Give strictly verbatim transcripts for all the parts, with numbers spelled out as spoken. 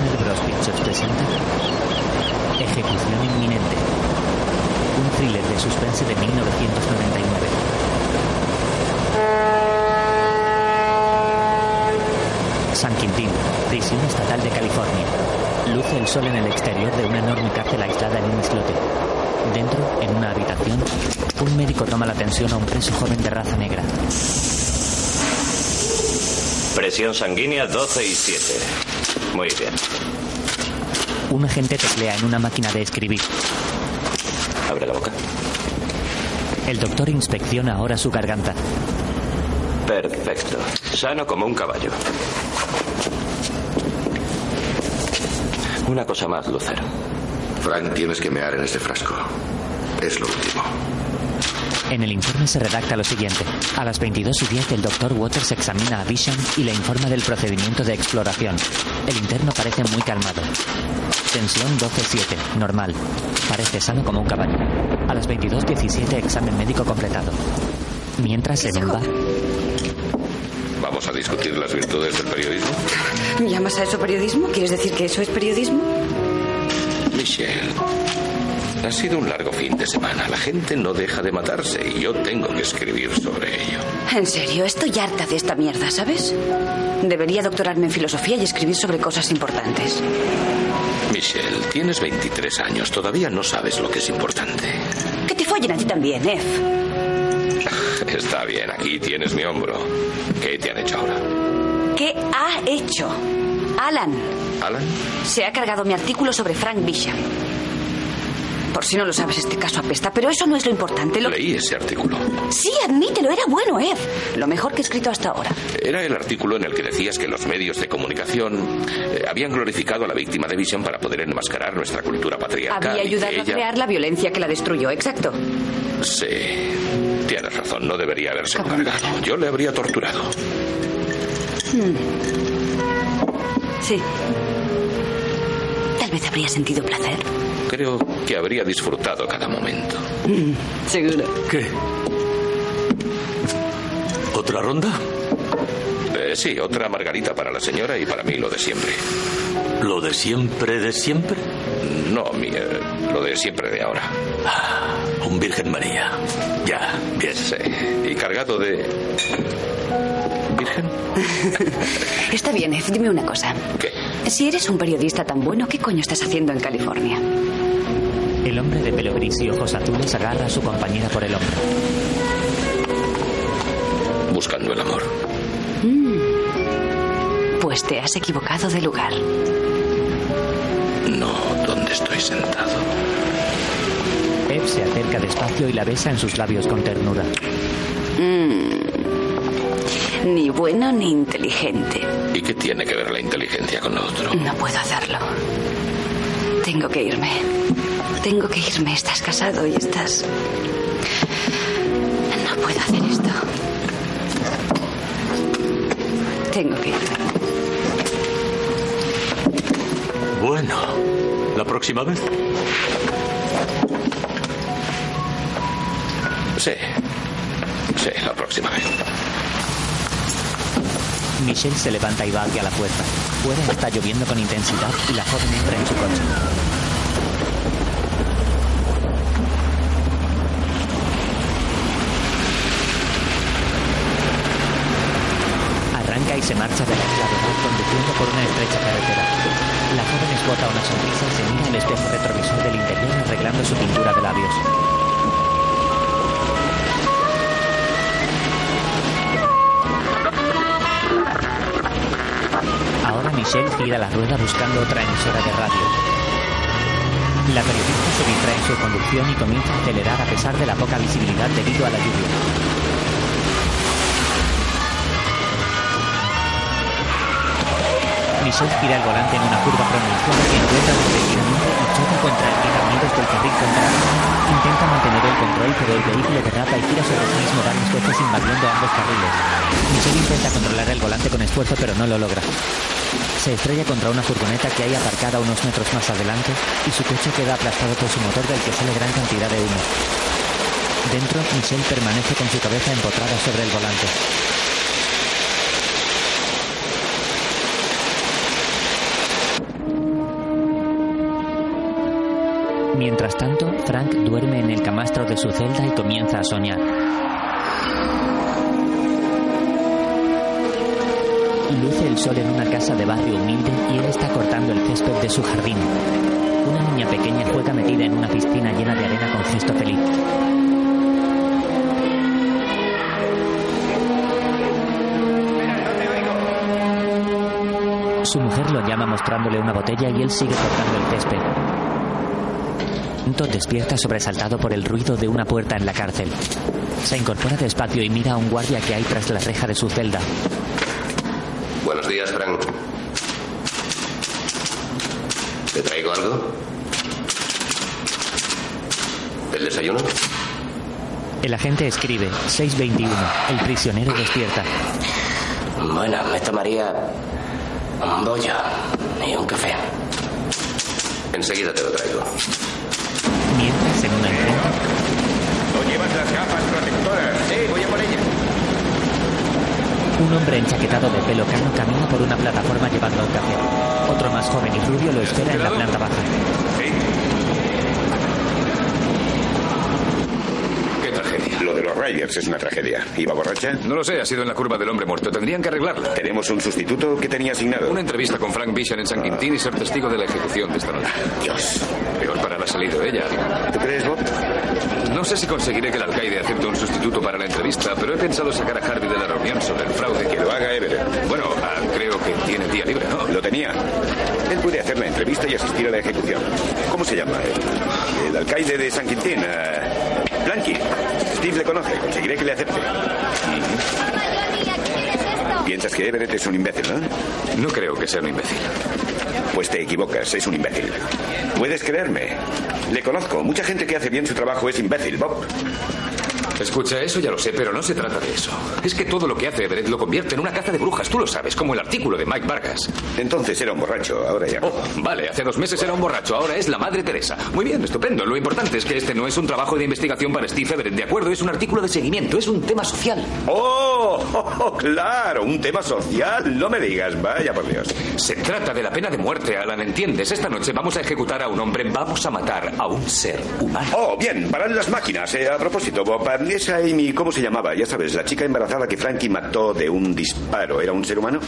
Warner Bros. Pictures presenta Ejecución inminente, un thriller de suspense de mil novecientos noventa y nueve. San Quintín, prisión estatal de California. Luce el sol en el exterior de una enorme cárcel aislada en un islote. Dentro, en una habitación, un médico toma la tensión a un preso joven de raza negra. Presión sanguínea doce y siete. Muy bien. Un agente teclea en una máquina de escribir. Abre la boca. El doctor inspecciona ahora su garganta. Perfecto. Sano como un caballo. Una cosa más, Lucero. Frank, tienes que mear en este frasco. Es lo último. En el informe se redacta lo siguiente. A las veintidós y diez el doctor Waters examina a Bisham y le informa del procedimiento de exploración. El interno parece muy calmado. Tensión doce siete, normal. Parece sano como un caballo. A las veintidós diecisiete examen médico completado. Mientras en un bar... ¿Vamos a discutir las virtudes del periodismo? ¿Llamas a eso periodismo? ¿Quieres decir que eso es periodismo? Michelle, ha sido un largo fin de semana. La gente no deja de matarse y yo tengo que escribir sobre ello. En serio, estoy harta de esta mierda, ¿sabes? Debería doctorarme en filosofía y escribir sobre cosas importantes. Michelle, tienes veintitrés años. Todavía no sabes lo que es importante. Que te follen a ti también, Ef. Está bien, aquí tienes mi hombro. ¿Qué te han hecho ahora? ¿Qué ha hecho? Alan. ¿Alan? Se ha cargado mi artículo sobre Frank Bisham. Por si no lo sabes, este caso apesta, pero eso no es lo importante. Lo... Leí ese artículo. Sí, admítelo, era bueno, Ed. Lo mejor que he escrito hasta ahora. Era el artículo en el que decías que los medios de comunicación eh, habían glorificado a la víctima de Bisham para poder enmascarar nuestra cultura patriarcal. Había ayudado ella... a crear la violencia que la destruyó, exacto. Sí, tienes razón, no debería haberse encargado. Yo le habría torturado. Hmm. Sí. Tal vez habría sentido placer. Creo que habría disfrutado cada momento. Mm, seguro. ¿Qué? ¿Otra ronda? Eh, sí, otra margarita para la señora y para mí lo de siempre. ¿Lo de siempre de siempre? No, mi, eh, lo de siempre de ahora. Ah, un Virgen María. Ya, bien. Sí, y cargado de... ¿Virgen? Está bien, Ef, dime una cosa. ¿Qué? Si eres un periodista tan bueno, ¿qué coño estás haciendo en California? El hombre de pelo gris y ojos azules agarra a su compañera por el hombro. Buscando el amor. Mm. Pues te has equivocado de lugar. No, donde estoy sentado. Eve se acerca despacio y la besa en sus labios con ternura. Mm. Ni bueno ni inteligente. ¿Y qué tiene que ver la inteligencia con lo otro? No puedo hacerlo. Tengo que irme. Tengo que irme. Estás casado y estás... No puedo hacer esto. Tengo que irme. Bueno, ¿la próxima vez? Sí. Sí, la próxima vez. Michelle se levanta y va hacia la puerta. Fuera está lloviendo con intensidad y la joven entra en su coche. Arranca y se marcha de la ciudad conduciendo por una estrecha carretera. La joven esboza una sonrisa y se mira al espejo retrovisor del interior arreglando su pintura de labios. Ahora Michelle gira la rueda buscando otra emisora de radio. La periodista se distrae en su conducción y comienza a acelerar a pesar de la poca visibilidad debido a la lluvia. Michelle gira el volante en una curva pronunciada que encuentra repentinamente y choca contra el guitarrillos del carril contrario. Intenta mantener el control, pero el vehículo derrapa y gira sobre sí mismo varias veces invadiendo ambos carriles. Michelle intenta controlar el volante con esfuerzo, pero no lo logra. Se estrella contra una furgoneta que hay aparcada unos metros más adelante y su coche queda aplastado por su motor del que sale gran cantidad de humo. Dentro, Michelle permanece con su cabeza empotrada sobre el volante. Mientras tanto, Frank duerme en el camastro de su celda y comienza a soñar. Luce el sol en una casa de barrio humilde y él está cortando el césped de su jardín. Una niña pequeña juega metida en una piscina llena de arena con gesto feliz. Su mujer lo llama mostrándole una botella y él sigue cortando el césped. Pronto despierta sobresaltado por el ruido de una puerta en la cárcel. Se incorpora despacio y mira a un guardia que hay tras la reja de su celda. Buenos días, Frank. ¿Te traigo algo? ¿El desayuno? El agente escribe seis veintiuno. El prisionero despierta. Bueno, me tomaría un bollo y un café. Enseguida te lo traigo. Mientras, en una imprenta... ¿No llevas las gafas protectoras? Sí, voy a por ellas. Un hombre enchaquetado de pelo cano camina por una plataforma llevando un café. Otro más joven y rubio lo espera en la planta baja. Sí. ¿Qué tragedia? Lo de los Riders es una tragedia. ¿Iba borracha? No lo sé, ha sido en la curva del hombre muerto. Tendrían que arreglarla. Tenemos un sustituto que tenía asignado. Una entrevista con Frank Bishop en San Quintín y ser testigo de la ejecución de esta noche. Dios. Peor para la salida de ella. ¿Tú crees, Bob? No sé si conseguiré que el alcaide acepte un sustituto para la entrevista, pero he pensado sacar a Harvey de la reunión sobre el fraude. Que lo haga Everett. Bueno, ah, creo que tiene día libre, ¿no? Lo tenía. Él puede hacer la entrevista y asistir a la ejecución. ¿Cómo se llama? El, el alcaide de San Quintín. Uh, Blanqui. Steve le conoce. Conseguiré que le acepte. Piensas que Everett es un imbécil, ¿no? No creo que sea un imbécil. Pues te equivocas, es un imbécil. Puedes creerme. Le conozco. Mucha gente que hace bien su trabajo es imbécil, Bob. Escucha, eso ya lo sé, pero no se trata de eso. Es que todo lo que hace Everett lo convierte en una caza de brujas, tú lo sabes, como el artículo de Mike Vargas. Entonces era un borracho, ahora ya no. Oh, vale, hace dos meses era un borracho, ahora es la Madre Teresa. Muy bien, estupendo. Lo importante es que este no es un trabajo de investigación para Steve Everett, ¿de acuerdo? Es un artículo de seguimiento, es un tema social. ¡Oh! oh, oh claro! Un tema social. No me digas, vaya por Dios. Se trata de la pena de muerte, Alan, ¿entiendes? Esta noche vamos a ejecutar a un hombre, vamos a matar a un ser humano. Oh, bien, parad las máquinas. Eh, a propósito, Bob, esa Amy, ¿cómo se llamaba? Ya sabes, la chica embarazada que Frankie mató de un disparo. ¿Era un ser humano?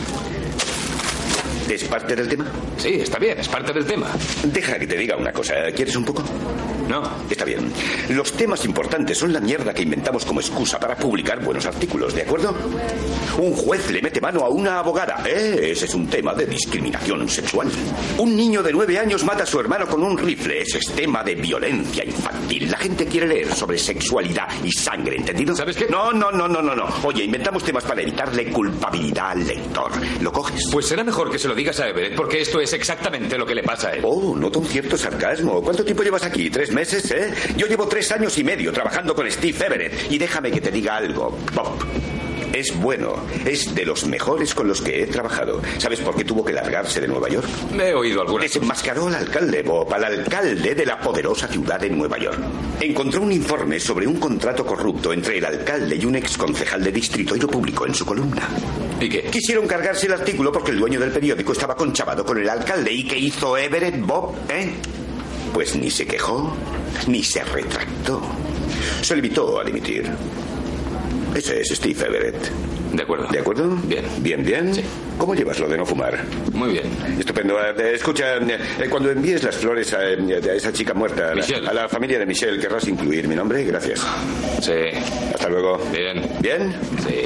¿Es parte del tema? Sí, está bien, es parte del tema. Deja que te diga una cosa. ¿Quieres un poco? No. Está bien. Los temas importantes son la mierda que inventamos como excusa para publicar buenos artículos, ¿de acuerdo? Un juez le mete mano a una abogada. ¿Eh? Ese es un tema de discriminación sexual. Un niño de nueve años mata a su hermano con un rifle. Ese es tema de violencia infantil. La gente quiere leer sobre sexualidad y sangre, ¿entendido? ¿Sabes qué? No, no, no, no, no, no. Oye, inventamos temas para evitarle culpabilidad al lector. ¿Lo coges? Pues será mejor que se lo digas a Everett, porque esto es exactamente lo que le pasa a él. Oh, noto un cierto sarcasmo. ¿Cuánto tiempo llevas aquí? ¿Tres meses, eh? Yo llevo tres años y medio trabajando con Steve Everett. Y déjame que te diga algo, Bob. Es bueno. Es de los mejores con los que he trabajado. ¿Sabes por qué tuvo que largarse de Nueva York? Me he oído algunas cosas. Desenmascaró al alcalde, Bob, al alcalde de la poderosa ciudad de Nueva York. Encontró un informe sobre un contrato corrupto entre el alcalde y un ex concejal de distrito y lo publicó en su columna. ¿Y qué? Quisieron cargarse el artículo porque el dueño del periódico estaba conchavado con el alcalde. ¿Y qué hizo Everett, Bob? ¿Eh? Pues ni se quejó, ni se retractó. Se limitó a dimitir. Ese es Steve Everett. De acuerdo. ¿De acuerdo? Bien. ¿Bien, bien? Sí. ¿Cómo llevas lo de no fumar? Muy bien. Estupendo. Eh, escucha, eh, cuando envíes las flores a, a esa chica muerta, a la, a la familia de Michelle, ¿querrás incluir mi nombre? Gracias. Sí. Hasta luego. Bien. ¿Bien? Sí.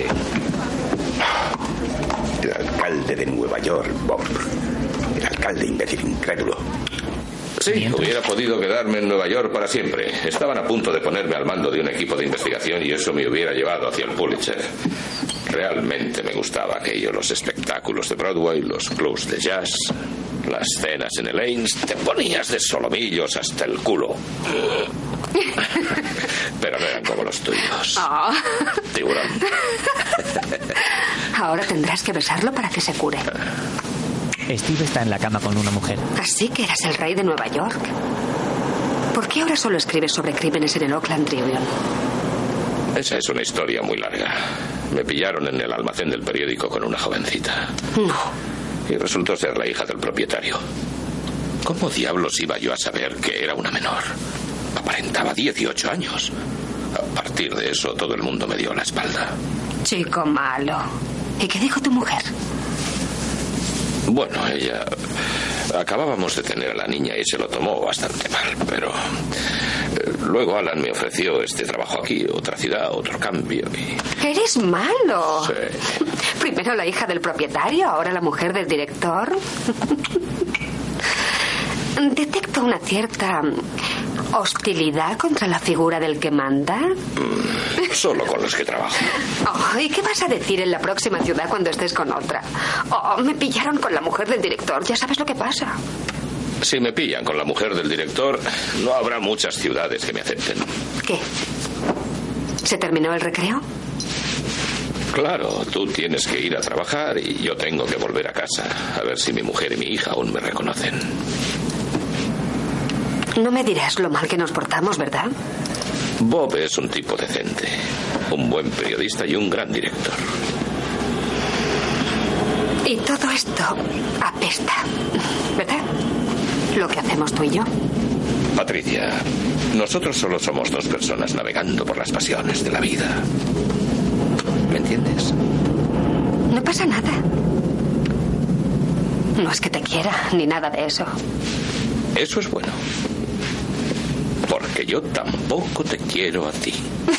El alcalde de Nueva York, Bob. El alcalde imbécil incrédulo. Sí, hubiera podido quedarme en Nueva York para siempre. Estaban a punto de ponerme al mando de un equipo de investigación y eso me hubiera llevado hacia el Pulitzer. Realmente me gustaba aquello, los espectáculos de Broadway, los clubs de jazz, las cenas en el Ames. Te ponías de solomillos hasta el culo. Pero no eran como los tuyos. Oh. Tiburón. Ahora tendrás que besarlo para que se cure. Steve está en la cama con una mujer. Así que eras el rey de Nueva York. ¿Por qué ahora solo escribes sobre crímenes en el Oakland Tribune? Esa es una historia muy larga. Me pillaron en el almacén del periódico con una jovencita. No. Y resultó ser la hija del propietario. ¿Cómo diablos iba yo a saber que era una menor? Aparentaba dieciocho años. A partir de eso, todo el mundo me dio la espalda. Chico malo. ¿Y qué dijo tu mujer? Bueno, ella... Acabábamos de tener a la niña y se lo tomó bastante mal, pero... eh, luego Alan me ofreció este trabajo aquí, otra ciudad, otro cambio y... ¡Eres malo! Sí. Primero la hija del propietario, ahora la mujer del director. Detecto una cierta hostilidad contra la figura del que manda. Mm, solo con los que trabajo. Oh, ¿y qué vas a decir en la próxima ciudad cuando estés con otra? Oh, me pillaron con la mujer del director. Ya sabes lo que pasa. Si me pillan con la mujer del director, no habrá muchas ciudades que me acepten. ¿Qué? ¿Se terminó el recreo? Claro, tú tienes que ir a trabajar y yo tengo que volver a casa. A ver si mi mujer y mi hija aún me reconocen. No me dirás lo mal que nos portamos, ¿verdad? Bob es un tipo decente, un buen periodista y un gran director. Y todo esto apesta, ¿verdad? Lo que hacemos tú y yo. Patricia, nosotros solo somos dos personas navegando por las pasiones de la vida. ¿Me entiendes? No pasa nada. No es que te quiera, ni nada de eso. Eso es bueno. Porque yo tampoco te quiero a ti.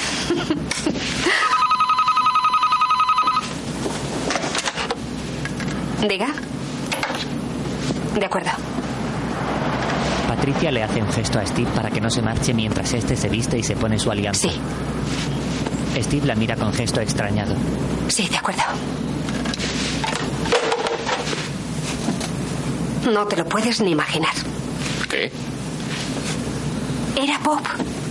Diga. De acuerdo. Patricia le hace un gesto a Steve para que no se marche mientras este se viste y se pone su alianza. Sí. Steve la mira con gesto extrañado. Sí, de acuerdo. No te lo puedes ni imaginar. ¿Qué? Era Bob.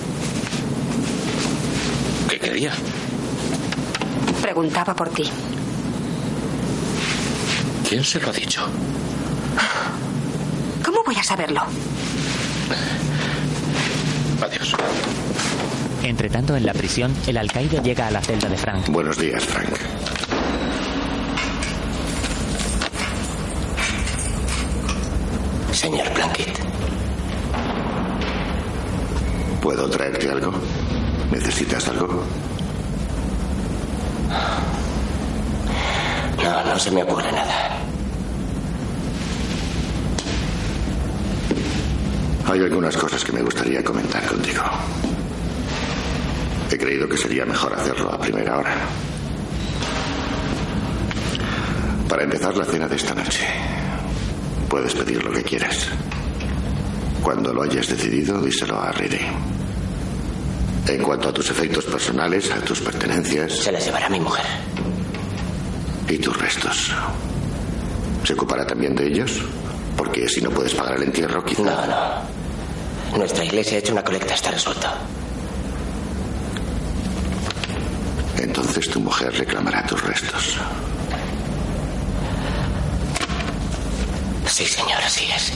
¿Qué quería? Preguntaba por ti. ¿Quién se lo ha dicho? ¿Cómo voy a saberlo? Adiós. Entre tanto, en la prisión, el alcaide llega a la celda de Frank. Buenos días, Frank. Señor Plunkett. ¿Puedo traerte algo? ¿Necesitas algo? No, no se me ocurre nada. Hay algunas cosas que me gustaría comentar contigo. He creído que sería mejor hacerlo a primera hora. Para empezar la cena de esta noche, puedes pedir lo que quieras. Cuando lo hayas decidido, díselo a Riri. En cuanto a tus efectos personales, a tus pertenencias... Se las llevará mi mujer. ¿Y tus restos? ¿Se ocupará también de ellos? Porque si no puedes pagar el entierro, quizá... No, no. Nuestra iglesia ha hecho una colecta, está resuelto. Entonces tu mujer reclamará tus restos. Sí, señor, así es.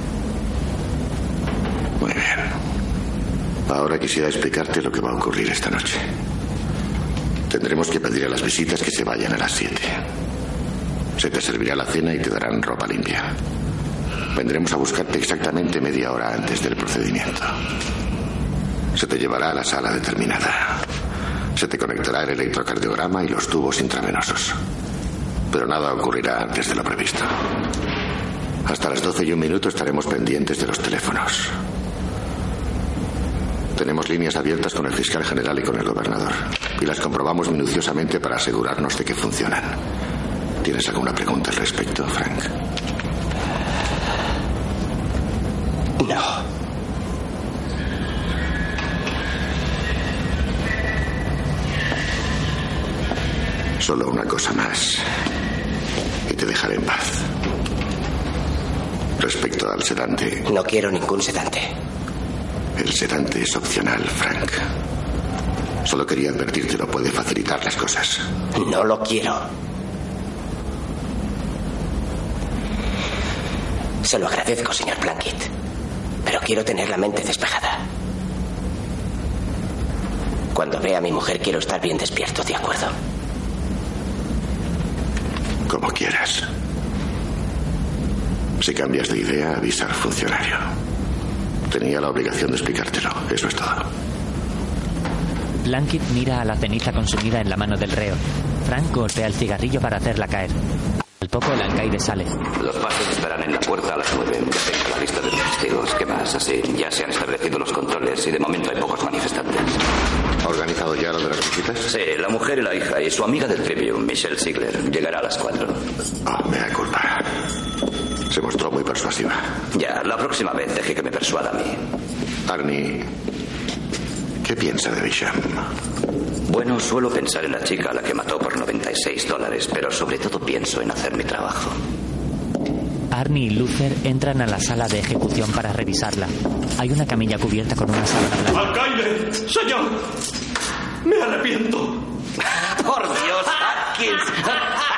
Muy bien. Ahora quisiera explicarte lo que va a ocurrir esta noche. Tendremos que pedir a las visitas que se vayan a las siete. Se te servirá la cena y te darán ropa limpia. Vendremos a buscarte exactamente media hora antes del procedimiento. Se te llevará a la sala determinada. Se te conectará el electrocardiograma y los tubos intravenosos. Pero nada ocurrirá antes de lo previsto. Hasta las doce y un minuto estaremos pendientes de los teléfonos. Tenemos líneas abiertas con el fiscal general y con el gobernador. Y las comprobamos minuciosamente para asegurarnos de que funcionan. ¿Tienes alguna pregunta al respecto, Frank? No. Solo una cosa más. Y te dejaré en paz. Respecto al sedante... No quiero ningún sedante. El sedante es opcional, Frank. Solo quería advertirte, lo puede facilitar las cosas. No lo quiero. Se lo agradezco, señor Plunkett. Pero quiero tener la mente despejada. Cuando vea a mi mujer quiero estar bien despierto, ¿de acuerdo? Como quieras. Si cambias de idea, avisa al funcionario. Tenía la obligación de explicártelo. Eso es todo. Plunkett mira a la ceniza consumida en la mano del reo. Frank golpea el cigarrillo para hacerla caer. Al poco, Lancaide sale. Los pasos estarán en la puerta a las nueve. Ya tengo la lista de los testigos. ¿Qué más? Así, ya se han establecido los controles y de momento hay pocos manifestantes. ¿Ha organizado ya lo de las visitas? Sí, la mujer y la hija y su amiga del Tribune, Michelle Ziegler, llegará a las cuatro. Oh, me da culpa. Se mostró muy persuasiva. Ya, la próxima vez deje que me persuada a mí. Arnie, ¿qué piensa de Bisham? Bueno, suelo pensar en la chica a la que mató por noventa y seis dólares, pero sobre todo pienso en hacer mi trabajo. Arnie y Luther entran a la sala de ejecución para revisarla. Hay una camilla cubierta con una sábana blanca. ¡Alcaide! ¡Señor! ¡Me arrepiento! ¡Por Dios, Atkins!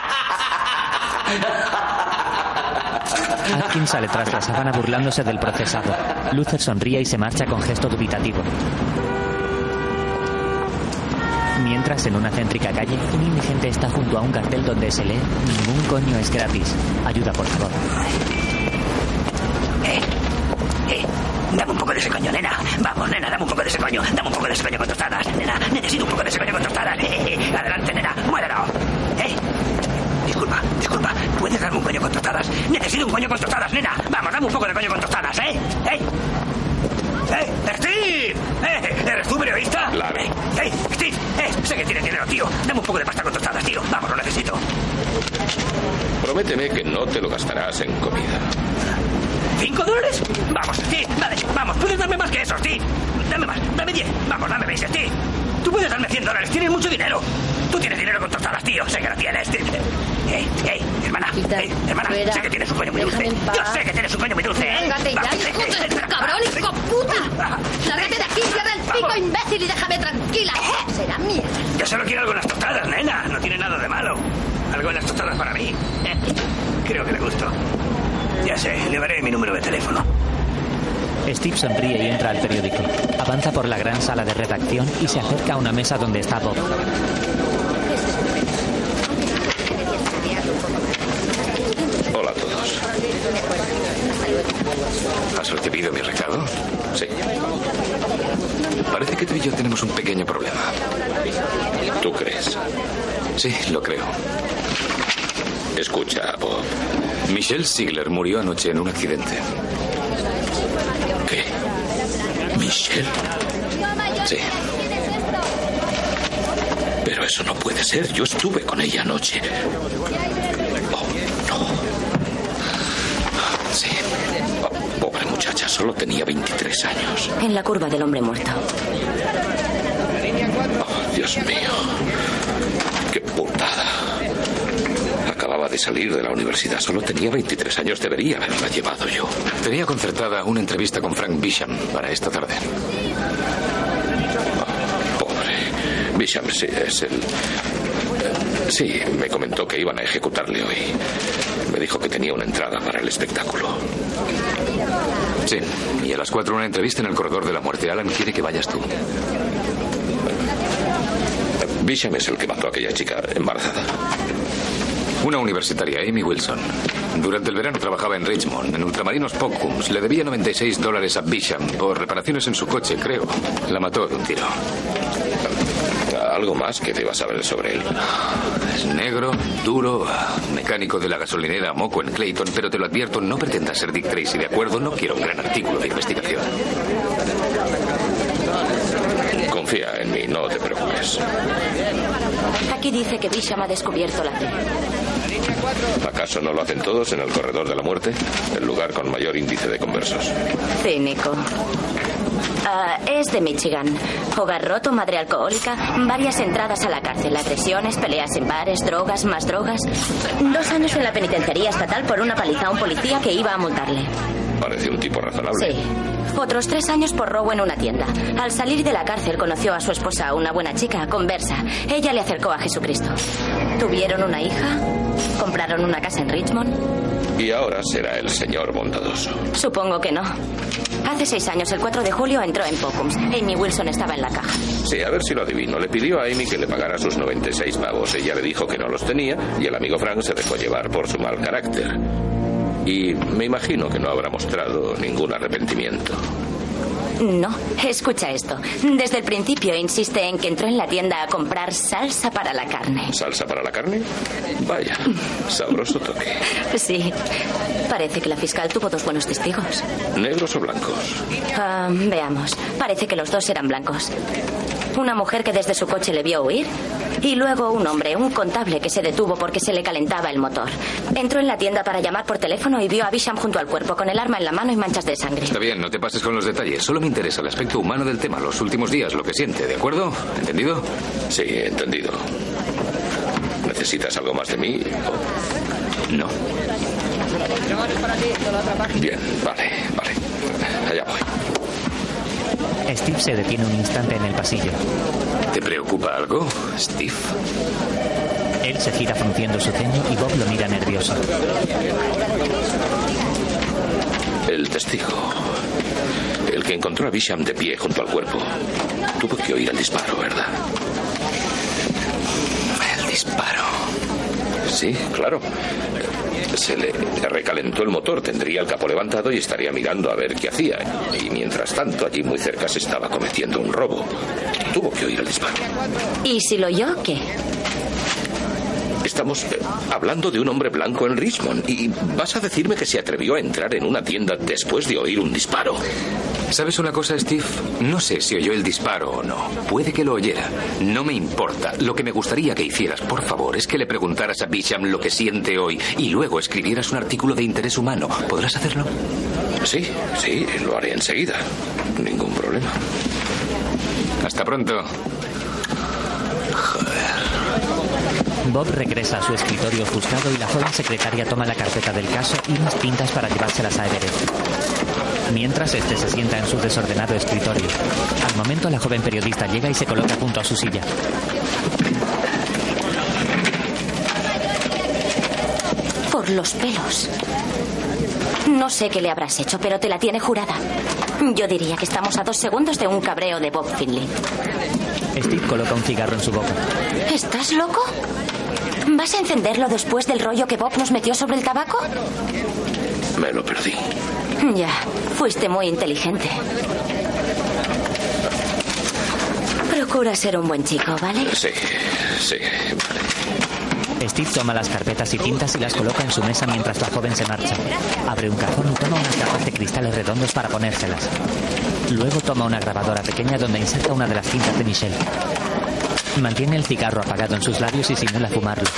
Atkins sale tras la sábana burlándose del procesado. Luther sonríe y se marcha con gesto dubitativo. Mientras, en una céntrica calle, un indigente está junto a un cartel donde se lee: ningún coño es gratis. Ayuda, por favor. Eh, eh, dame un poco de ese coño, nena. Vamos, nena, dame un poco de ese coño. Dame un poco de ese coño con tostadas, nena. Necesito un poco de ese coño con tostadas. Eh, eh, adelante, nena, muévelo. Eh, disculpa, disculpa. ¿Puedes darme un coño con tostadas? Necesito un coño con tostadas, nena. Vamos, dame un poco de coño con tostadas, ¿eh? ¿Eh? ¡Eh! ¡Steve! ¡Eh! ¿Eres tú, periodista? Claro. ¡Eh! ¡Eh! ¡Steve! ¡Eh! Sé que tienes dinero, tío. Dame un poco de pasta con tostadas, tío. Vamos, lo necesito. Prométeme que no te lo gastarás en comida. ¿Cinco dólares? Vamos, Steve, dale, vamos. Puedes darme más que eso, Steve. Dame más, dame diez. Vamos, dame veinte, Steve. Tú puedes darme cien dólares. Tienes mucho dinero. Tú tienes dinero con tostadas, tío. Sé que lo tienes, Steve. ¡Ey, ey, hermana! ¡Ey, hermana! Fuera. Sé que tienes un coño muy dulce. Yo sé que tienes un coño muy dulce, ¿eh? ¡Lárgate ya, hijo de tu cabrón, hijo puta! ¡Lárgate de aquí, cierra el pico, imbécil, y déjame tranquila! ¡Será mierda! Yo solo quiero algo en las tostadas, nena. No tiene nada de malo. Algo en las tostadas para mí. ¿Eh? Creo que le gusto. Ya sé, le daré mi número de teléfono. Steve sonríe y entra al periódico. Avanza por la gran sala de redacción y se acerca a una mesa donde está Bob. Hola a todos. ¿Has recibido mi recado? Sí. Parece que tú y yo tenemos un pequeño problema. ¿Tú crees? Sí, lo creo. Escucha, Bob. Michelle Ziegler murió anoche en un accidente. ¿Qué? ¿Michelle? Sí. Pero eso no puede ser. Yo estuve con ella anoche. Oh, no. Sí. Oh, pobre muchacha, solo tenía veintitrés años. En la curva del hombre muerto. Oh, Dios mío. Qué putada. Acababa de salir de la universidad. Solo tenía veintitrés años. Debería haberla llevado yo. Tenía concertada una entrevista con Frank Bisham para esta tarde. Oh, pobre. Bisham, sí, es el... Sí, me comentó que iban a ejecutarle hoy. Me dijo que tenía una entrada para el espectáculo. Sí, y a las cuatro una entrevista en el corredor de la muerte. Alan quiere que vayas tú. Bisham es el que mató a aquella chica embarazada. Una universitaria, Amy Wilson. Durante el verano trabajaba en Richmond, en Ultramarinos Pockums. Le debía noventa y seis dólares a Bisham por reparaciones en su coche, creo. La mató de un tiro. ¿Algo más que deba saber sobre él? Es negro, duro, mecánico de la gasolinera Moco en Clayton, pero te lo advierto, no pretendas ser Dick Tracy, ¿de acuerdo? No quiero un gran artículo de investigación. Confía en mí, no te preocupes. Aquí dice que Bisham ha descubierto la fe. ¿Acaso no lo hacen todos en el corredor de la muerte? El lugar con mayor índice de conversos. Cínico. Uh, es de Michigan. Hogar roto, madre alcohólica, varias entradas a la cárcel, agresiones, peleas en bares, drogas, más drogas. Dos años en la penitenciaría estatal por una paliza a un policía que iba a multarle. Parece un tipo razonable. Sí. Otros tres años por robo en una tienda. Al salir de la cárcel conoció a su esposa, una buena chica, conversa. Ella le acercó a Jesucristo. Tuvieron una hija, compraron una casa en Richmond. Y ahora será el señor bondadoso. Supongo que no. Hace seis años, el cuatro de julio, entró en Pockums. Amy Wilson estaba en la caja. Sí, a ver si lo adivino. Le pidió a Amy que le pagara sus noventa y seis pavos. Ella le dijo que no los tenía y el amigo Frank se dejó llevar por su mal carácter. Y me imagino que no habrá mostrado ningún arrepentimiento. No, escucha esto. Desde el principio insiste en que entró en la tienda a comprar salsa para la carne. ¿Salsa para la carne? Vaya, sabroso toque. Sí, parece que la fiscal tuvo dos buenos testigos. ¿Negros o blancos? Uh, veamos, parece que los dos eran blancos. Una mujer que desde su coche le vio huir y luego un hombre, un contable que se detuvo porque se le calentaba el motor. Entró en la tienda para llamar por teléfono y vio a Bisham junto al cuerpo con el arma en la mano y manchas de sangre. Está bien, no te pases con los detalles. Solo me interesa el aspecto humano del tema, los últimos días, lo que siente, ¿de acuerdo? ¿Entendido? Sí, entendido. ¿Necesitas algo más de mí? O... No. Bien, vale, vale. Allá voy. Steve se detiene un instante en el pasillo. ¿Te preocupa algo, Steve? Él se gira frunciendo su ceño y Bob lo mira nervioso. El testigo, el que encontró a Bisham de pie junto al cuerpo, tuvo que oír el disparo, ¿verdad? El disparo. Sí, claro. Se le recalentó el motor, tendría el capó levantado y estaría mirando a ver qué hacía. Y mientras tanto, allí muy cerca se estaba cometiendo un robo. Tuvo que oír el disparo. ¿Y si lo oyó, qué? Estamos eh, hablando de un hombre blanco en Richmond. ¿Y vas a decirme que se atrevió a entrar en una tienda después de oír un disparo? ¿Sabes una cosa, Steve? No sé si oyó el disparo o no. Puede que lo oyera. No me importa. Lo que me gustaría que hicieras, por favor, es que le preguntaras a Bisham lo que siente hoy y luego escribieras un artículo de interés humano. ¿Podrás hacerlo? Sí, sí, lo haré enseguida. Ningún problema. Hasta pronto. Bob regresa a su escritorio ofuscado y la joven secretaria toma la carpeta del caso y unas tintas para llevárselas a Everett. Mientras este se sienta en su desordenado escritorio. Al momento la joven periodista llega y se coloca junto a su silla. Por los pelos. No sé qué le habrás hecho, pero te la tiene jurada. Yo diría que estamos a dos segundos de un cabreo de Bob Finley. Steve coloca un cigarro en su boca. ¿Estás loco? ¿Vas a encenderlo después del rollo que Bob nos metió sobre el tabaco? Me lo perdí. Ya, fuiste muy inteligente. Procura ser un buen chico, ¿vale? Sí, sí, vale. Steve toma las carpetas y tintas y las coloca en su mesa mientras la joven se marcha. Abre un cajón y toma unas cajas de cristales redondos para ponérselas. Luego toma una grabadora pequeña donde inserta una de las cintas de Michelle. Mantiene el cigarro apagado en sus labios y simula fumarlo.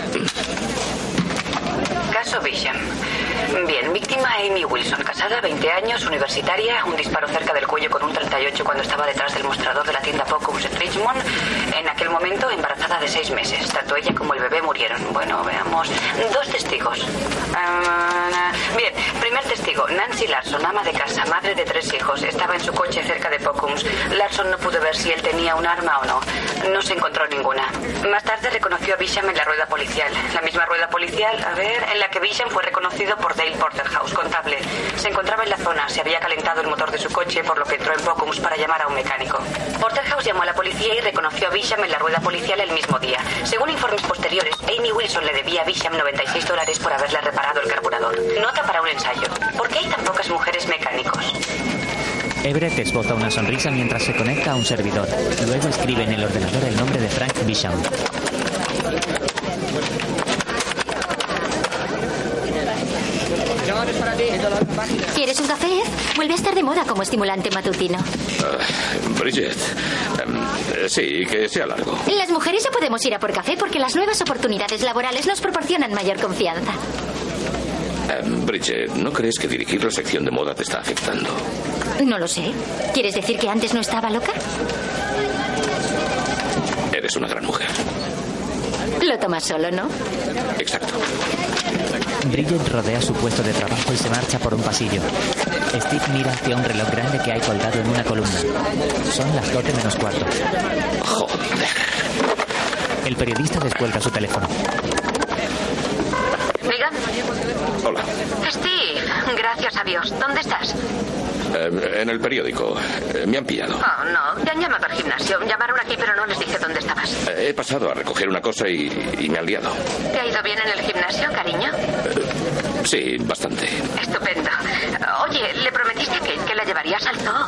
Caso Bisham. Bien, víctima Amy Wilson, casada, veinte años, universitaria, un disparo cerca del cuello con un treinta y ocho cuando estaba detrás del mostrador de la tienda Focus en Richmond. En aquel momento, embarazada de seis meses. Tanto ella como el bebé murieron. Bueno, veamos. Dos testigos. Uh, bien, primer testigo, Nancy Larson, ama de casa, madre de tres hijos. Estaba en su coche cerca de Pocums. Larson no pudo ver si él tenía un arma o no. No se encontró ninguna. Más tarde reconoció a Bisham en la rueda policial. La misma rueda policial, a ver, en la que Bisham fue reconocido por Dale Porterhouse, contable. Se encontraba en la zona, se había calentado el motor de su coche, por lo que entró en Pocums para llamar a un mecánico. Porterhouse llamó a la policía y reconoció a Bisham en la rueda policial el mismo día. Según informes posteriores, Amy Wilson le debía a Bisham noventa y seis dólares por haberle reparado el carburador. Nota para un ensayo. ¿Por qué hay tan pocas mujeres mecánicos? Everett esboza una sonrisa mientras se conecta a un servidor. Luego escribe en el ordenador el nombre de Frank Bisham. ¿Quieres un café? Vuelve a estar de moda como estimulante matutino. Uh, Bridget, um, sí, que sea largo. Las mujeres ya podemos ir a por café porque las nuevas oportunidades laborales nos proporcionan mayor confianza. Um, Bridget, ¿no crees que dirigir la sección de moda te está afectando? No lo sé. ¿Quieres decir que antes no estaba loca? Eres una gran mujer. Lo tomas solo, ¿no? Exacto. Bridget rodea su puesto de trabajo y se marcha por un pasillo. Steve mira hacia un reloj grande que hay colgado en una columna. Son las doce menos cuarto. Joder. El periodista descuelga su teléfono. Diga. Hola. Steve, gracias a Dios. ¿Dónde estás? Eh, en el periódico. Eh, me han pillado. Oh, no. Te han llamado al gimnasio. Llamaron aquí, pero no les dije dónde estabas. Eh, he pasado a recoger una cosa y, y me han liado. ¿Te ha ido bien en el gimnasio, cariño? Eh, Sí, bastante. Estupendo. Oye, ¿le prometiste a Kate que la llevarías al zoo?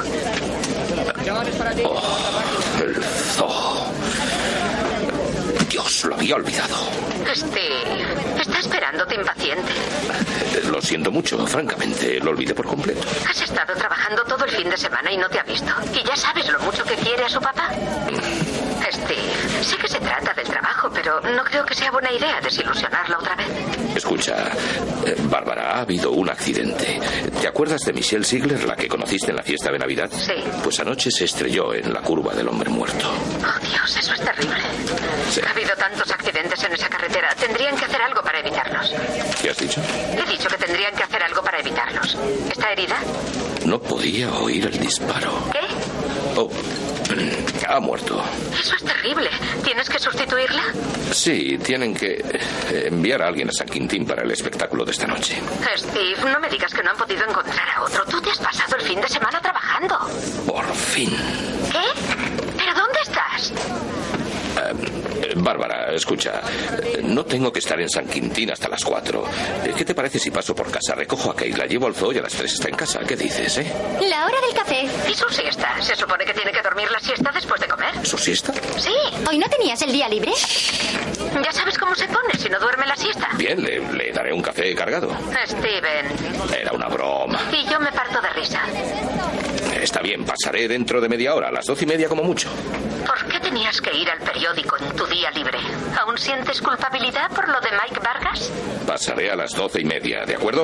Oh, el zoo. Dios, lo había olvidado. Steve, está esperándote impaciente. Lo siento mucho, francamente, lo olvidé por completo. Has estado trabajando todo el fin de semana y no te ha visto. ¿Y ya sabes lo mucho que quiere a su papá? Steve, sé que se trata del trabajo, pero no creo que sea buena idea desilusionarla otra vez. Escucha, eh, Bárbara, ha habido un accidente. ¿Te acuerdas de Michelle Ziegler, la que conociste en la fiesta de Navidad? Sí. Pues anoche se estrelló en la curva del hombre muerto. Oh, Dios, eso es terrible. Sí. Ha habido tantos accidentes en esa carretera. Tendrían que hacer algo para evitarlos. ¿Qué has dicho? He dicho que tendrían que hacer algo para evitarlos. ¿Está herida? No podía oír el disparo. ¿Qué? Oh, ha muerto. Eso es terrible. ¿Tienes que sustituirla? Sí, tienen que enviar a alguien a San Quintín para el espectáculo de esta noche. Steve, no me digas que no han podido encontrar a otro. Tú te has pasado el fin de semana trabajando. Por fin. ¿Qué? ¿Pero dónde estás? Uh, Bárbara, escucha, no tengo que estar en San Quintín hasta las cuatro. ¿Qué te parece si paso por casa? Recojo a Kate, la llevo al zoo y a las tres está en casa. ¿Qué dices, eh? La hora del café. ¿Y su siesta? ¿Se supone que tiene que dormir la siesta después de comer? ¿Su siesta? Sí. ¿Hoy no tenías el día libre? Ya sabes cómo se pone si no duerme la siesta. Bien, le, le daré un café cargado. Steven. Era una broma. Y yo me parto de risa. Está bien, pasaré dentro de media hora, a las doce y media como mucho. ¿Por qué tenías que ir al periódico en tu día libre? ¿Aún sientes culpabilidad por lo de Mike Vargas? Pasaré a las doce y media, ¿de acuerdo?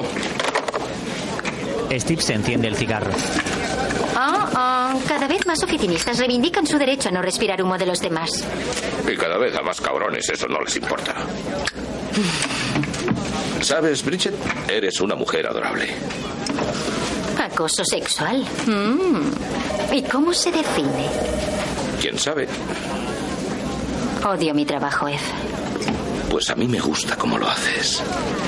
Steve se enciende el cigarro. Oh, oh. Cada vez más oficinistas reivindican su derecho a no respirar humo de los demás. Y cada vez a más cabrones, eso no les importa. ¿Sabes, Bridget? Eres una mujer adorable. Acoso sexual. Mm. ¿Y cómo se define? ¿Quién sabe? Odio mi trabajo, Eve. Pues a mí me gusta cómo lo haces.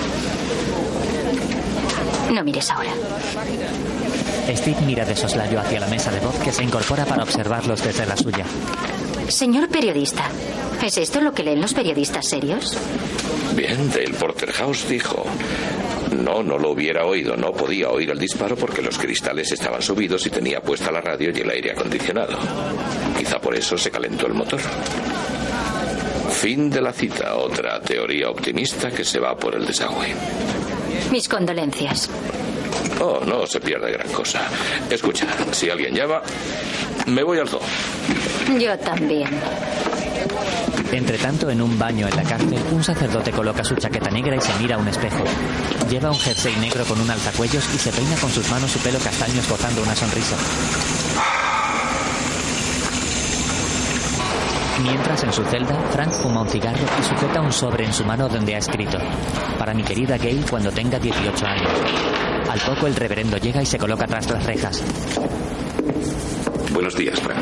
No mires ahora. Steve mira de soslayo hacia la mesa de voz que se incorpora para observarlos desde la suya. Señor periodista, ¿es esto lo que leen los periodistas serios? Bien, Dale Porterhouse dijo. No, no lo hubiera oído. No podía oír el disparo porque los cristales estaban subidos y tenía puesta la radio y el aire acondicionado. Quizá por eso se calentó el motor. Fin de la cita. Otra teoría optimista que se va por el desagüe. Mis condolencias. Oh, no se pierde gran cosa. Escucha, si alguien llama, me voy al zoo. Yo también. Entre tanto, en un baño en la cárcel, un sacerdote coloca su chaqueta negra y se mira a un espejo. Lleva un jersey negro con un alzacuellos y se peina con sus manos su pelo castaño esbozando una sonrisa. Mientras, en su celda, Frank fuma un cigarro y sujeta un sobre en su mano donde ha escrito: para mi querida Gail cuando tenga dieciocho años. Al poco, el reverendo llega y se coloca tras las rejas. Buenos días, Frank.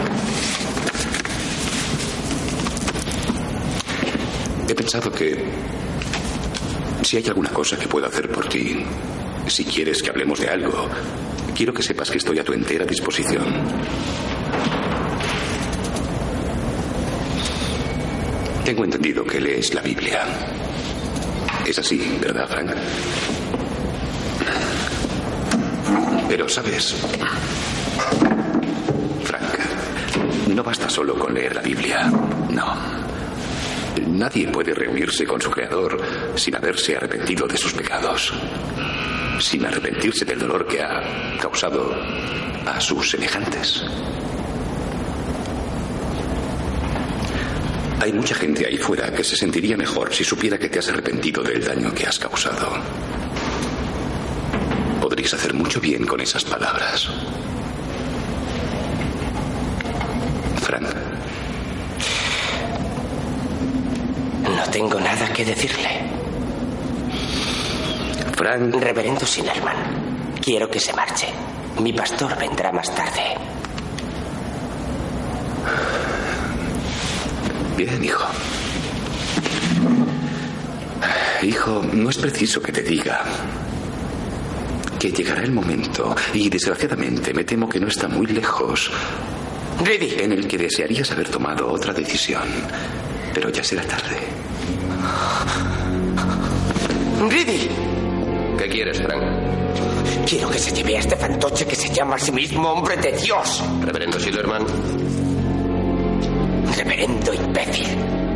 He pensado que si hay alguna cosa que pueda hacer por ti, si quieres que hablemos de algo, quiero que sepas que estoy a tu entera disposición. Tengo entendido que lees la Biblia. Es así, ¿verdad, Frank? Pero, ¿sabes? Frank, no basta solo con leer la Biblia. No. Nadie puede reunirse con su Creador sin haberse arrepentido de sus pecados, sin arrepentirse del dolor que ha causado a sus semejantes. Hay mucha gente ahí fuera que se sentiría mejor si supiera que te has arrepentido del daño que has causado. Podrías hacer mucho bien con esas palabras. Frank. No tengo nada que decirle. Frank. Reverendo Sillerman, quiero que se marche. Mi pastor vendrá más tarde. Bien, hijo. Hijo, no es preciso que te diga que llegará el momento, y desgraciadamente me temo que no está muy lejos, Reedy, en el que desearías haber tomado otra decisión, pero ya será tarde. Reedy. ¿Qué quieres, Frank? Quiero que se lleve a este fantoche que se llama a sí mismo hombre de Dios. Reverendo Silverman. Reverendo imbécil.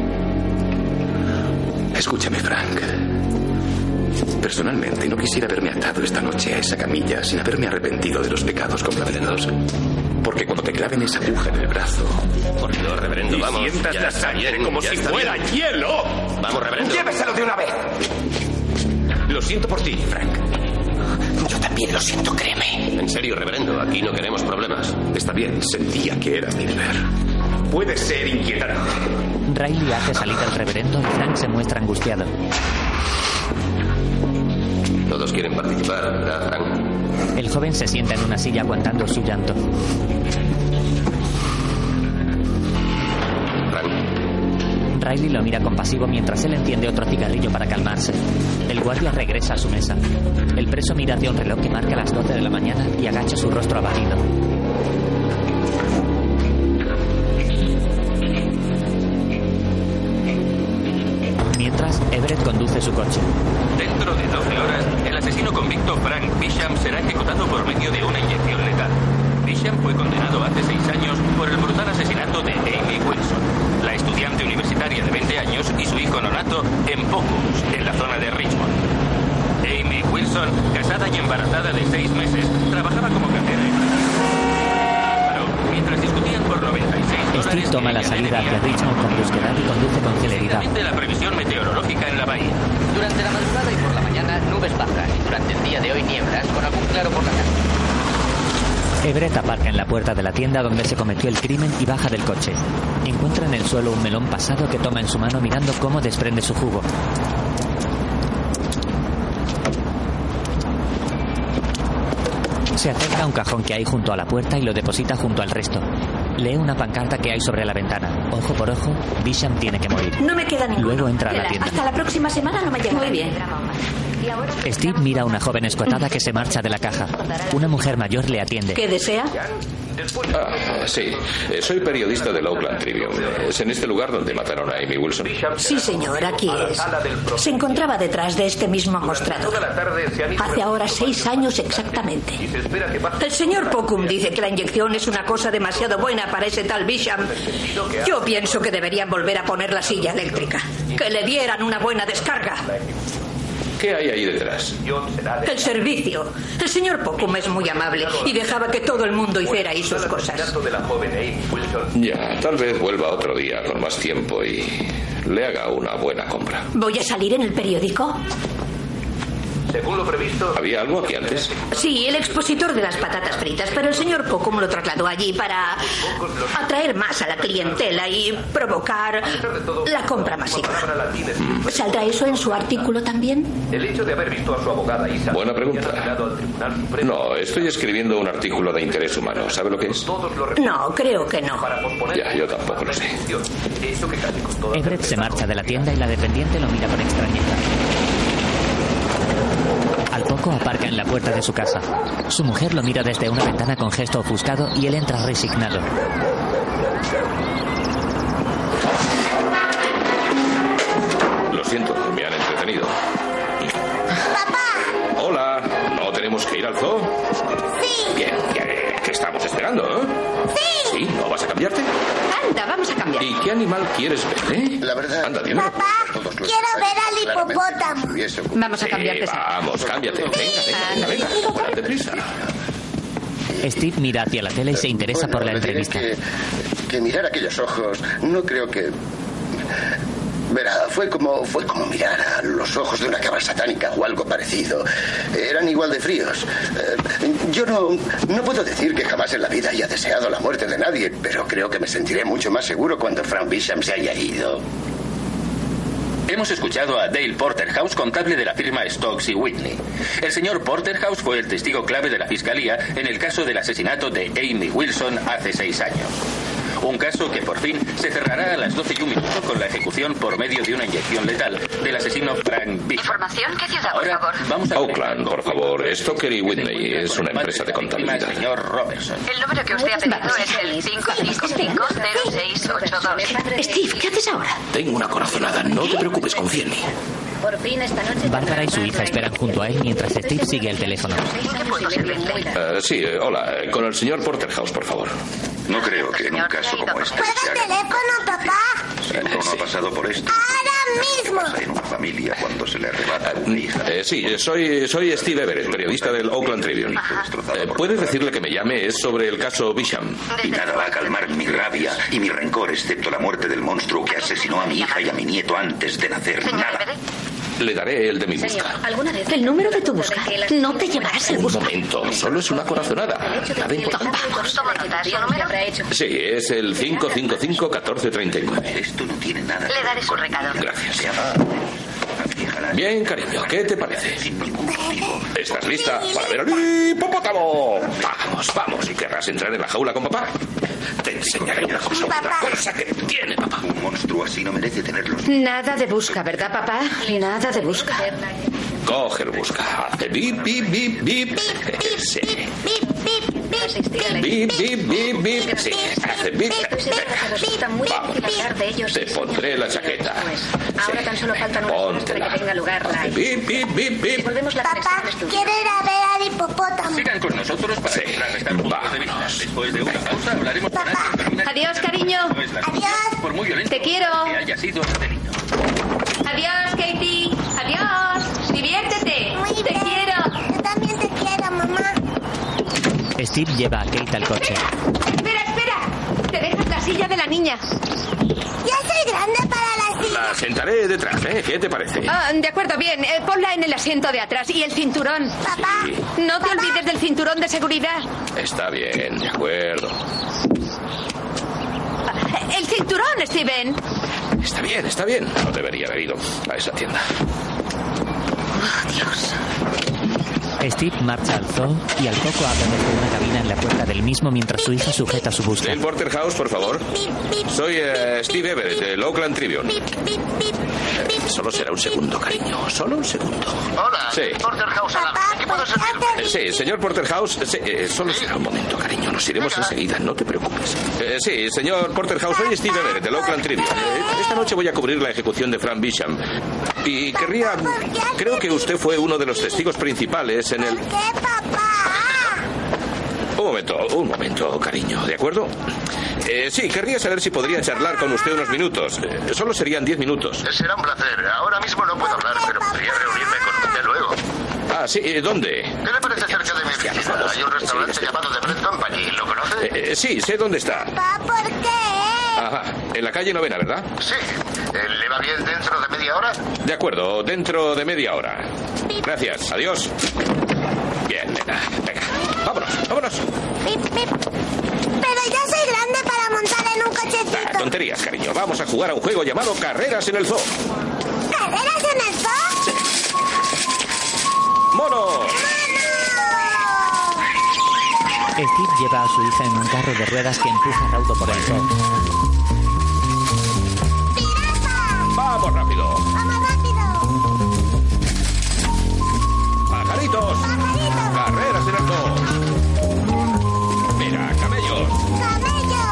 Escúchame, Frank. Personalmente, no quisiera haberme atado esta noche a esa camilla sin haberme arrepentido de los pecados complacidos. Porque cuando te claven esa aguja en el brazo... Por Dios, reverendo, y vamos. sientas ya la está sangre bien, como ya si está fuera bien. hielo. Vamos, reverendo. Lléveselo de una vez. Lo siento por ti, Frank. Yo también lo siento, créeme. En serio, reverendo, aquí no queremos problemas. Está bien, sentía que era mi deber. Puede ser inquietante. Riley hace salir al reverendo y Frank se muestra angustiado. Todos quieren participar, ¿verdad, Frank? El joven se sienta en una silla aguantando su llanto. Frank. Riley lo mira compasivo mientras él enciende otro cigarrillo para calmarse. El guardia regresa a su mesa. El preso mira hacia un reloj que marca las doce de la mañana y agacha su rostro abatido. Mientras, Everett conduce su coche. Dentro de doce horas, el asesino convicto Frank Bisham será ejecutado por medio de una inyección letal. Bisham fue condenado hace seis años por el brutal asesinato de Amy Wilson, la estudiante universitaria de veinte años y su hijo nonato en Pocus, en la zona de Richmond. Amy Wilson, casada y embarazada de seis meses, trabajaba como cajera en... Mientras discutían por noventa y seis dólares... Steve toma la salida hacia Richmond con brusquedad y conduce con celeridad. la previsión meteorológica en la bahía. Durante la madrugada y por la mañana, nubes bajas y durante el día de hoy nieblas con algún claro por la tarde. Everett aparca en la puerta de la tienda donde se cometió el crimen y baja del coche. Encuentra en el suelo un melón pasado que toma en su mano mirando cómo desprende su jugo. Se acerca a un cajón que hay junto a la puerta y lo deposita junto al resto. Lee una pancarta que hay sobre la ventana. Ojo por ojo, Bisham tiene que morir. No me queda ninguno. Luego entra a la tienda. Hasta la próxima semana no me llega. Muy bien. Steve mira a una joven escotada que se marcha de la caja. Una mujer mayor le atiende. ¿Qué desea? Ah, sí. Eh, Soy periodista del Oakland Tribune. Es en este lugar donde mataron a Amy Wilson. Sí, señor, aquí es. Se encontraba detrás de este mismo mostrador. Hace ahora seis años exactamente. El señor Pocum dice que la inyección es una cosa demasiado buena para ese tal Bisham. Yo pienso que deberían volver a poner la silla eléctrica. Que le dieran una buena descarga. ¿Qué hay ahí detrás? El servicio. El señor Pocum es muy amable y dejaba que todo el mundo hiciera ahí sus cosas. Ya, tal vez vuelva otro día con más tiempo y le haga una buena compra. ¿Voy a salir en el periódico? Según lo previsto... ¿Había algo aquí antes? Sí, el expositor de las patatas fritas, pero el señor Pocum lo trasladó allí para atraer más a la clientela y provocar la compra masiva. ¿Saldrá eso en su artículo también? El hecho de haber visto a su abogada Isa... Buena pregunta. No, estoy escribiendo un artículo de interés humano. ¿Sabe lo que es? No, creo que no. Ya, yo tampoco lo sé. Everett se marcha de la tienda y la dependiente lo mira con extrañeza. Al poco aparca en la puerta de su casa. Su mujer lo mira desde una ventana con gesto ofuscado y él entra resignado. Lo siento, me han entretenido. ¡Papá! Hola, ¿no tenemos que ir al zoo? Sí. Bien, ¿qué estamos esperando, eh? Sí. ¿Sí? ¿No vas a cambiarte? Anda, vamos a cambiar. ¿Y qué animal quieres ver, eh? La verdad... Anda, dime. Papá, quiero ver al hipopótamo. Vamos a Sí, cambiarte. vamos, cámbiate. Venga, venga, venga, venga. Date prisa. Steve mira hacia la tele y se interesa Bueno, por la le diré entrevista. Que, que mirar aquellos ojos, no creo que... Verá, fue como, fue como mirar a los ojos de una cabra satánica o algo parecido. Eran igual de fríos. Eh, yo no, no puedo decir que jamás en la vida haya deseado la muerte de nadie, pero creo que me sentiré mucho más seguro cuando Frank Bisham se haya ido. Hemos escuchado a Dale Porterhouse, contable de la firma Stokes y Whitney. El señor Porterhouse fue el testigo clave de la fiscalía en el caso del asesinato de Amy Wilson hace seis años. Un caso que por fin se cerrará a las doce y un minuto con la ejecución por medio de una inyección letal del asesino Frank Bisham. ¿Información? ¿Qué ciudad, por Ahora, favor? vamos a... Oakland, por favor. Stoker y Whitney es una empresa de contabilidad. Señor Robertson. El número que usted ha pedido es el cinco cinco cinco cero seis ocho dos. Steve, ¿qué haces ahora? Tengo una corazonada. No te preocupes, confía en mí. Por fin esta noche. Bárbara y su hija esperan junto a él mientras Steve sigue el teléfono. Uh, sí, eh, hola. Con el señor Porterhouse, por favor. No creo que en un caso como este ¿Puedo el teléfono, papá? Siempre uno ha pasado por esto. Ahora mismo. Pasa en una familia cuando se le arrebata una hija. Eh, sí, soy, soy Steve Everett, periodista del Oakland Tribune. Eh, ¿Puedes decirle que me llame? Es sobre el caso Bisham. Y nada va a calmar mi rabia y mi rencor, excepto la muerte del monstruo que asesinó a mi hija y a mi nieto antes de nacer. Nada. Le daré el de mi busca. ¿Alguna vez el número de tu busca? No te llevarás el Un busca. momento, solo es una corazonada. Nada importante. Sí, es el cinco cinco cinco, uno cuatro tres nueve. Esto no tiene nada. Le daré su recado. Gracias. Bien, cariño, ¿qué te parece? ¿Estás lista para ver al hipopótamo? Vamos, vamos. ¿Y querrás entrar en la jaula con papá? Te enseñaré una cosa, una cosa que tiene papá. Un monstruo así no merece tenerlos. Nada de busca, ¿verdad, papá? Nada de busca. Coge el busca. Hace bip, bip, bip, bip. Sí. Bip, bip, bip, bip. Sí, hace bip. Vamos. Te pondré la chaqueta. Ahora tan solo faltan unas horas para que tenga lugar la... Bip, bip, bip, bip. Papá, quiero ir a ver al hipopótamo. Sigan con nosotros para Sí. contrarrestar puntos de vista. Después de una pausa hablaremos con alguien que termina- Adiós, cariño. No es la Adiós. por muy violento Te quiero. que haya sido este delito. Adiós, Katie. Adiós. Diviértete. Muy Te bien. quiero. Yo también te quiero, mamá. Steve lleva a Kate al coche. Espera, espera. Te dejas la silla de la niña. Ya soy grande para la silla. La sentaré detrás, ¿eh? ¿Qué te parece? Ah, de acuerdo, bien. Eh, ponla en el asiento de atrás. Y el cinturón. Papá. No te olvides del cinturón de seguridad. Está bien, de acuerdo. Eh, El cinturón, Steven. Está bien, está bien. No debería haber ido a esa tienda. Oh, Dios. Steve marcha al zoo y al poco abre desde una cabina en la puerta del mismo mientras su hija sujeta su busca. Dale Porterhouse, por favor. Soy eh, Steve Everett, del Oakland Tribune. Eh, solo será un segundo, cariño. Solo un segundo. Hola, Sí. Porterhouse Alarm. ¿En qué puedo servirle? Eh, Sí, señor Porterhouse. Sí, eh, solo será un momento, cariño. Nos iremos enseguida, no te preocupes. Eh, sí, señor Porterhouse, soy Steve Everett, del Oakland Tribune. Eh, esta noche voy a cubrir la ejecución de Frank Bisham. Y querría... Creo que usted fue uno de los testigos principales en el... ¿Qué, papá? Un momento, un momento, cariño, ¿de acuerdo? Eh, sí, querría saber si podría charlar con usted unos minutos. Eh, solo serían diez minutos. Será un placer. Ahora mismo no puedo hablar, pero podría reunirme con usted luego. Ah, sí, eh, ¿dónde? ¿Qué le parece cerca de mi oficina? Hay un restaurante llamado The Bread Company. ¿Lo conoce? Eh, eh, sí, sé dónde está. Papá, ¿por qué? Ajá, en la calle Novena, ¿verdad? Sí. Eh, ¿Le va bien dentro de media hora? De acuerdo, dentro de media hora. Gracias, adiós. Bien, nena, venga, vámonos, vámonos. Pip, pip. Pero yo soy grande para montar en un Ah, cochecito. tonterías, cariño. Vamos a jugar a un juego llamado Carreras en el Zoo. ¿Carreras en el zoo? ¡Monos! Steve lleva a su hija en un carro de ruedas que empuja Raudo por el zoo. ¡Vamos rápido! ¡Vamos rápido! ¡Pajaritos! ¡Carreras en el zoo! Mira, camellos. ¡Camello!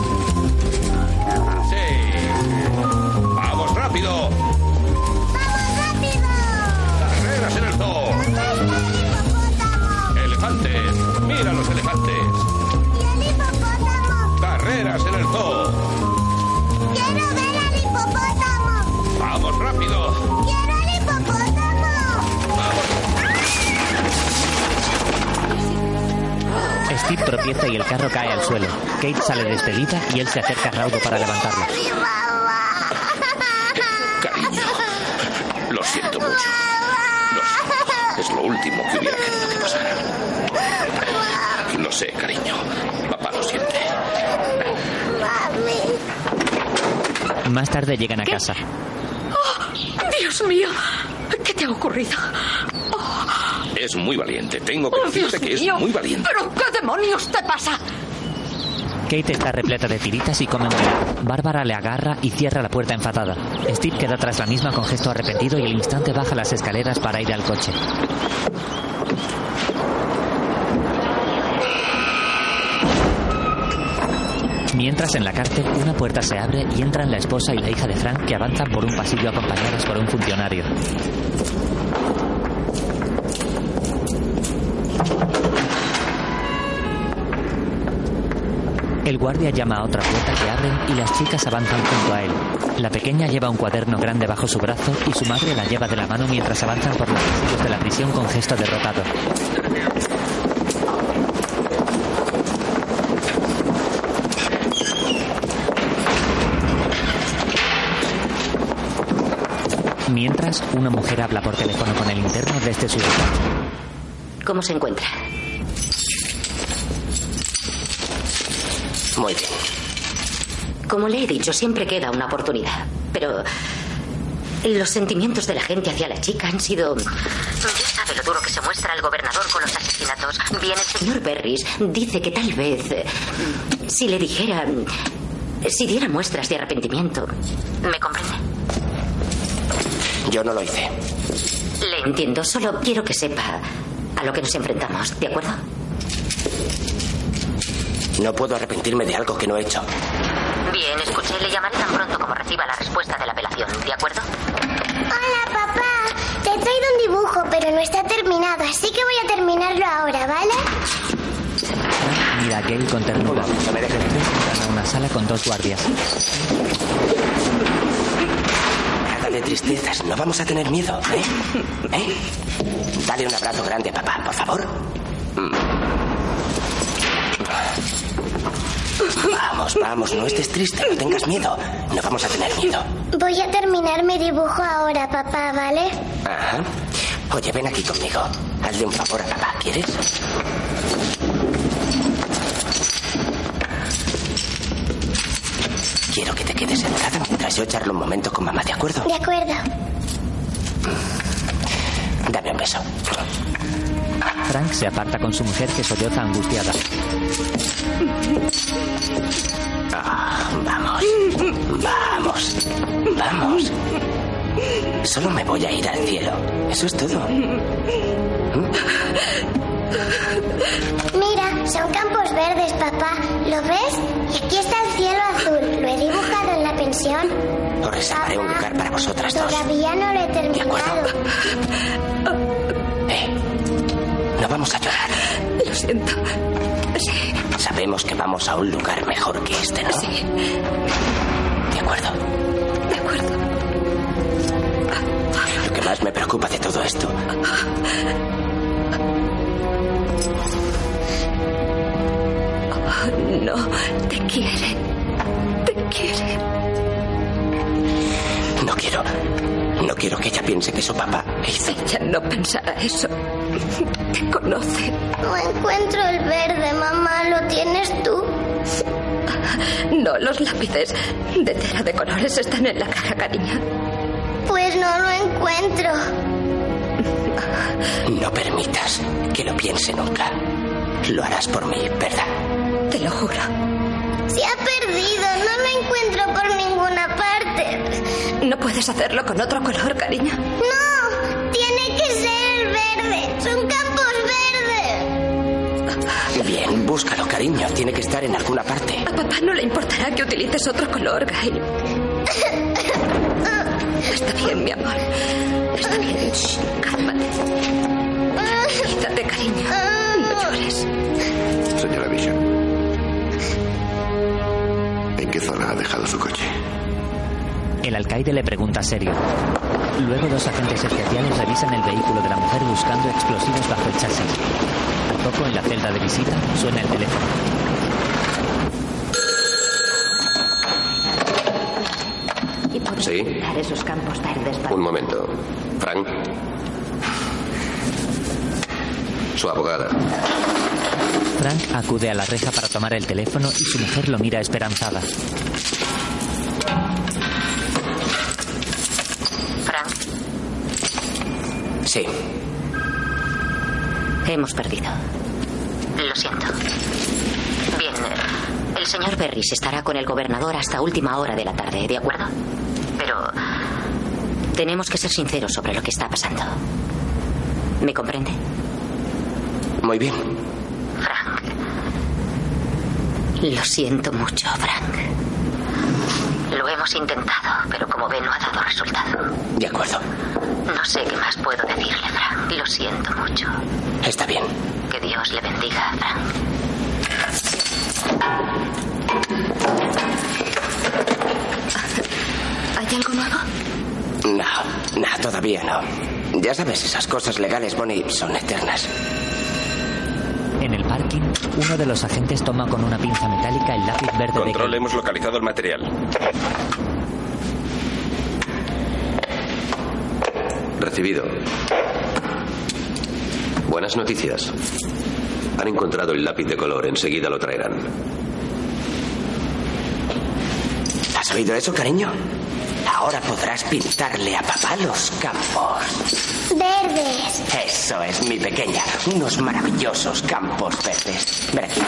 Sí. ¡Vamos rápido! ¡Vamos rápido! ¡Carreras en el zoo! ¡Elefantes! ¡Mira los elefantes! ¡Y el hipopótamo! ¡Carreras en el zoo! ¡Quiero ver al hipopótamo! ¡Vamos rápido! ¡Quiero al hipopótamo! Steve tropieza y el carro cae al suelo. Kate sale despedida y él se acerca a Raudo para levantarlo. Cariño, lo siento mucho. Lo sé. Es lo último que hubiera querido que pasara. Lo sé, cariño. Papá lo siente. Más tarde llegan a casa. Oh, Dios mío. ¿Qué te ha ocurrido? Es muy valiente. Tengo que Oh, Dios decirte que es mío. muy valiente. ¿Pero qué demonios te pasa? Kate está repleta de tiritas y come muy mal. Bárbara le agarra y cierra la puerta enfadada. Steve queda tras la misma con gesto arrepentido y al instante baja las escaleras para ir al coche. Mientras, en la cárcel, una puerta se abre y entran la esposa y la hija de Frank, que avanzan por un pasillo acompañadas por un funcionario. El guardia llama a otra puerta que abren y las chicas avanzan junto a él. La pequeña lleva un cuaderno grande bajo su brazo y su madre la lleva de la mano mientras avanzan por los pasillos de la prisión con gesto derrotado. Mientras, una mujer habla por teléfono con el interno desde su despacho. ¿Cómo se encuentra? Muy bien. Como le he dicho, siempre queda una oportunidad. Pero los sentimientos de la gente hacia la chica han sido... Ya sabe lo duro que se muestra el gobernador con los asesinatos. Bien, el señor Berris dice que tal vez... eh, Si le dijera... Si diera muestras de arrepentimiento... ¿Me comprende? Yo no lo hice. Le entiendo, solo quiero que sepa a lo que nos enfrentamos, ¿de acuerdo? No puedo arrepentirme de algo que no he hecho. Bien, escuché, le llamaré tan pronto como reciba la respuesta de la apelación, ¿de acuerdo? Hola, papá. Te he traído un dibujo, pero no está terminado, así que voy a terminarlo ahora, ¿vale? Mira a Gale con ternura. No me dejes. Entran a una sala con dos guardias. Nada de tristezas, no vamos a tener miedo, ¿eh? ¿Eh? Dale un abrazo grande a papá, por favor. Vamos, vamos, no estés triste, no tengas miedo. No vamos a tener miedo. Voy a terminar mi dibujo ahora, papá, ¿vale? Ajá. Oye, ven aquí conmigo. Hazle un favor a papá, ¿quieres? Quiero que te quedes sentada mientras yo charlo un momento con mamá, ¿de acuerdo? De acuerdo. Dame un beso. Frank se aparta con su mujer, que solloza angustiada. Ah, vamos. Vamos. Vamos. Solo me voy a ir al cielo. Eso es todo. Mira, son campos verdes, papá. ¿Lo ves? Y aquí está el cielo azul. Lo he dibujado en la pensión. Os reservaré un lugar para vosotras dos. Todavía no lo he terminado. Eh, no vamos a llorar. Lo siento. Sí. Sabemos que vamos a un lugar mejor que este, ¿no? Sí. De acuerdo. De acuerdo. Lo que más me preocupa de todo esto no, te quiere. Te quiere. No quiero. No quiero que ella piense que su papá hizo. Ella no pensará eso. Te conoce. No encuentro el verde, mamá. ¿Lo tienes tú? No, los lápices de tela de colores están en la cara, cariño. Pues no lo encuentro. No permitas que lo piense nunca. Lo harás por mí, ¿verdad? Te lo juro. Se ha perdido. No lo encuentro por ninguna parte. No puedes hacerlo con otro color, cariño. No, tiene que ser el verde. Son campos verdes. Bien, búscalo, cariño. Tiene que estar en alguna parte. A papá no le importará que utilices otro color, Gail. Está bien, mi amor. Está bien. Shh, cálmate. Quítate, cariño. No llores. Señora Bishop, ¿en qué zona ha dejado su coche? El alcaide le pregunta serio. Luego dos agentes especiales revisan el vehículo de la mujer buscando explosivos bajo el chasis. Al poco, en la celda de visita, suena el teléfono. ¿Sí? Esos campos verdes para... Un momento. Frank. Su abogada. Frank acude a la reja para tomar el teléfono y su mujer lo mira esperanzada. Frank. Sí. Hemos perdido. Lo siento. Bien, el señor Berris estará con el gobernador hasta última hora de la tarde, ¿de acuerdo? Pero tenemos que ser sinceros sobre lo que está pasando. ¿Me comprende? Muy bien. Frank, Lo siento mucho, Frank. Lo hemos intentado, pero como ve no ha dado resultado. De acuerdo. No sé qué más puedo decirle, Frank. Lo siento mucho. Está bien. Que Dios le bendiga, Frank. ¿Hay algo nuevo? No, no, todavía no. Ya sabes, esas cosas legales, Bonnie, son eternas. En el parking, uno de los agentes toma con una pinza metálica el lápiz verde Control, de Kate. hemos localizado el material. Recibido. Buenas noticias. Han encontrado el lápiz de color. Enseguida lo traerán. ¿Has oído eso, cariño? Ahora podrás pintarle a papá los campos. Verdes. Eso es, mi pequeña. Unos maravillosos campos verdes. Ven aquí.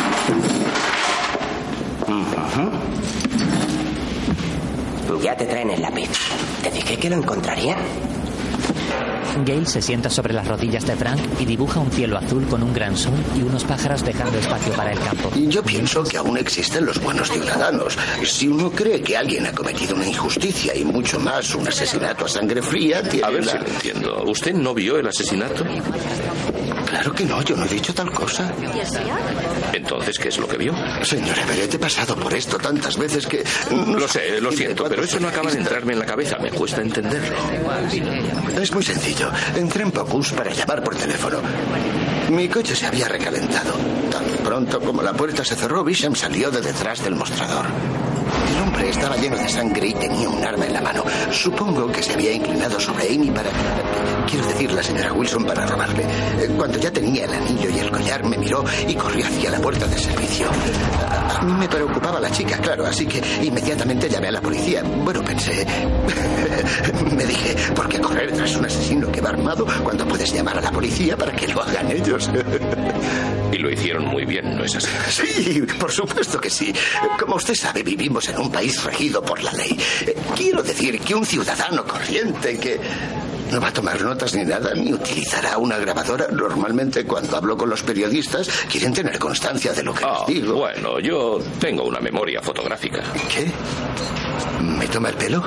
Uh-huh. Ya te traen el lápiz. Te dije que lo encontrarían. Gale se sienta sobre las rodillas de Frank y dibuja un cielo azul con un gran sol y unos pájaros dejando espacio para el campo. Yo pienso que aún existen los buenos ciudadanos. Si uno cree que alguien ha cometido una injusticia y mucho más un asesinato a sangre fría, tiene A ver la... si lo entiendo. ¿Usted no vio el asesinato? Claro que no, yo no he dicho tal cosa. Entonces, ¿qué es lo que vio? Señor Everett, he pasado por esto tantas veces que... No lo sé, lo siento, pero eso no acaba de entrarme en la cabeza. Me cuesta entenderlo. Es muy sencillo. Entré en Pocus para llamar por teléfono. Mi coche se había recalentado. Tan pronto como la puerta se cerró, Bisham salió de detrás del mostrador. El hombre estaba lleno de sangre y tenía un arma en la mano. Supongo que se había inclinado sobre Amy para... Quiero decir, la señora Wilson, para robarle. Cuando ya tenía el anillo y el collar, me miró y corrió hacia la puerta de servicio. A mí me preocupaba la chica, claro, así que inmediatamente llamé a la policía. Bueno, pensé... me dije, ¿por qué correr tras un asesino que va armado cuando puedes llamar a la policía para que lo hagan ellos? Y lo hicieron muy bien, ¿no es así? Sí, por supuesto que sí. Como usted sabe, vivimos en un país regido por la ley. Quiero decir que un ciudadano corriente que no va a tomar notas ni nada, ni utilizará una grabadora. Normalmente, cuando hablo con los periodistas, quieren tener constancia de lo que oh, les digo. Bueno, yo tengo una memoria fotográfica. ¿Qué? ¿Me toma el pelo?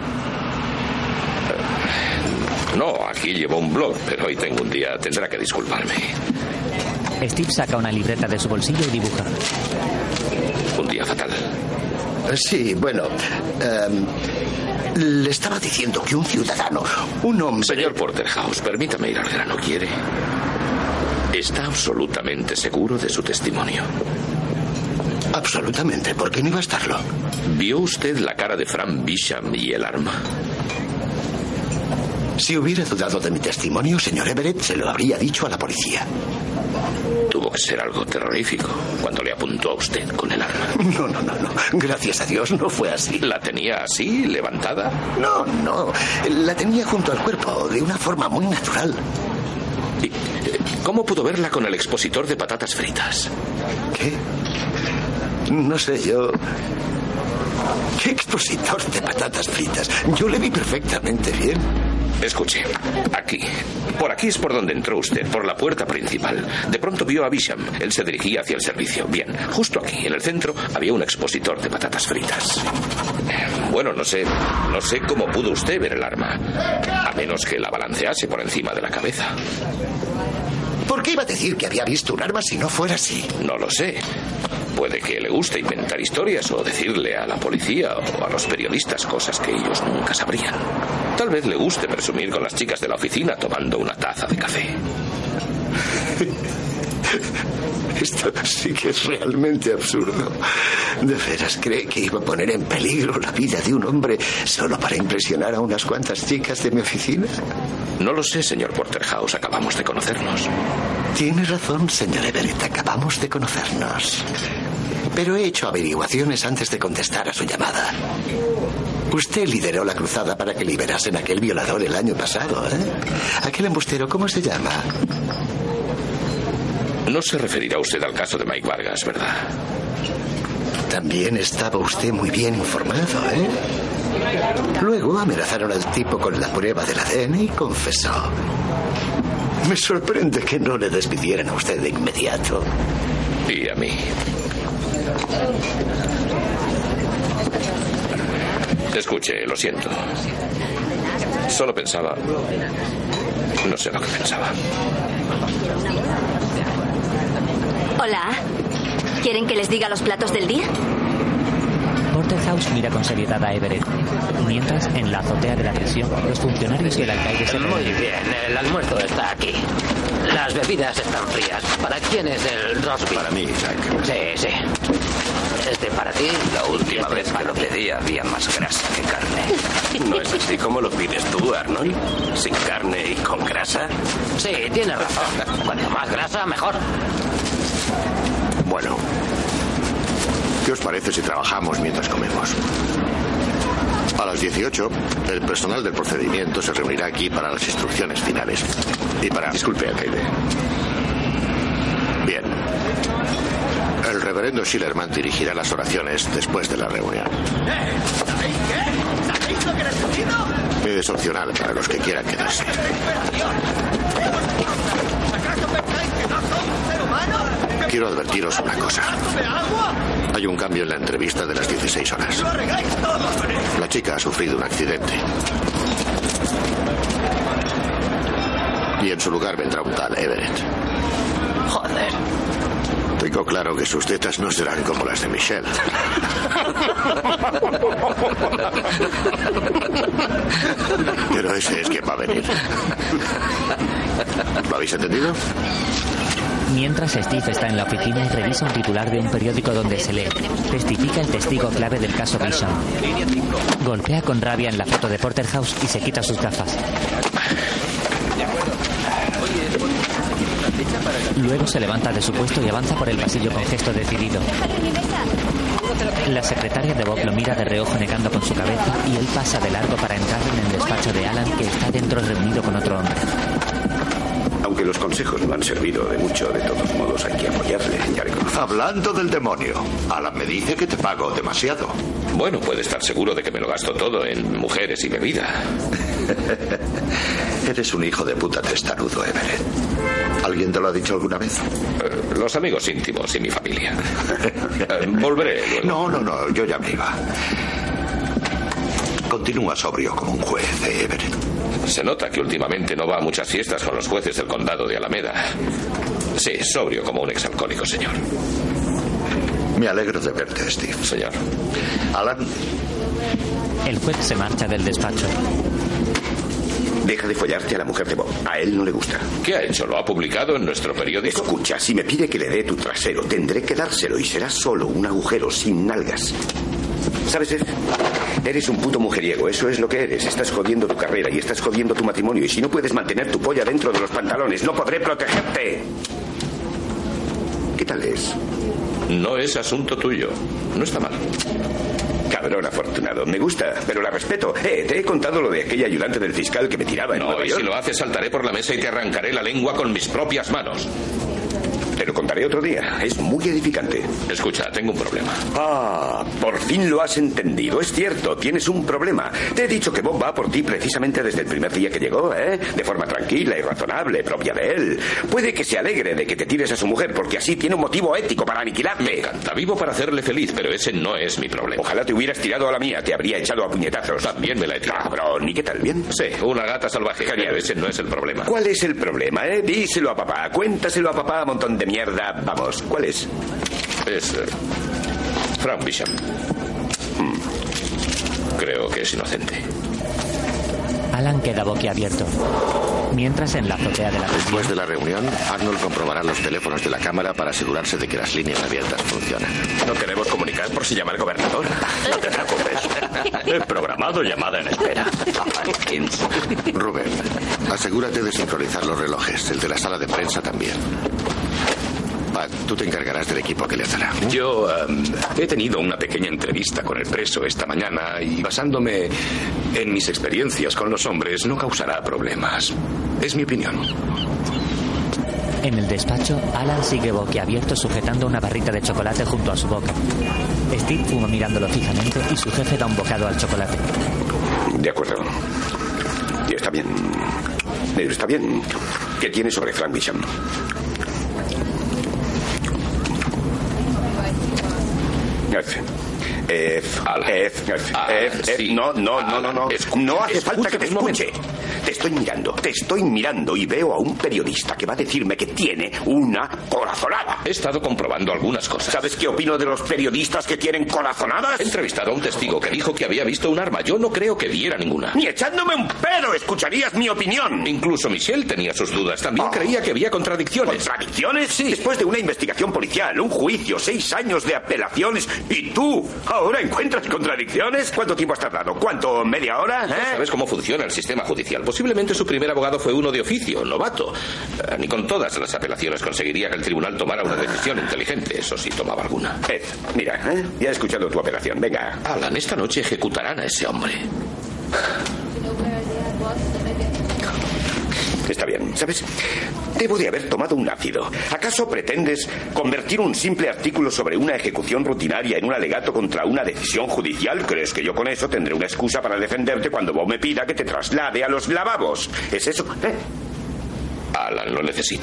No, aquí llevo un blog, pero hoy tengo un día. Tendrá que disculparme. Steve saca una libreta de su bolsillo y dibuja. Un día fatal. Sí, bueno... Um, le estaba diciendo que un ciudadano, un hombre... Señor Porterhouse, permítame ir al grano, ¿quiere? ¿Está absolutamente seguro de su testimonio? Absolutamente, ¿por qué no iba a estarlo? ¿Vio usted la cara de Frank Bisham y el arma? Si hubiera dudado de mi testimonio, señor Everett, se lo habría dicho a la policía. Tuvo que ser algo terrorífico cuando le apuntó a usted con el arma. No, no, no, no. Gracias a Dios no fue así. ¿La tenía así, levantada? No, no. La tenía junto al cuerpo, de una forma muy natural. ¿Y cómo pudo verla con el expositor de patatas fritas? ¿Qué? No sé, yo... ¿Qué expositor de patatas fritas? Yo le vi perfectamente bien. Escuche, aquí. Por aquí es por donde entró usted, por la puerta principal. De pronto vio a Bisham. Él se dirigía hacia el servicio. Bien, justo aquí, en el centro, había un expositor de patatas fritas. Bueno, no sé, no sé cómo pudo usted ver el arma. A menos que la balancease por encima de la cabeza. ¿Por qué iba a decir que había visto un arma si no fuera así? No lo sé. Puede que le guste inventar historias o decirle a la policía o a los periodistas cosas que ellos nunca sabrían. Tal vez le guste presumir con las chicas de la oficina tomando una taza de café. Esto sí que es realmente absurdo. ¿De veras cree que iba a poner en peligro la vida de un hombre solo para impresionar a unas cuantas chicas de mi oficina? No lo sé, señor Porterhouse. Acabamos de conocernos. Tiene razón, señor Everett. Acabamos de conocernos. Pero he hecho averiguaciones antes de contestar a su llamada. Usted lideró la cruzada para que liberasen a aquel violador el año pasado, ¿eh? Aquel embustero, ¿cómo se llama? No se referirá usted al caso de Mike Vargas, ¿verdad? También estaba usted muy bien informado, ¿eh? Luego amenazaron al tipo con la prueba del A D N y confesó. Me sorprende que no le despidieran a usted de inmediato. Y a mí. Escuche, lo siento. Solo pensaba... No sé lo que pensaba. Hola. ¿Quieren que les diga los platos del día? Porterhouse mira con seriedad a Everett. Mientras, en la azotea de la prisión, los funcionarios y el alcalde se Muy bien, el almuerzo está aquí. Las bebidas están frías. ¿Para quién es el roast beef? Para mí, Jack. Sí, sí. Este para ti. La última vez que lo pedí había más grasa que carne. ¿No es así como lo pides tú, Arnold? ¿Sin carne y con grasa? Sí, tienes razón. Cuanto más grasa, mejor. Bueno, ¿qué os parece si trabajamos mientras comemos? A las dieciocho, el personal del procedimiento se reunirá aquí para las instrucciones finales. Y para... Disculpe, alcalde. Bien. El reverendo Schillerman dirigirá las oraciones después de la reunión. ¿Sabéis qué? ¿Sabéis lo que he recibido? Es opcional para los que quieran quedarse. ¿Acaso pensáis que no soy un ser humano? Quiero advertiros una cosa. Hay un cambio en la entrevista de las dieciséis horas. La chica ha sufrido un accidente. Y en su lugar vendrá un tal Everett. Joder. Tengo claro que sus tetas no serán como las de Michelle. Pero ese es quien va a venir. ¿Lo habéis entendido? Mientras Steve está en la oficina y revisa un titular de un periódico donde se lee: testifica el testigo clave del caso Bisham. Golpea con rabia en la foto de Porterhouse y se quita sus gafas. Luego se levanta de su puesto y avanza por el pasillo con gesto decidido. La secretaria de Bob lo mira de reojo negando con su cabeza y él pasa de largo para entrar en el despacho de Alan, que está dentro reunido con otro hombre. Aunque los consejos no han servido de mucho, de todos modos hay que apoyarle, ya le conozco. Hablando del demonio, Alan me dice que te pago demasiado. Bueno, puede estar seguro de que me lo gasto todo en mujeres y bebida. Eres un hijo de puta testarudo, Everett. ¿Alguien te lo ha dicho alguna vez? Eh, los amigos íntimos y mi familia. Eh, volveré luego. No, no, no, yo ya me iba. Continúa sobrio como un juez, ¿eh, Everett? Se nota que últimamente no va a muchas fiestas con los jueces del condado de Alameda. Sí, sobrio como un exalcohólico, señor. Me alegro de verte, Steve. Señor. Alan. El juez se marcha del despacho. Deja de follarte a la mujer de Bob. A él no le gusta. ¿Qué ha hecho? ¿Lo ha publicado en nuestro periódico? Escucha, si me pide que le dé tu trasero, tendré que dárselo y será solo un agujero sin nalgas. ¿Sabes, Ed? Eres un puto mujeriego, eso es lo que eres. Estás jodiendo tu carrera y estás jodiendo tu matrimonio. Y si no puedes mantener tu polla dentro de los pantalones, no podré protegerte. ¿Qué tal es? No es asunto tuyo. No está mal. Cabrón afortunado. Me gusta, pero la respeto. Eh, te he contado lo de aquella ayudante del fiscal que me tiraba en No, Nueva y York. si lo haces, saltaré por la mesa y te arrancaré la lengua con mis propias manos. Te lo contaré otro día. Es muy edificante. Escucha, tengo un problema. Ah, por fin lo has entendido. Es cierto, tienes un problema. Te he dicho que Bob va por ti precisamente desde el primer día que llegó, ¿eh? De forma tranquila y razonable, propia de él. Puede que se alegre de que te tires a su mujer porque así tiene un motivo ético para aniquilarte. Me encanta, vivo para hacerle feliz, pero ese no es mi problema. Ojalá te hubieras tirado a la mía, te habría echado a puñetazos. También me la he tirado. Cabrón, ¿y qué tal? ¿Bien? Sí, una gata salvaje. Genial. Pero ese no es el problema. ¿Cuál es el problema, eh? Díselo a papá, cuéntaselo a papá, montón de mierda. Vamos. ¿Cuál es? Es uh, Frank Bisham. Hmm. Creo que es inocente. Alan queda boquiabierto. Mientras, en la azotea de la prisión... Después de la reunión, Arnold comprobará los teléfonos de la cámara para asegurarse de que las líneas abiertas funcionan. No queremos comunicar por si llama el gobernador. No te preocupes. He programado llamada en espera. Rubén, asegúrate de sincronizar los relojes. El de la sala de prensa también. Pat, tú te encargarás del equipo que le dará. Yo um, he tenido una pequeña entrevista con el preso esta mañana y basándome en mis experiencias con los hombres no causará problemas. Es mi opinión. En el despacho, Alan sigue boquiabierto sujetando una barrita de chocolate junto a su boca. Steve fuma mirándolo fijamente y su jefe da un bocado al chocolate. De acuerdo. Y está bien. Está bien. ¿Qué tiene sobre Frank Bisham? F. F, F, F, F, no, no, no, no, no. No hace falta que te escuche. Te estoy mirando, te estoy mirando y veo a un periodista que va a decirme que tiene una corazonada. He estado comprobando algunas cosas. ¿Sabes qué opino de los periodistas que tienen corazonadas? He entrevistado a un testigo que dijo que había visto un arma. Yo no creo que viera ninguna. Ni echándome un pedo escucharías mi opinión. Incluso Michelle tenía sus dudas. También oh. creía que había contradicciones. ¿Contradicciones? Sí. Después de una investigación policial, un juicio, seis años de apelaciones y tú ahora encuentras contradicciones. ¿Cuánto tiempo has tardado? ¿Cuánto? ¿Media hora? ¿Eh? ¿Sabes cómo funciona el sistema judicial? Posiblemente su primer abogado fue uno de oficio, novato. Eh, ni con todas las apelaciones conseguiría que el tribunal tomara una decisión inteligente. Eso sí, tomaba alguna. Ed, mira, ¿eh? ya he escuchado tu apelación. Venga. Alan, esta noche ejecutarán a ese hombre. Está bien, ¿sabes? Debo de haber tomado un ácido. ¿Acaso pretendes convertir un simple artículo sobre una ejecución rutinaria en un alegato contra una decisión judicial? ¿Crees que yo con eso tendré una excusa para defenderte cuando Bob me pida que te traslade a los lavabos? ¿Es eso? ¿Eh? Alan, lo necesito.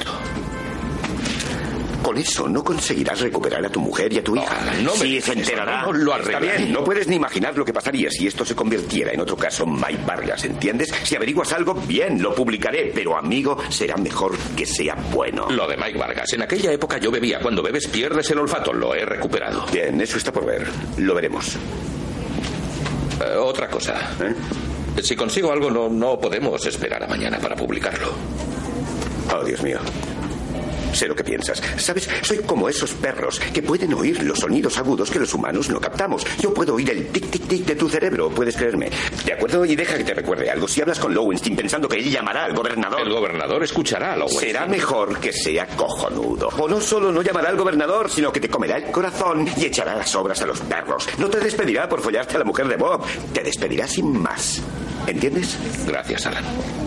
Con eso no conseguirás recuperar a tu mujer y a tu hija. Oh, no me sí, se enterará. No lo Está bien, no puedes ni imaginar lo que pasaría si esto se convirtiera en otro caso Mike Vargas, ¿entiendes? Si averiguas algo, bien, lo publicaré, pero amigo, será mejor que sea bueno. Lo de Mike Vargas, en aquella época yo bebía. Cuando bebes pierdes el olfato, lo he recuperado. Bien, eso está por ver. Lo veremos. Eh, otra cosa. ¿Eh? Si consigo algo, no, no podemos esperar a mañana para publicarlo. Oh, Dios mío. Sé lo que piensas. ¿Sabes? Soy como esos perros que pueden oír los sonidos agudos que los humanos no captamos. Yo puedo oír el tic-tic-tic de tu cerebro, puedes creerme. ¿De acuerdo? Y deja que te recuerde algo. Si hablas con Lowenstein pensando que él llamará al gobernador... El gobernador escuchará a Lowenstein. Será mejor que sea cojonudo. O no solo no llamará al gobernador, sino que te comerá el corazón y echará las obras a los perros. No te despedirá por follarte a la mujer de Bob. Te despedirá sin más. ¿Entiendes? Gracias, Alan.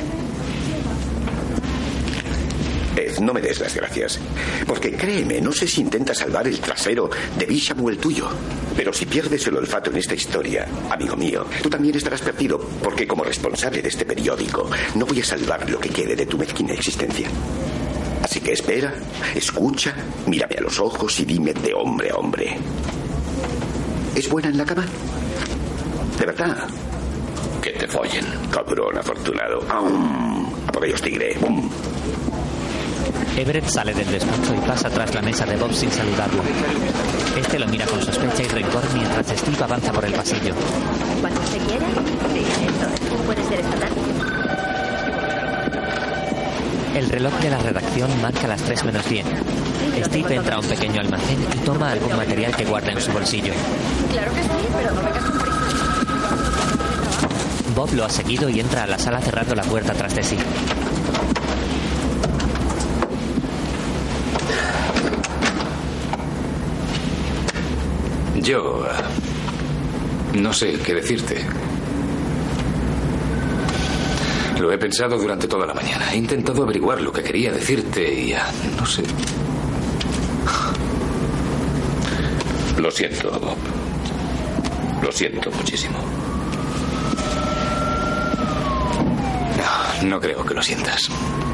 Ed, no me des las gracias. Porque créeme, no sé si intenta salvar el trasero de Bisham o el tuyo. Pero si pierdes el olfato en esta historia, amigo mío, tú también estarás perdido. Porque como responsable de este periódico, no voy a salvar lo que quede de tu mezquina existencia. Así que espera, escucha, mírame a los ojos y dime de hombre a hombre. ¿Es buena en la cama? ¿De verdad? Que te follen. Cabrón afortunado. A por ellos, tigre. ¡Bum! Everett sale del despacho y pasa tras la mesa de Bob sin saludarlo. Este lo mira con sospecha y rencor mientras Steve avanza por el pasillo. Cuando usted quiera, sí, entonces puede ser esta tarde. El reloj de la redacción marca las tres menos diez. Steve entra a un pequeño almacén y toma algún material que guarda en su bolsillo. Claro que sí, pero no vengas con prisa. Bob lo ha seguido y entra a la sala cerrando la puerta tras de sí. Yo... no sé qué decirte. Lo he pensado durante toda la mañana. He intentado averiguar lo que quería decirte y... Uh, no sé. Lo siento, Bob. Lo siento muchísimo. No, no creo que lo sientas.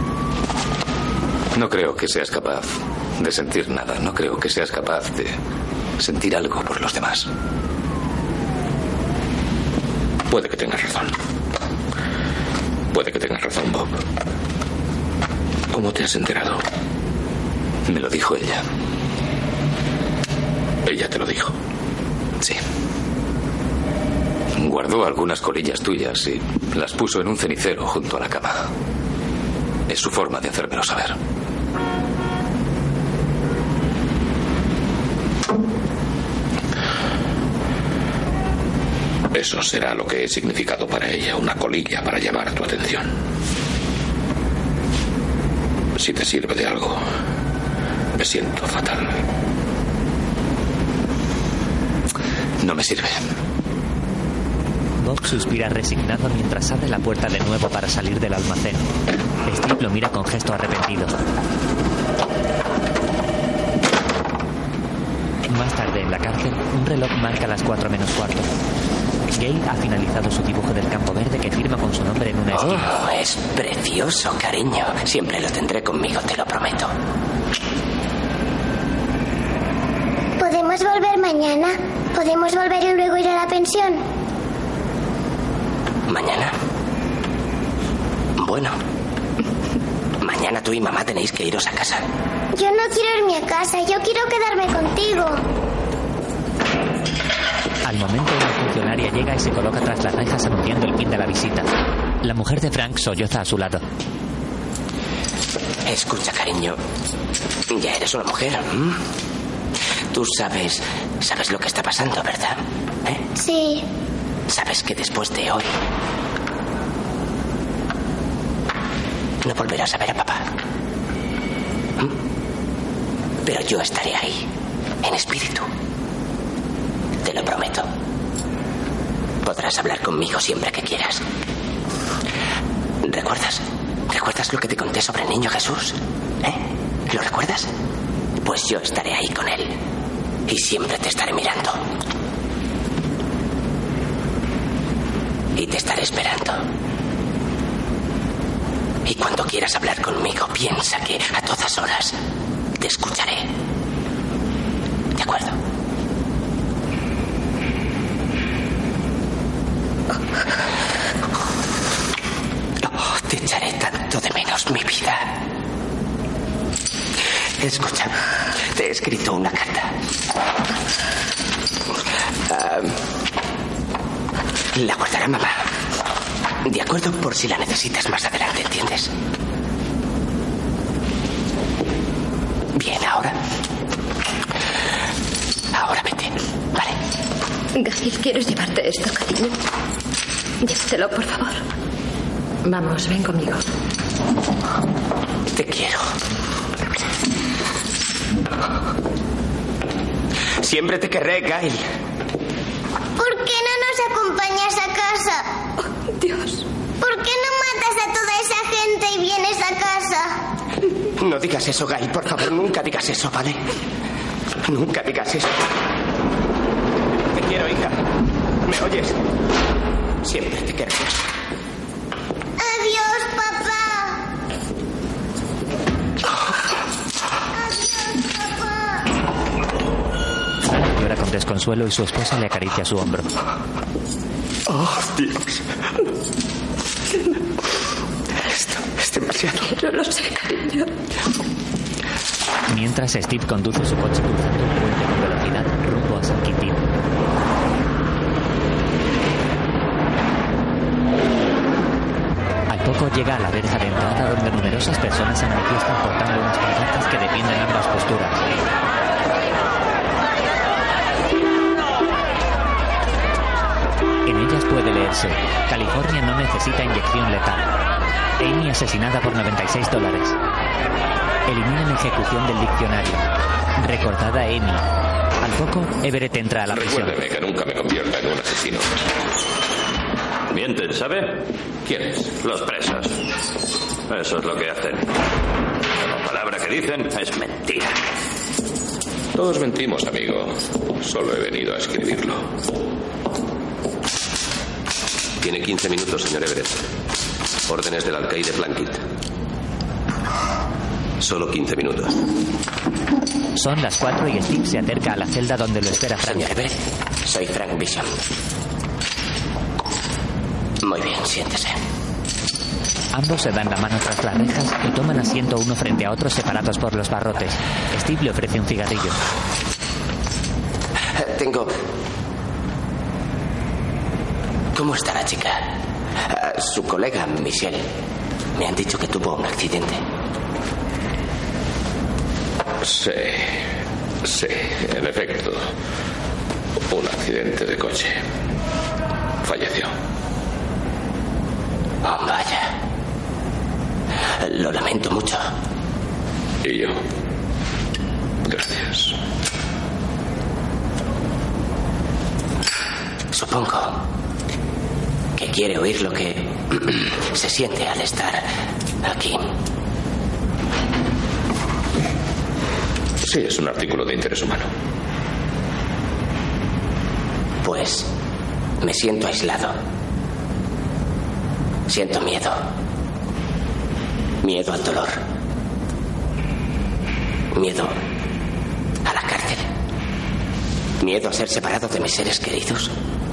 No creo que seas capaz de sentir nada. No creo que seas capaz de... sentir algo por los demás. Puede que tengas razón. Puede que tengas razón, Bob. ¿Cómo te has enterado? Me lo dijo ella. ¿Ella te lo dijo? Sí. Guardó algunas colillas tuyas y las puso en un cenicero junto a la cama. Es su forma de hacérmelo saber. Eso será lo que he significado para ella, una colilla para llamar tu atención. Si te sirve de algo, me siento fatal. No me sirve. Bob suspira resignado mientras abre la puerta de nuevo para salir del almacén. Steve lo mira con gesto arrepentido. Más tarde en la cárcel, un reloj marca las cuatro menos cuarto. Gale ha finalizado su dibujo del campo verde que firma con su nombre en una esquina. Oh, es precioso, cariño. Siempre lo tendré conmigo, te lo prometo. ¿Podemos ¿Podemos volver mañana? ¿Podemos volver y luego ir a la pensión? ¿Mañana? Bueno. Mañana tú y mamá tenéis que iros a casa. Yo no quiero irme a casa, yo quiero quedarme contigo. Al momento, una funcionaria llega y se coloca tras las rejas anunciando el fin de la visita. La mujer de Frank solloza a su lado. Escucha, cariño. Ya eres una mujer. ¿Mm? Tú sabes... Sabes lo que está pasando, ¿verdad? ¿Eh? Sí. Sabes que después de hoy... no volverás a ver a papá. ¿Mm? Pero yo estaré ahí, en espíritu. Te lo prometo. Podrás hablar conmigo siempre que quieras. ¿Recuerdas? ¿Recuerdas lo que te conté sobre el niño Jesús? ¿Eh? ¿Lo recuerdas? Pues yo estaré ahí con él. Y siempre te estaré mirando. Y te estaré esperando. Y cuando quieras hablar conmigo, piensa que a todas horas te escucharé. ¿De acuerdo? Oh, te echaré tanto de menos, mi vida. Escucha, te he escrito una carta. Uh, la guardará mamá. De acuerdo, por si la necesitas más adelante, ¿entiendes? Bien, ahora. Ahora vete, ¿vale? Gail, ¿quieres llevarte esto, cariño? Llévatelo, por favor. Vamos, ven conmigo. Te quiero. Siempre te querré, Gail. ¿Por qué no nos acompañas a casa? Oh, Dios. ¿Por qué no matas a toda esa gente y vienes a casa? No digas eso, Gail, por favor, nunca digas eso, ¿vale? Nunca digas eso. Te quiero, hija. ¿Me oyes? Siempre te querré. Adiós, papá. Adiós, papá. Frank llora con desconsuelo y su esposa le acaricia su hombro. Oh, Dios. Esto es demasiado. No lo sé, cariño. Mientras Steve conduce su coche cruzando un puente con velocidad rumbo a San Quintín. Al poco llega a la verja de entrada donde numerosas personas se manifiestan portando unas pancartas que defienden ambas posturas. En ellas puede leerse: California no necesita inyección letal. Amy asesinada por noventa y seis dólares. Eliminan ejecución del diccionario. Recordada Amy. Al poco, Everett entra a la prisión. Recuérdeme que nunca me convierta en un asesino. Mienten, ¿sabe? ¿Quiénes? Los presos. Eso es lo que hacen. La palabra que dicen es mentira. Todos mentimos, amigo. Solo he venido a escribirlo. Tiene quince minutos, señor Everett. Órdenes del alcaide Plunkett. Solo quince minutos. Son las cuatro y Steve se acerca a la celda donde lo espera Frank. Señor Everett, soy Frank Bishop. Muy bien, siéntese. Ambos se dan la mano tras las rejas y toman asiento uno frente a otro separados por los barrotes. Steve le ofrece un cigarrillo. Tengo... ¿Cómo está la chica? Uh, su colega, Michelle. Me han dicho que tuvo un accidente. Sí, sí, en efecto. Un accidente de coche. Falleció. Oh, vaya. Lo lamento mucho. Y yo. Gracias. Supongo que quiere oír lo que se siente al estar aquí. Sí, es un artículo de interés humano. Pues me siento aislado. Siento miedo. Miedo al dolor. Miedo a la cárcel. ¿Miedo a ser separado de mis seres queridos?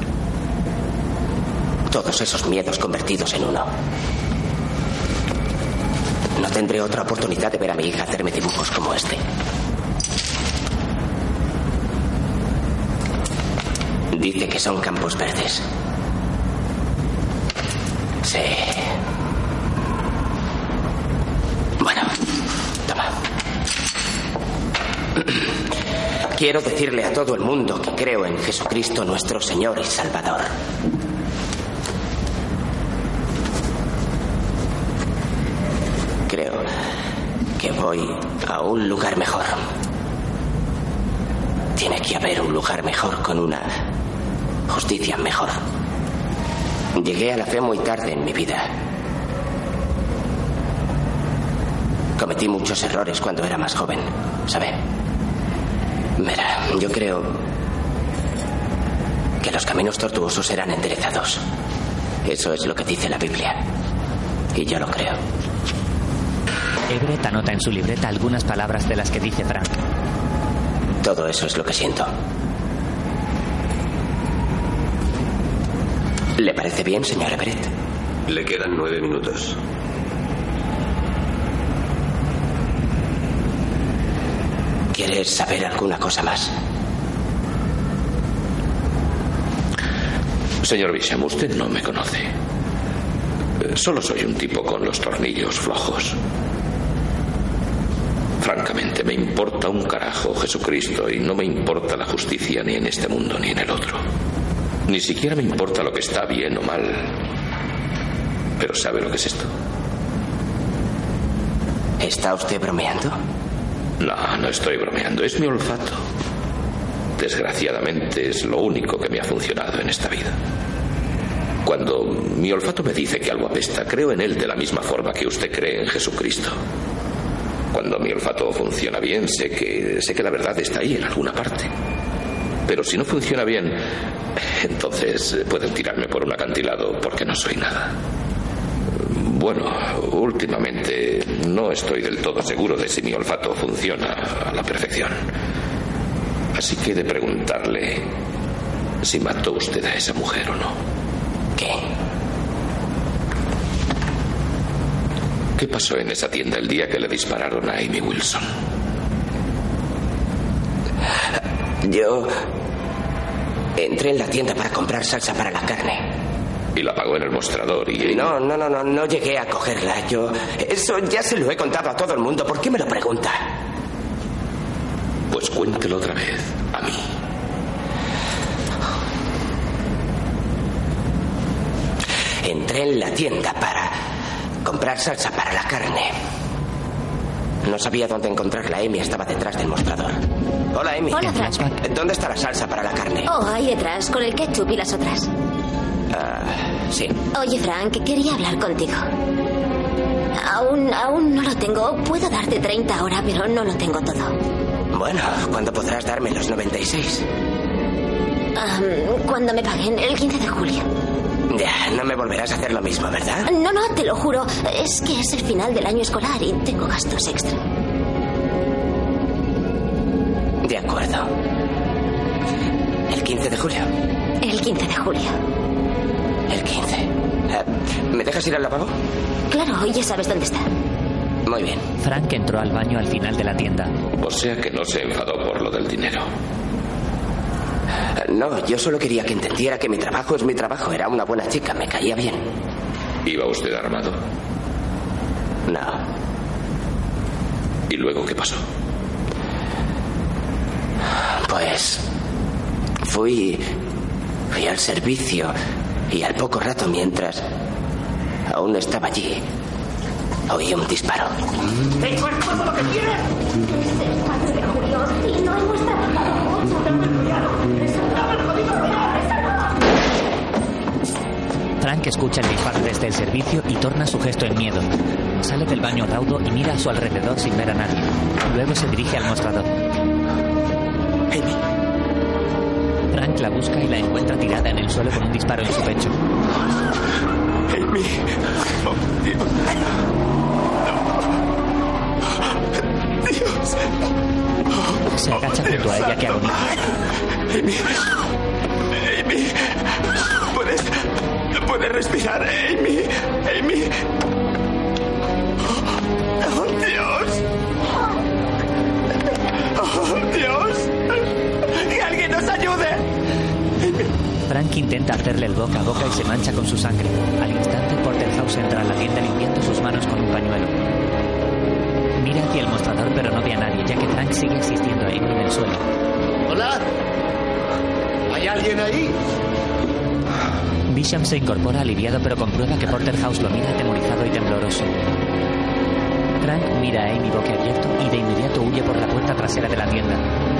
Todos esos miedos convertidos en uno. No tendré otra oportunidad de ver a mi hija hacerme dibujos como este. Dice que son campos verdes. Sí. Bueno, toma. Quiero decirle a todo el mundo que creo en Jesucristo nuestro Señor y Salvador. Creo que voy a un lugar mejor. Tiene que haber un lugar mejor con una justicia mejor. Llegué a la fe muy tarde en mi vida. Cometí muchos errores cuando era más joven, ¿sabe? Mira, yo creo que los caminos tortuosos serán enderezados. Eso es lo que dice la Biblia. Y yo lo creo. Everett anota en su libreta algunas palabras de las que dice Frank. Todo eso es lo que siento. ¿Le parece bien, señor Everett? Le quedan nueve minutos. ¿Quieres saber alguna cosa más? Señor Bisham, usted no me conoce. Solo soy un tipo con los tornillos flojos. Francamente, me importa un carajo Jesucristo y no me importa la justicia ni en este mundo ni en el otro. Ni siquiera me importa lo que está bien o mal. Pero ¿sabe lo que es esto? ¿Está usted bromeando? No, no estoy bromeando. Es mi olfato. Desgraciadamente es lo único que me ha funcionado en esta vida. Cuando mi olfato me dice que algo apesta, creo en él de la misma forma que usted cree en Jesucristo. Cuando mi olfato funciona bien, sé que, sé que la verdad está ahí en alguna parte. Pero si no funciona bien, entonces pueden tirarme por un acantilado porque no soy nada. Bueno, últimamente no estoy del todo seguro de si mi olfato funciona a la perfección. Así que he de preguntarle si mató usted a esa mujer o no. ¿Qué? ¿Qué pasó en esa tienda el día que le dispararon a Amy Wilson? Yo entré en la tienda para comprar salsa para la carne. Y la pagó en el mostrador y... No, no, no, no, no llegué a cogerla. Yo... Eso ya se lo he contado a todo el mundo. ¿Por qué me lo pregunta? Pues cuéntelo otra vez, a mí. Entré en la tienda para comprar salsa para la carne. No sabía dónde encontrarla. Amy estaba detrás del mostrador. Hola, Amy. Hola, Frank. ¿Dónde está la salsa para la carne? Oh, ahí detrás, con el ketchup y las otras. Uh, sí. Oye, Frank, quería hablar contigo. Aún, aún no lo tengo. Puedo darte treinta ahora, pero no lo tengo todo. Bueno, ¿cuándo podrás darme los noventa y seis? Um, cuando me paguen, el quince de julio. Ya, no me volverás a hacer lo mismo, ¿verdad? No, no, te lo juro. Es que es el final del año escolar y tengo gastos extra. De acuerdo. ¿El quince de julio? El quince de julio. El quince. Uh, ¿Me dejas ir al lavabo? Claro, ya sabes dónde está. Muy bien. Frank entró al baño al final de la tienda. O sea que no se enfadó por lo del dinero. No, yo solo quería que entendiera que mi trabajo es mi trabajo. Era una buena chica, me caía bien. ¿Iba usted armado? No. ¿Y luego qué pasó? Pues... Fui... Fui al servicio y al poco rato, mientras aún estaba allí, oí un disparo. ¡He hecho todo lo que quieres! Es el cuatro de julio y no hemos trabajado mucho. Frank escucha el disparo desde el servicio y torna su gesto en miedo. Sale del baño raudo y mira a su alrededor sin ver a nadie. Luego se dirige al mostrador. Amy. Frank la busca y la encuentra tirada en el suelo con un disparo en su pecho. Amy. Oh, Dios. Dios. Se agacha junto a ella que agoniza. Amy. Amy. Puedes... Puedes respirar, Amy. Amy. Oh, Dios. Oh, Dios. ¡Que alguien nos ayude! Frank intenta hacerle el boca a boca y se mancha con su sangre. Al instante, Porterhouse entra a la tienda limpiando sus manos con un pañuelo. Mira hacia el mostrador, pero no ve a nadie, ya que Frank sigue asistiendo a Amy en el suelo. ¿Hola? ¿Hay alguien ahí? Bisham se incorpora aliviado, pero comprueba que Porterhouse lo mira atemorizado y tembloroso. Frank mira a Amy boquiabierto y de inmediato huye por la puerta trasera de la tienda.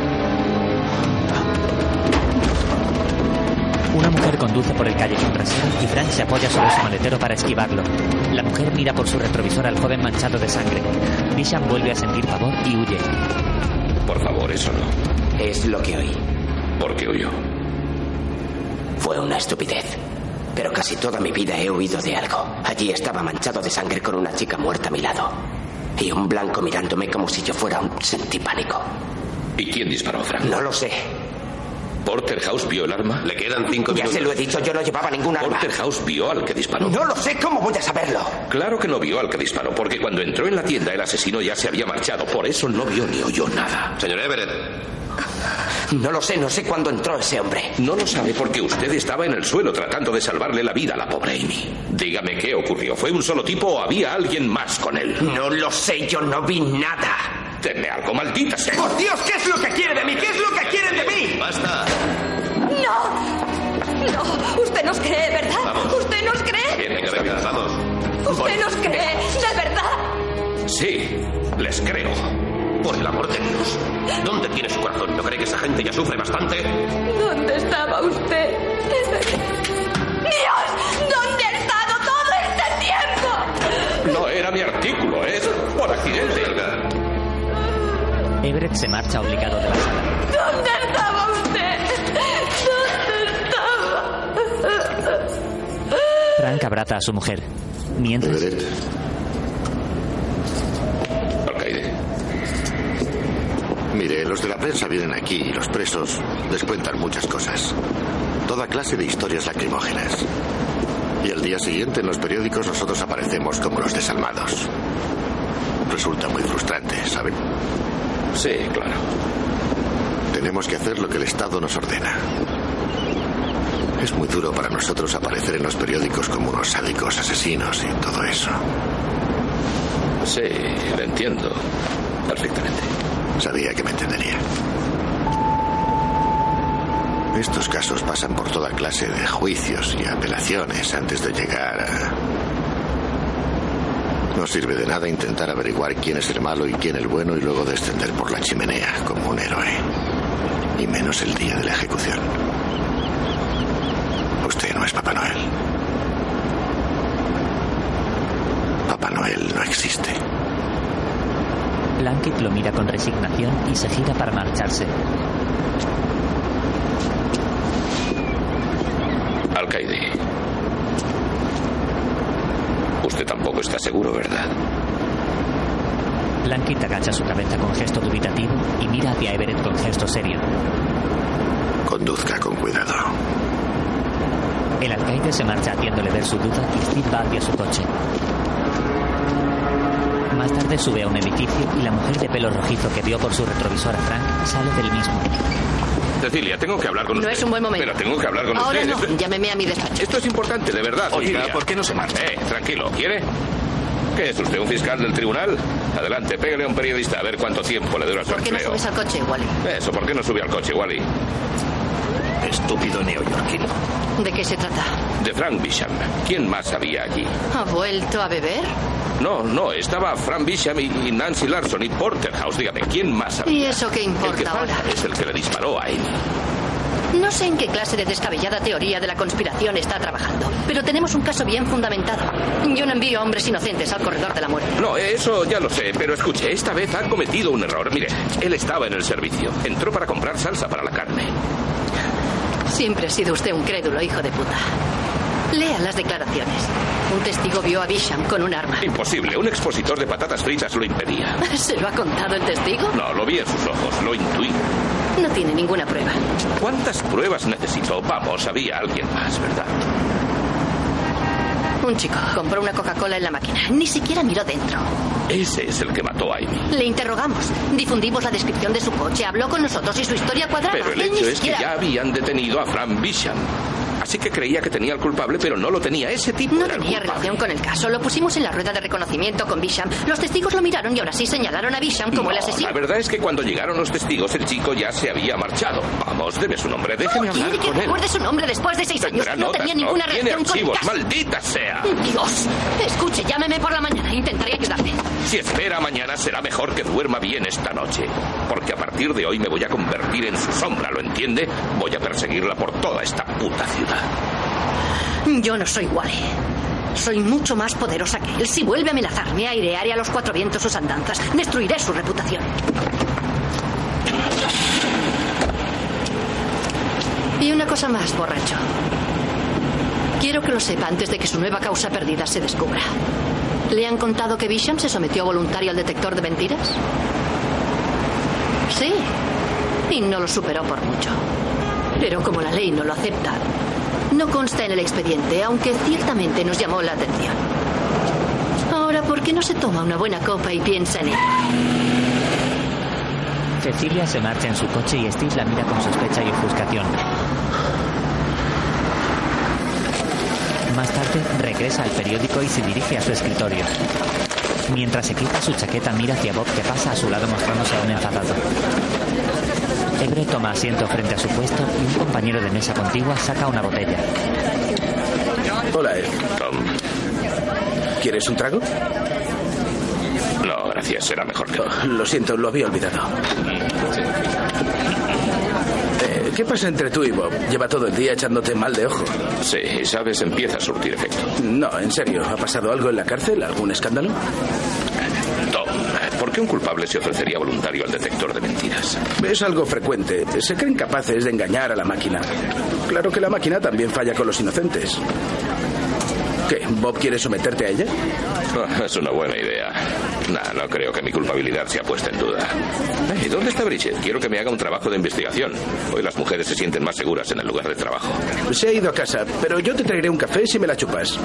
Una mujer conduce por el callejón trasero y Frank se apoya sobre su maletero para esquivarlo. La mujer mira por su retrovisor al joven manchado de sangre. Bisham vuelve a sentir pavor y huye. Por favor, eso no. Es lo que oí. ¿Por qué huyó? Fue una estupidez. Pero casi toda mi vida he huido de algo. Allí estaba manchado de sangre con una chica muerta a mi lado. Y un blanco mirándome como si yo fuera un... Sentí pánico. ¿Y quién disparó, Frank? No lo sé. ¿Porterhouse vio el arma? Le quedan cinco ya minutos. Ya se lo he dicho, yo no llevaba ningún arma. ¿Porterhouse vio al que disparó? No lo sé, ¿cómo voy a saberlo? Claro que no vio al que disparó, porque cuando entró en la tienda el asesino ya se había marchado. Por eso no vio ni oyó nada. Señor Everett. No lo sé, no sé cuándo entró ese hombre. No lo sabe porque usted estaba en el suelo tratando de salvarle la vida a la pobre Amy. Dígame qué ocurrió. ¿Fue un solo tipo o había alguien más con él? No lo sé, yo no vi nada. Deme algo, maldita sea. ¡Por Dios! ¿Qué es lo que quiere de mí? ¿Qué es lo que quieren de mí? ¡Basta! ¡No! No, usted nos cree, ¿verdad? Vamos. ¿Usted nos cree? Bien, venga, venga, vamos. ¿Usted Voy. nos cree? ¿De verdad? Sí, les creo. Por el amor de Dios. ¿Dónde tiene su corazón? ¿No cree que esa gente ya sufre bastante? ¿Dónde estaba usted? ¡Dios! ¿Dónde ha estado todo este tiempo? No era mi artículo, es por accidente. Everett se marcha obligado de la sala. ¿Dónde estaba usted? ¿Dónde estaba? Frank abraza a su mujer. Mientras... Everett. Alcaide. Mire, los de la prensa vienen aquí y los presos les cuentan muchas cosas. Toda clase de historias lacrimógenas. Y al día siguiente en los periódicos nosotros aparecemos como los desalmados. Resulta muy frustrante, ¿saben? Sí, claro. Tenemos que hacer lo que el Estado nos ordena. Es muy duro para nosotros aparecer en los periódicos como unos sádicos asesinos y todo eso. Sí, lo entiendo perfectamente. Sabía que me entendería. Estos casos pasan por toda clase de juicios y apelaciones antes de llegar a... No sirve de nada intentar averiguar quién es el malo y quién el bueno y luego descender por la chimenea como un héroe. Y menos el día de la ejecución. Usted no es Papá Noel. Papá Noel no existe. Plunkett lo mira con resignación y se gira para marcharse. Alcaide. Usted tampoco está seguro, ¿verdad? Plunkett agacha su cabeza con gesto dubitativo y mira hacia Everett con gesto serio. Conduzca con cuidado. El alcaide se marcha haciéndole ver su duda y Steve va hacia su coche. Más tarde sube a un edificio y la mujer de pelo rojizo que vio por su retrovisor a Frank sale del mismo. Cecilia, tengo que hablar con usted. No es un buen momento. Pero tengo que hablar con Ahora usted. no, Esto... llámeme a mi despacho. Esto es importante, de verdad. Oiga, Cecilia. ¿por qué no se marcha? Eh, tranquilo, ¿quiere? ¿Qué es usted, un fiscal del tribunal? Adelante, pégale a un periodista a ver cuánto tiempo le dura su ¿Por qué no empleo. subes al coche, Wally? Eso, ¿por qué no sube al coche, Wally? Estúpido neoyorquino. ¿De qué se trata? De Frank Bisham. ¿Quién más había allí? ¿Ha vuelto a beber? No, no, estaba Frank Bisham y, y Nancy Larson y Porterhouse. Dígame, ¿quién más había? ¿Y eso qué El que importa falta ahora? es el que le disparó a Amy. No sé en qué clase de descabellada teoría de la conspiración está trabajando, pero tenemos un caso bien fundamentado. Yo no envío hombres inocentes al corredor de la muerte. No, eso ya lo sé, pero escuche, esta vez ha cometido un error. Mire, él estaba en el servicio. Entró para comprar salsa para la carne. Siempre ha sido usted un crédulo, hijo de puta. Lea las declaraciones. Un testigo vio a Bisham con un arma. Imposible, un expositor de patatas fritas lo impedía. ¿Se lo ha contado el testigo? No, lo vi en sus ojos, lo intuí. No tiene ninguna prueba. ¿Cuántas pruebas necesito? Vamos, había alguien más, ¿verdad? Un chico compró una Coca-Cola en la máquina. Ni siquiera miró dentro. Ese es el que mató a Amy. Le interrogamos. Difundimos la descripción de su coche. Habló con nosotros y su historia cuadraba. Pero el Él hecho ni es siquiera... que ya habían detenido a Frank Bisham. Así que creía que tenía al culpable, pero no lo tenía. Ese tipo No era el tenía culpable. relación con el caso. Lo pusimos en la rueda de reconocimiento con Bisham. Los testigos lo miraron y ahora sí señalaron a Bisham como No, el asesino. La verdad es que cuando llegaron los testigos, el chico ya se había marchado. Vamos, deme su nombre, déjeme ¿Quiere hablar que con él. recuerde su nombre después de seis años? Tendrá No notas, tenía ¿no? ninguna Tiene relación con el archivos, caso. maldita sea. Dios. Escuche, llámeme por la mañana. Intentaré ayudarle. Si espera mañana será mejor que duerma bien esta noche. Porque a partir de hoy me voy a convertir en su sombra, ¿lo entiende? Voy a perseguirla por toda esta puta ciudad. Yo no soy Wally. Soy mucho más poderosa que él. Si vuelve a amenazarme, airearé a los cuatro vientos sus andanzas. Destruiré su reputación. Y una cosa más, borracho. Quiero que lo sepa antes de que su nueva causa perdida se descubra. ¿Le han contado que Bisham se sometió voluntario al detector de mentiras? Sí. Y no lo superó por mucho. Pero como la ley no lo acepta, no consta en el expediente, aunque ciertamente nos llamó la atención. Ahora, ¿por qué no se toma una buena copa y piensa en él? Cecilia se marcha en su coche y Steve la mira con sospecha y ofuscación. Más tarde regresa al periódico y se dirige a su escritorio. Mientras se quita su chaqueta, mira hacia Bob, que pasa a su lado mostrándose aún enfadado. Everett toma asiento frente a su puesto y un compañero de mesa contigua saca una botella. Hola, Ed. Tom. ¿Quieres un trago? No, gracias. Será mejor que... Oh, lo siento, lo había olvidado. Eh, ¿Qué pasa entre tú y Bob? ¿Lleva todo el día echándote mal de ojo? Sí, sabes, empieza a surtir efecto. No, en serio. ¿Ha pasado algo en la cárcel? ¿Algún escándalo? Tom, ¿por qué un culpable se ofrecería voluntario al detector de mentiras? Es algo frecuente. Se creen capaces de engañar a la máquina. Claro que la máquina también falla con los inocentes. ¿Qué? ¿Bob quiere someterte a ella? Oh, es una buena idea. Nah, no creo que mi culpabilidad sea puesta en duda. Hey, ¿dónde está Bridget? Quiero que me haga un trabajo de investigación. Hoy las mujeres se sienten más seguras en el lugar de trabajo. Se ha ido a casa, pero yo te traeré un café si me la chupas.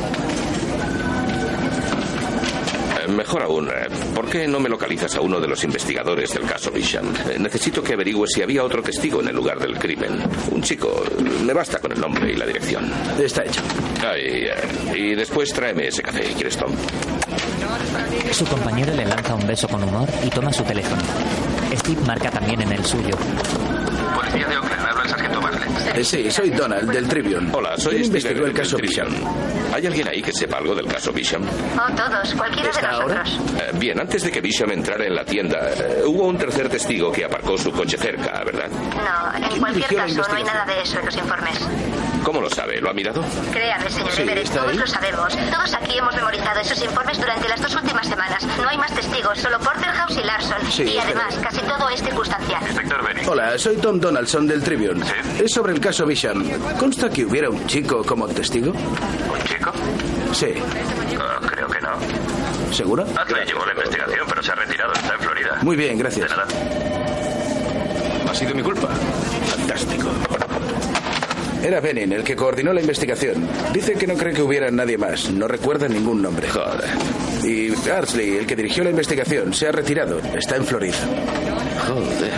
Mejor aún, ¿por qué no me localizas a uno de los investigadores del caso Bisham? Necesito que averigües si había otro testigo en el lugar del crimen. Un chico. Me basta con el nombre y la dirección. Está hecho. Ay, y después tráeme ese café, ¿quieres, Tom? Su compañero le lanza un beso con humor y toma su teléfono. Steve marca también en el suyo. Policía de Oakland, habla el sargento Bartlett. Eh, sí, soy Donald, del Tribune. Hola, soy ¿Quién Steve investigó el del caso Tribune. Bisham? ¿Hay alguien ahí que sepa algo del caso Bisham? Oh, todos, cualquiera de nosotros. Eh, bien, antes de que Bisham entrara en la tienda, eh, hubo un tercer testigo que aparcó su coche cerca, ¿verdad? No, en cualquier caso, no hay nada de eso en los informes. ¿Cómo lo sabe? ¿Lo ha mirado? Créame, señor Sí, Everett, ¿está todos ahí? lo sabemos. Todos aquí hemos memorizado esos informes durante las dos últimas semanas. No hay más testigos, solo Porterhouse y Larson. Sí, y está además, casi todo es circunstancial. Hola, soy Tom Donaldson del Tribune. Es sobre el caso Bisham. ¿Consta que hubiera un chico como testigo? ¿Un chico? Sí. Oh, creo que no. ¿Seguro? Atley llevó la investigación, pero se ha retirado. Está en Florida. Muy bien, gracias. De nada. Ha sido mi culpa. Fantástico. Era Benin el que coordinó la investigación. Dice que no cree que hubiera nadie más. No recuerda ningún nombre. Joder. Y Ardsley, el que dirigió la investigación, se ha retirado. Está en Florida. Joder.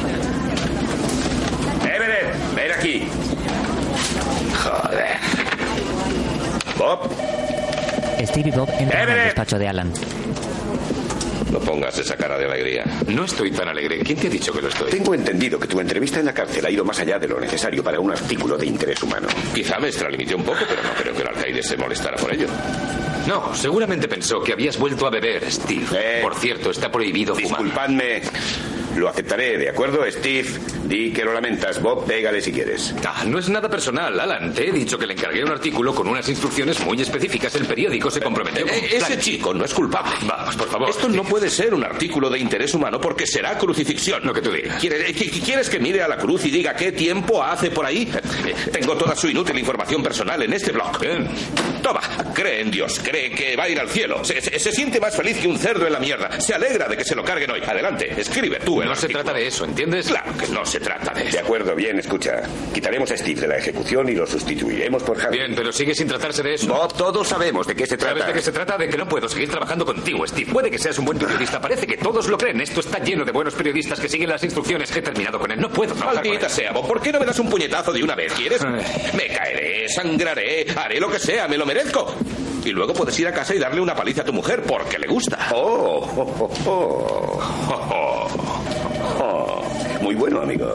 Everett, ven aquí. Joder. Bob. Steve y Bob entran al despacho de Alan. No pongas esa cara de alegría. No estoy tan alegre. ¿Quién te ha dicho que lo estoy? Tengo entendido que tu entrevista en la cárcel ha ido más allá de lo necesario para un artículo de interés humano. Quizá me extralimité un poco, pero no creo que el alcaide se molestara por ello. No, seguramente pensó que habías vuelto a beber, Steve. Eh, por cierto, está prohibido fumar. Disculpadme. Lo aceptaré, ¿de acuerdo, Steve? Di que lo lamentas, Bob. Pégale si quieres. Ah, no es nada personal, Alan. Te he dicho que le encargué un artículo con unas instrucciones muy específicas. El periódico se comprometió. Eh, ese plan. Chico no es culpable. Vamos, por favor. Esto no puede ser un artículo de interés humano porque será crucifixión. Lo que tú digas. ¿Quieres, ¿Quieres que mire a la cruz y diga qué tiempo hace por ahí? Tengo toda su inútil información personal en este blog. Bien. Toma, cree en Dios, cree que va a ir al cielo. Se, se, se siente más feliz que un cerdo en la mierda. Se alegra de que se lo carguen hoy. Adelante, escribe tú el No artículo. se trata de eso, ¿entiendes? Claro que no se trata de eso. De acuerdo, bien, escucha. Quitaremos a Steve de la ejecución y lo sustituiremos por Harry. Bien, pero sigue sin tratarse de eso. Bob, todos sabemos de qué se trata. ¿Sabes de qué se trata? De que no puedo seguir trabajando contigo, Steve. Puede que seas un buen periodista. Parece que todos lo creen. Esto está lleno de buenos periodistas que siguen las instrucciones. He terminado con él. No puedo trabajar Maldita con él. sea, Bob. ¿Por qué no me das un puñetazo de una vez? ¿Quieres? Me caeré, sangraré, haré lo que sea. Me lo merezco. Y luego puedes ir a casa y darle una paliza a tu mujer porque le gusta. Oh, oh, oh, oh. oh, oh, oh. Muy bueno, amigo.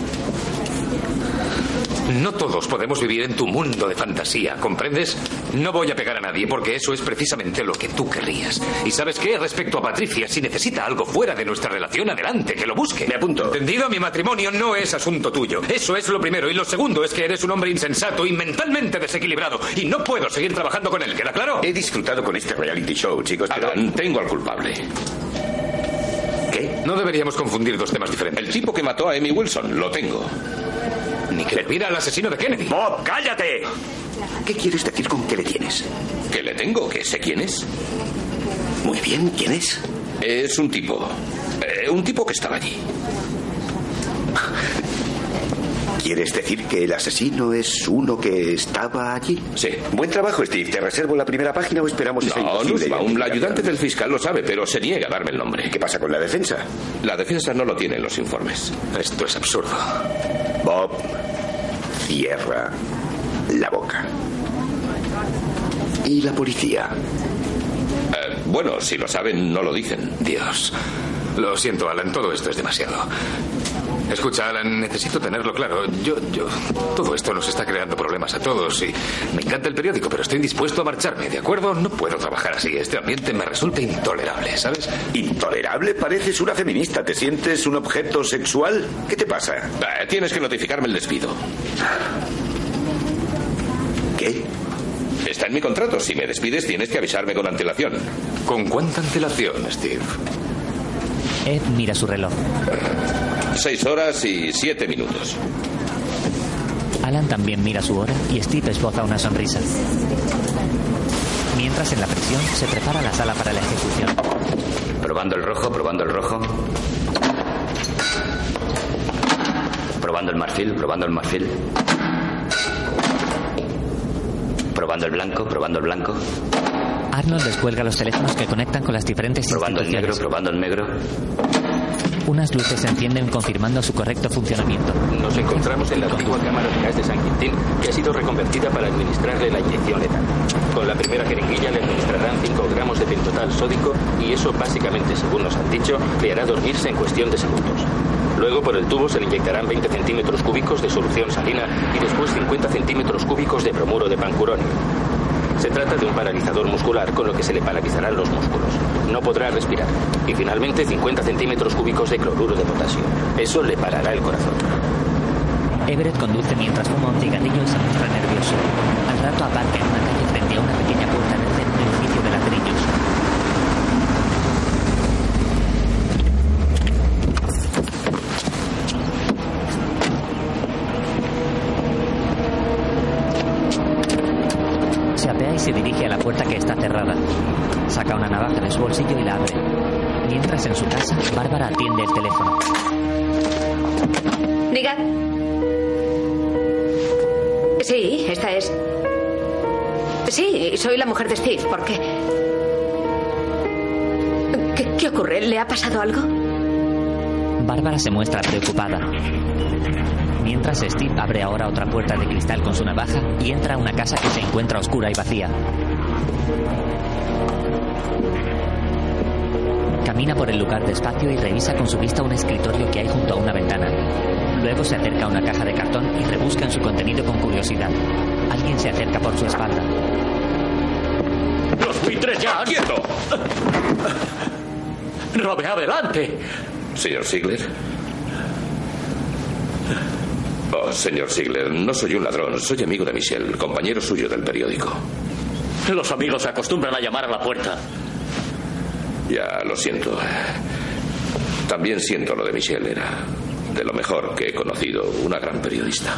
No todos podemos vivir en tu mundo de fantasía, ¿comprendes? No voy a pegar a nadie porque eso es precisamente lo que tú querrías. ¿Y sabes qué? Respecto a Patricia, si necesita algo fuera de nuestra relación, adelante, que lo busque. Me apunto. ¿Entendido? Mi matrimonio no es asunto tuyo. Eso es lo primero. Y lo segundo es que eres un hombre insensato y mentalmente desequilibrado. Y no puedo seguir trabajando con él, ¿queda claro? He disfrutado con este reality show, chicos, pero... Alan, tengo al culpable. ¿Qué? No deberíamos confundir dos temas diferentes. El tipo que mató a Amy Wilson, lo tengo. Ni que le pida al asesino de Kennedy. ¡Bob, cállate! ¿Qué quieres decir con que le tienes? ¿Que le tengo? ¿Que sé quién es? Muy bien, ¿quién es? Es un tipo. Eh, un tipo que estaba allí. ¿Quieres decir que el asesino es uno que estaba allí? Sí. Buen trabajo, Steve. ¿Te reservo la primera página o esperamos esa No, imposible Nussbaum, la ayudante del fiscal lo sabe, pero se niega a darme el nombre. ¿Qué pasa con la defensa? La defensa no lo tiene en los informes. Esto es absurdo. Bob, cierra la boca. ¿Y la policía? Eh, bueno, si lo saben, no lo dicen. Dios. Lo siento, Alan, todo esto es demasiado. Escucha, Alan, necesito tenerlo claro. Yo, yo... Todo esto nos está creando problemas a todos y me encanta el periódico, pero estoy dispuesto a marcharme, ¿de acuerdo? No puedo trabajar así. Este ambiente me resulta intolerable, ¿sabes? ¿Intolerable? Pareces una feminista. ¿Te sientes un objeto sexual? ¿Qué te pasa? Eh, tienes que notificarme el despido. ¿Qué? Está en mi contrato. Si me despides, tienes que avisarme con antelación. ¿Con cuánta antelación, Steve? Ed mira su reloj. Seis horas y siete minutos. Alan también mira su hora y Steve esboza una sonrisa. Mientras en la prisión se prepara la sala para la ejecución. Probando el rojo, probando el rojo. Probando el marfil, probando el marfil. Probando el blanco, probando el blanco. Arnold descuelga los teléfonos que conectan con las diferentes Probando el negro, instituciones. probando el negro. Unas luces se encienden confirmando su correcto funcionamiento. Nos encontramos en la antigua cámara de gas de San Quintín, que ha sido reconvertida para administrarle la inyección letal. Con la primera jeringuilla le administrarán cinco gramos de pentotal sódico y eso básicamente, según nos han dicho, le hará dormirse en cuestión de segundos. Luego por el tubo se le inyectarán veinte centímetros cúbicos de solución salina y después cincuenta centímetros cúbicos de bromuro de pancuronio. Se trata de un paralizador muscular con lo que se le paralizarán los músculos. No podrá respirar. Y finalmente cincuenta centímetros cúbicos de cloruro de potasio. Eso le parará el corazón. Everett conduce mientras fuma un cigarrillo y se muestra nervioso. Al rato aparca en una calle frente a una pequeña puerta verde en un edificio de ladrillos. Se apea y se dirige a la puerta que está cerrada. Saca una navaja de su bolsillo y la abre. Mientras en su casa, Bárbara atiende el teléfono. Diga. Sí, esta es. Sí, soy la mujer de Steve. ¿Por qué? ¿Qué, qué ocurre? ¿Le ha pasado algo? Bárbara se muestra preocupada. Mientras Steve abre ahora otra puerta de cristal con su navaja y entra a una casa que se encuentra oscura y vacía. Camina por el lugar despacio y revisa con su vista un escritorio que hay junto a una ventana. Luego se acerca a una caja de cartón y rebusca en su contenido con curiosidad. Alguien se acerca por su espalda. ¡Los pitres ya! ¡Quieto! ¡Robe adelante! Señor Ziegler. señor Ziegler, no soy un ladrón. Soy amigo de Michelle, compañero suyo del periódico. Los amigos acostumbran a llamar a la puerta. Ya, lo siento. También siento lo de Michelle. Era de lo mejor que he conocido. Una gran periodista.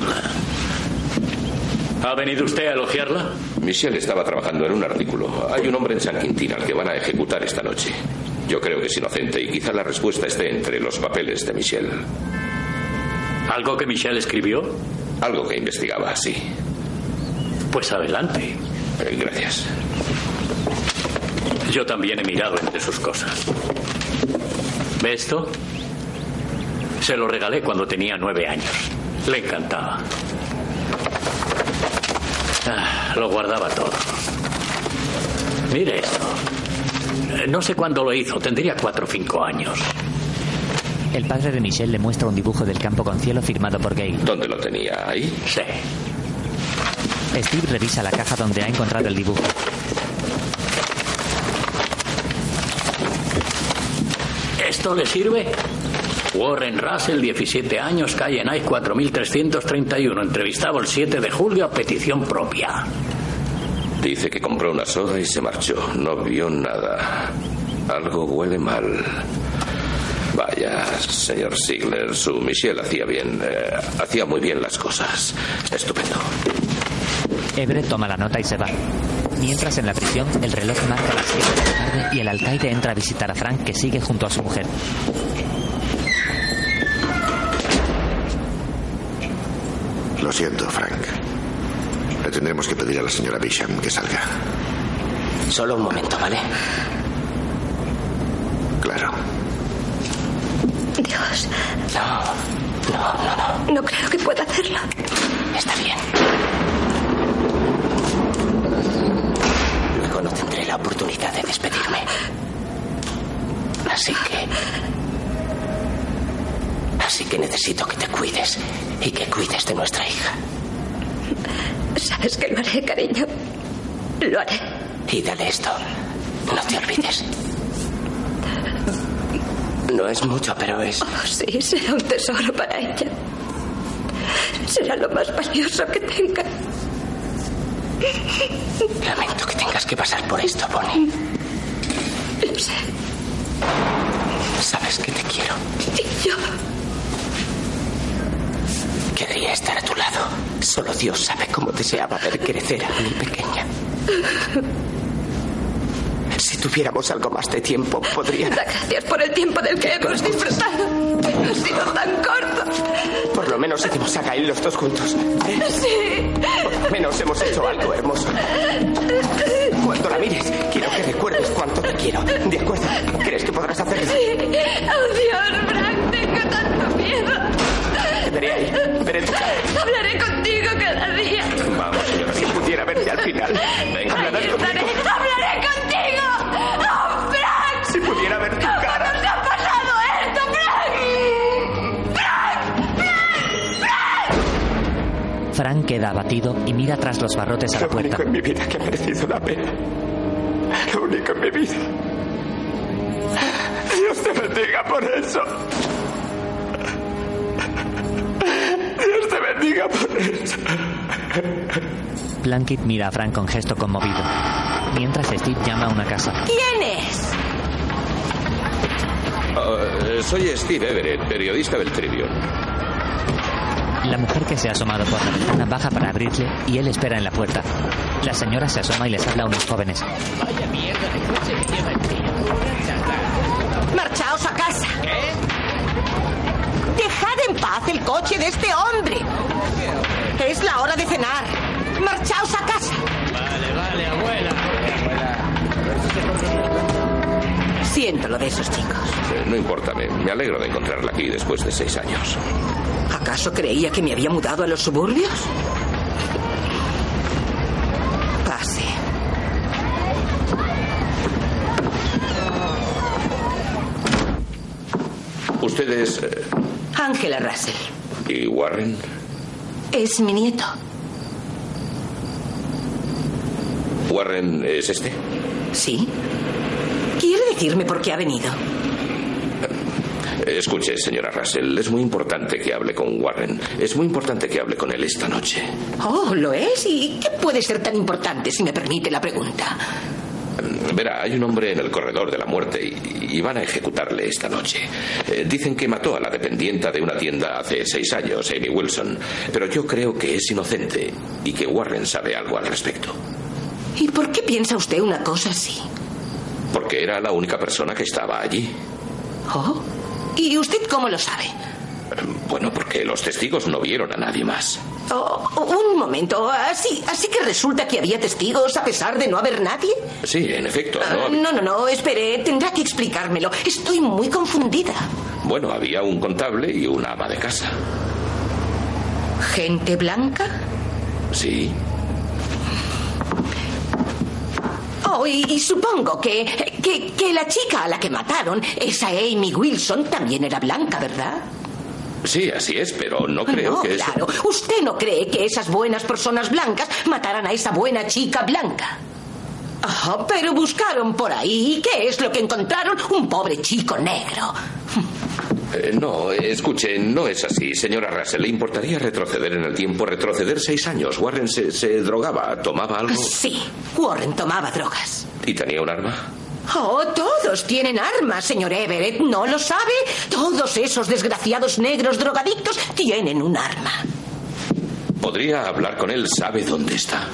¿Ha venido usted a elogiarla? Michelle estaba trabajando en un artículo. Hay un hombre en San Quintín al que van a ejecutar esta noche. Yo creo que es inocente y quizá la respuesta esté entre los papeles de Michelle. ¿Algo que Michelle escribió? Algo que investigaba, sí. Pues adelante. Eh, gracias. Yo también he mirado entre sus cosas. ¿Ve esto? Se lo regalé cuando tenía nueve años. Le encantaba. Ah, lo guardaba todo. Mire esto. No sé cuándo lo hizo. Tendría cuatro o cinco años. El padre de Michelle le muestra un dibujo del campo con cielo firmado por Gale. ¿Dónde lo tenía? ¿Ahí? Sí. Steve revisa la caja donde ha encontrado el dibujo. ¿Esto le sirve? Warren Russell, diecisiete años, calle Nice cuatro mil trescientos treinta y uno. Entrevistado el siete de julio a petición propia. Dice que compró una soda y se marchó. No vio nada. Algo huele mal. Vaya, señor Ziegler, su Michelle hacía bien, eh, hacía muy bien las cosas. Estupendo. Everett toma la nota y se va. Mientras en la prisión el reloj marca las siete de la tarde y el alcaide entra a visitar a Frank, que sigue junto a su mujer. Lo siento, Frank. Le tendremos que pedir a la señora Bisham que salga. Solo un momento, ¿vale? Claro. Dios. No, no, no, no. No creo que pueda hacerlo. Está bien. Luego no tendré la oportunidad de despedirme. Así que... Así que necesito que te cuides y que cuides de nuestra hija. Sabes que lo haré, cariño. Lo haré. Y dale esto. No te olvides. No es mucho, pero es... Oh, sí, será un tesoro para ella. Será lo más valioso que tenga. Lamento que tengas que pasar por esto, Bonnie. Lo sé. Sabes que te quiero. Y yo... Querría estar a tu lado. Solo Dios sabe cómo deseaba ver crecer a mi pequeña. Si tuviéramos algo más de tiempo, podría... Da gracias por el tiempo del que hemos disfrutado. Ha sido tan corto. Por lo menos hicimos a Gail los dos juntos. ¿Eh? Sí. Por lo menos hemos hecho algo hermoso. Cuando la mires, quiero que recuerdes cuánto te quiero. ¿De acuerdo? ¿Crees que podrás hacerlo? Sí. Oh, Dios, Frank, tengo tanto miedo. Te veré ahí. Veré tu cara. Hablaré contigo cada día. Vamos, señora. Si pudiera verte al final. Venga, hablarás estaré. conmigo. ¡Hablaré contigo! ¡Oh, Frank! Si pudiera ver tu cara. ¿Cómo te ha pasado esto, Frank? ¡Frank! ¡Frank! ¡Frank! Frank queda abatido y mira tras los barrotes a la puerta. Lo único en mi vida que ha merecido la pena. Lo único en mi vida. Dios te bendiga por eso. Dios te bendiga por eso. Plunkett mira a Frank con gesto conmovido. Mientras Steve llama a una casa. ¿Quién es? Uh, soy Steve Everett, periodista del Tribune. La mujer que se ha asomado por la ventana baja para abrirle y él espera en la puerta. La señora se asoma y les habla a unos jóvenes. Vaya mierda de coche que lleva el tío. Marchaos a casa. ¿Qué? Dejad en paz el coche de este hombre. Es la hora de cenar. Marchaos a casa. Vale, vale, abuela. Siento lo de esos chicos. Eh, no importa, me, me alegro de encontrarla aquí después de seis años. ¿Acaso creía que me había mudado a los suburbios? Pase. ¿Ustedes... Eh, Angela Russell. ¿Y Warren? Es mi nieto. ¿Warren es este? Sí. ¿Quiere decirme por qué ha venido? Escuche, señora Russell, es muy importante que hable con Warren. Es muy importante que hable con él esta noche. Oh, ¿lo es? ¿Y qué puede ser tan importante, si me permite la pregunta? Verá, hay un hombre en el corredor de la muerte y, y van a ejecutarle esta noche. Eh, dicen que mató a la dependienta de una tienda hace seis años, Amy Wilson, pero yo creo que es inocente y que Warren sabe algo al respecto. ¿Y por qué piensa usted una cosa así? Porque era la única persona que estaba allí. ¿Oh? ¿Y usted cómo lo sabe? Bueno, porque los testigos no vieron a nadie más. Oh, un momento, ¿así, así que resulta que había testigos a pesar de no haber nadie? Sí, en efecto. No, había... no, no, no, espere, tendrá que explicármelo. Estoy muy confundida. Bueno, había un contable y una ama de casa. ¿Gente blanca? Sí. Oh, y, y supongo que, que, que la chica a la que mataron, esa Amy Wilson, también era blanca, ¿verdad? Sí, así es, pero no creo no, que eso... claro. ¿Usted no cree que esas buenas personas blancas mataran a esa buena chica blanca? Oh, pero buscaron por ahí. ¿Y qué es lo que encontraron? Un pobre chico negro. Eh, no, escuche, no es así, señora Russell. ¿Le importaría retroceder en el tiempo, retroceder seis años? Warren se, se drogaba, tomaba algo... Sí, Warren tomaba drogas. ¿Y tenía un arma? Oh, todos tienen armas, señor Everett. ¿No lo sabe? Todos esos desgraciados negros drogadictos tienen un arma. ¿Podría hablar con él? ¿Sabe dónde está?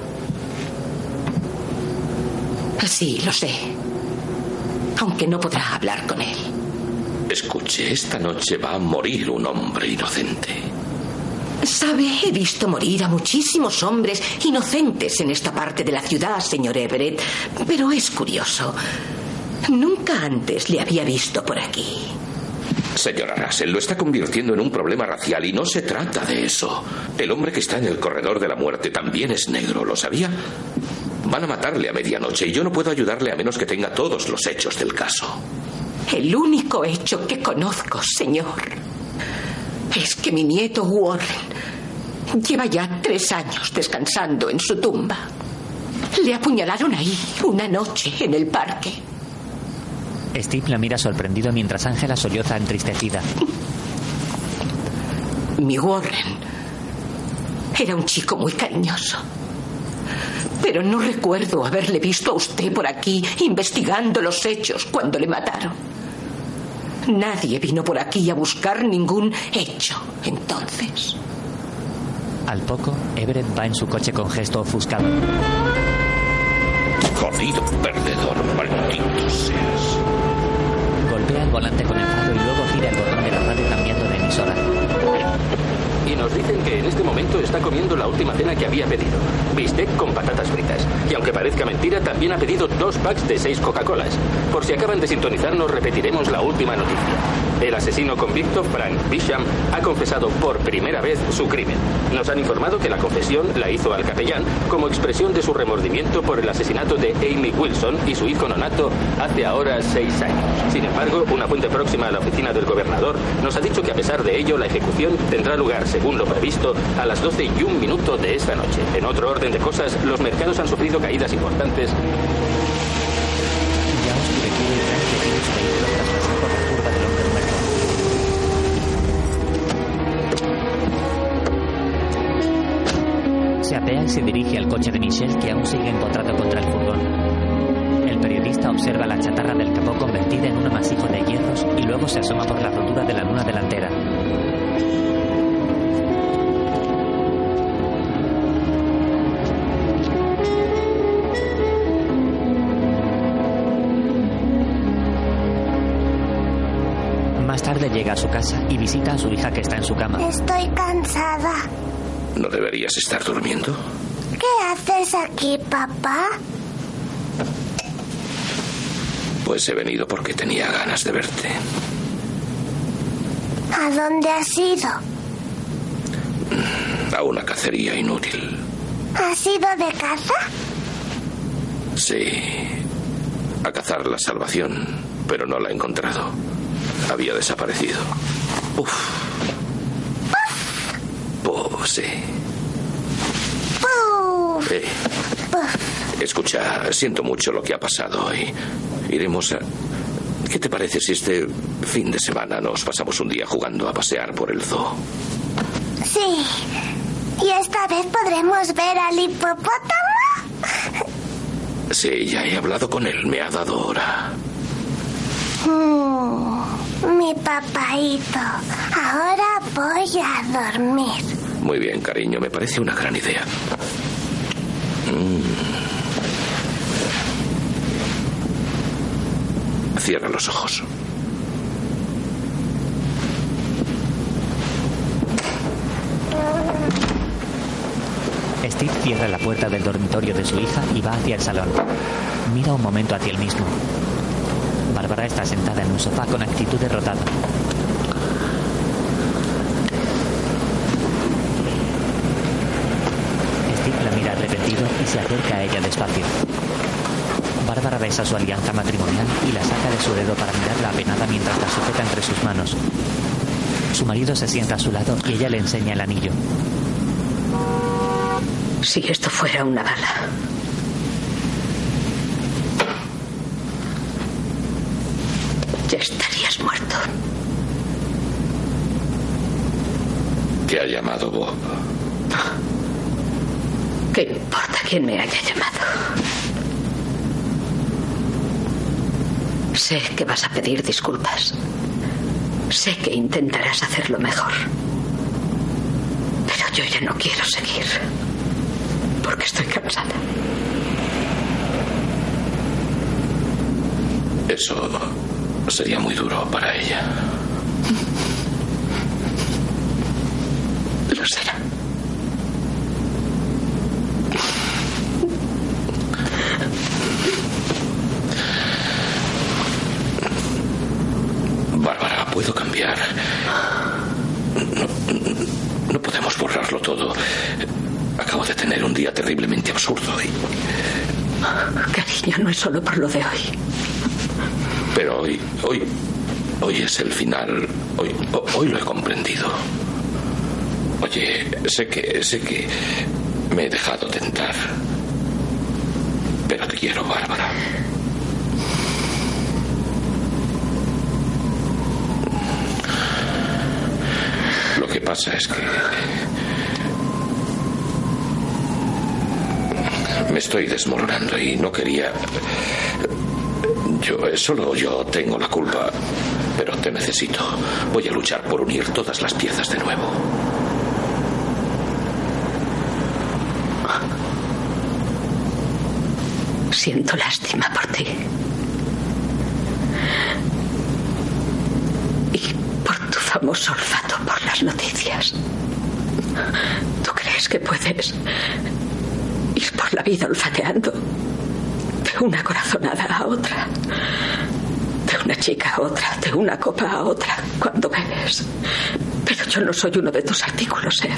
Sí, lo sé. Aunque no podrá hablar con él. Escuche, esta noche va a morir un hombre inocente. Sabe, he visto morir a muchísimos hombres inocentes en esta parte de la ciudad, señor Everett, pero es curioso. Nunca antes le había visto por aquí. Señora Russell, lo está convirtiendo en un problema racial y no se trata de eso. El hombre que está en el corredor de la muerte también es negro, ¿lo sabía? Van a matarle a medianoche y yo no puedo ayudarle a menos que tenga todos los hechos del caso. El único hecho que conozco, señor, es que mi nieto Warren lleva ya tres años descansando en su tumba. Le apuñalaron ahí una noche en el parque. Steve la mira sorprendido mientras Ángela solloza entristecida. Mi Warren era un chico muy cariñoso. Pero no recuerdo haberle visto a usted por aquí investigando los hechos cuando le mataron. Nadie vino por aquí a buscar ningún hecho, entonces. Al poco, Everett va en su coche con gesto ofuscado. Jodido perdedor, maldito seas. Golpea el volante con enfado y luego gira el botón de la radio cambiando de emisora. Y nos dicen que en este momento está comiendo la última cena que había pedido. Bistec con patatas fritas. Y aunque parezca mentira, también ha pedido dos packs de seis Coca-Colas. Por si acaban de sintonizarnos, repetiremos la última noticia. El asesino convicto, Frank Bisham, ha confesado por primera vez su crimen. Nos han informado que la confesión la hizo al capellán como expresión de su remordimiento por el asesinato de Amy Wilson y su hijo nonato hace ahora seis años. Sin embargo, una fuente próxima a la oficina del gobernador nos ha dicho que a pesar de ello, la ejecución tendrá lugar, según lo previsto, a las doce y un minuto de esta noche. En otro orden de cosas, los mercados han sufrido caídas importantes. Ya oscurecido y Frank detiene su vehículo tras pasar por la curva del hombre muerto. Se apea y se dirige al coche de Michelle, que aún sigue empotrado contra el furgón. El periodista observa la chatarra del capó convertida en un amasijo de hierros y luego se asoma por la rotura de la luna delantera. Más tarde llega a su casa y visita a su hija que está en su cama. Estoy cansada. ¿No deberías estar durmiendo? ¿Qué haces aquí, papá? Pues he venido porque tenía ganas de verte. ¿A dónde has ido? A una cacería inútil. ¿Has ido de caza? Sí. A cazar la salvación, pero no la he encontrado. Había desaparecido. Uf. Puf, sí. Puf. Eh. Escucha, siento mucho lo que ha pasado hoy. Iremos a... ¿Qué te parece si este fin de semana nos pasamos un día jugando a pasear por el zoo? Sí. ¿Y esta vez podremos ver al hipopótamo? Sí, ya he hablado con él. Me ha dado hora. Mm, mi papaíto. Ahora voy a dormir. Muy bien, cariño. Me parece una gran idea. Mm. Cierra los ojos. Steve cierra la puerta del dormitorio de su hija y va hacia el salón. Mira un momento hacia el mismo. Bárbara está sentada en un sofá con actitud derrotada. Steve la mira arrepentido y se acerca a ella despacio. Bárbara besa su alianza matrimonial y la saca de su dedo para mirarla apenada mientras la sujeta entre sus manos. Su marido se sienta a su lado y ella le enseña el anillo. Si esto fuera una bala. Ya estarías muerto. Te ha llamado Bob. ¿Qué importa quién me haya llamado? Sé que vas a pedir disculpas. Sé que intentarás hacerlo mejor. Pero yo ya no quiero seguir. Porque estoy cansada. Eso sería muy duro para ella. Lo será. Bárbara, puedo cambiar. No, no podemos borrarlo todo. Acabo de tener un día terriblemente absurdo y... Cariño, no es solo por lo de hoy. Pero hoy, hoy, hoy es el final. Hoy, hoy lo he comprendido. Oye, sé que, sé que me he dejado tentar. Pero te quiero, Bárbara. Lo que pasa es que... me estoy desmoronando y no quería... Yo, solo yo tengo la culpa. Pero te necesito. Voy a luchar por unir todas las piezas de nuevo. Siento lástima por ti. Y por tu famoso olfato por las noticias. ¿Tú crees que puedes ir por la vida olfateando de una corazonada a otra, de una chica a otra, de una copa a otra cuando bebes? Pero yo no soy uno de tus artículos, Eve.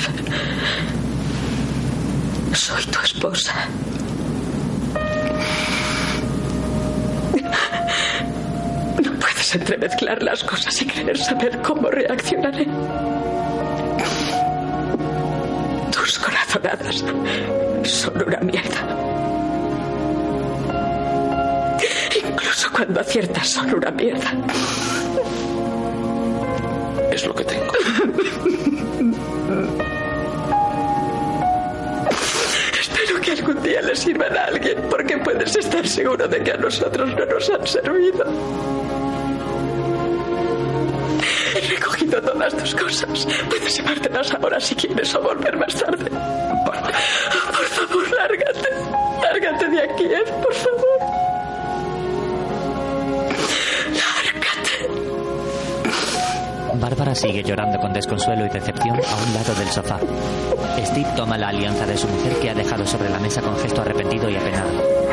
Soy tu esposa. No puedes entremezclar las cosas y querer saber cómo reaccionaré. Tus corazonadas son una mierda. Incluso cuando aciertas son una mierda. Es lo que tengo. Espero que algún día le sirvan a alguien, porque puedes estar seguro de que a nosotros no nos han servido. He recogido todas tus cosas. Puedes llevártelas ahora si quieres o volver más tarde. Bárbara. Oh, por favor, lárgate. Lárgate de aquí, Ed, por favor. Lárgate. Bárbara sigue llorando con desconsuelo y decepción a un lado del sofá. Steve toma la alianza de su mujer que ha dejado sobre la mesa con gesto arrepentido y apenado.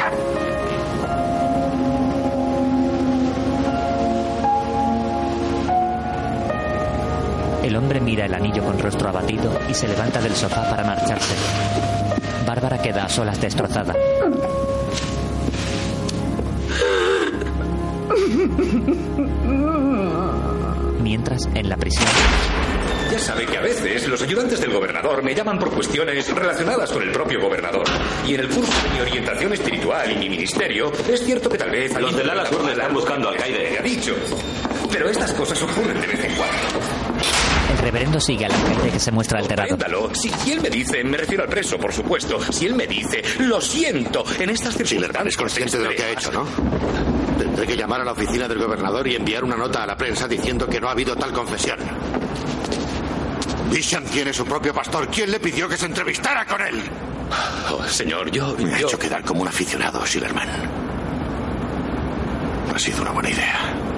El hombre mira el anillo con rostro abatido y se levanta del sofá para marcharse. Bárbara queda a solas destrozada. Mientras, en la prisión, Ya sabe que a veces los ayudantes del gobernador me llaman por cuestiones relacionadas con el propio gobernador. Y en el curso de mi orientación espiritual y mi ministerio, es cierto que tal vez... Los de Lala Sur me están buscando al alcaide. Me ha dicho. Pero estas cosas ocurren de vez en cuando. El reverendo sigue al alcaide que se muestra alterado. Compréndalo. Si, si él me dice, me refiero al preso, por supuesto. Si él me dice, lo siento, en estas circunstancias... Silverman es consciente de lo que ha hecho, ¿no? Tendré que llamar a la oficina del gobernador y enviar una nota a la prensa diciendo que no ha habido tal confesión. Bisham tiene su propio pastor. ¿Quién le pidió que se entrevistara con él? Oh, señor, yo... Me ha yo... hecho quedar como un aficionado, Silverman. No ha sido una buena idea.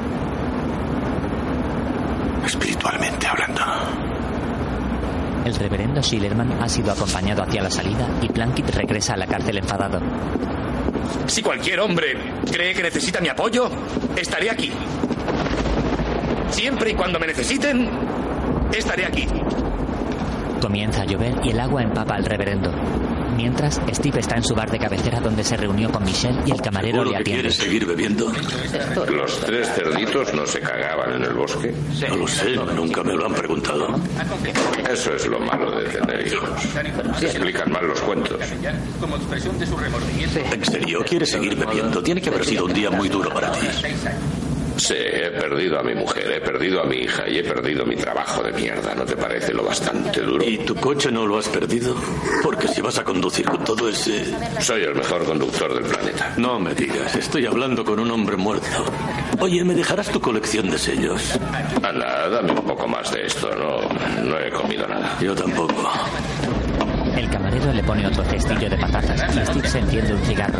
Espiritualmente hablando. El reverendo Silverman ha sido acompañado hacia la salida y Plunkett regresa a la cárcel enfadado. Si cualquier hombre cree que necesita mi apoyo, estaré aquí. Siempre y cuando me necesiten, estaré aquí. Comienza a llover y el agua empapa al reverendo. Mientras, Steve está en su bar de cabecera donde se reunió con Michelle y el camarero le atiende. ¿Quieres seguir bebiendo? ¿Los tres cerditos no se cagaban en el bosque? No lo sé, nunca me lo han preguntado. Eso es lo malo de tener hijos. Se explican mal los cuentos. ¿En serio? ¿Quieres seguir bebiendo? Tiene que haber sido un día muy duro para ti. Sí, he perdido a mi mujer, he perdido a mi hija y he perdido mi trabajo de mierda. ¿No te parece lo bastante duro? ¿Y tu coche no lo has perdido? Porque si vas a conducir con todo ese... Soy el mejor conductor del planeta. No me digas, estoy hablando con un hombre muerto. Oye, ¿me dejarás tu colección de sellos? Anda, dame un poco más de esto, no, no he comido nada. Yo tampoco. El camarero le pone otro cestillo de patatas y Steve se enciende un cigarro.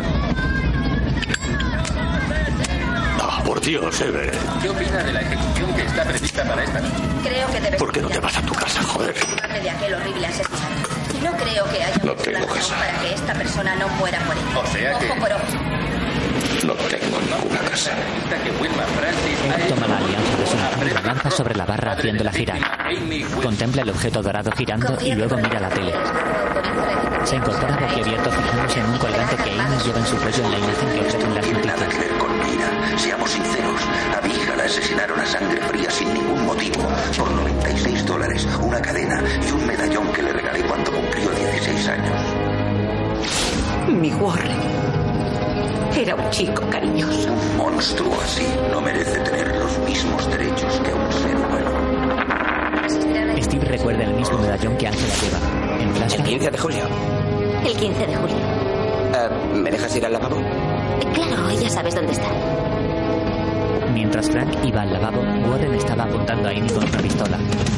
Por Dios, Everett. ¿Qué opina de la ejecución que está prevista para esta noche? Creo que debe... ¿Por qué no te vas a tu casa, joder? ...de aquel horrible asesinato. No creo que haya no una tengo razón casa. para que esta persona no muera por ello. O sea que... Ojo por ojo. No tengo ninguna casa. Él toma la alianza de su mujer y la lanza sobre la barra haciéndola girar. Contempla el objeto dorado girando y luego mira la tele. Se incorpora boquiabierto fijándose en un colgante que Amy lleva en su cuello en la imagen que ofrecen las noticias. Nada que ver con Mira. Seamos sinceros. A mi hija la asesinaron a sangre fría sin ningún motivo. Por noventa y seis dólares, una cadena y un medallón que le regalé cuando cumplió dieciséis años. Mi Warren. Era un chico cariñoso. Un monstruo así no merece tener los mismos derechos que un ser humano. Steve recuerda el mismo medallón que Ángela lleva. En flashback... El quince de julio. El quince de julio. Uh, ¿Me dejas ir al lavabo? Claro, ya sabes dónde está. Mientras Frank iba al lavabo, Warren estaba apuntando a Amy con una pistola.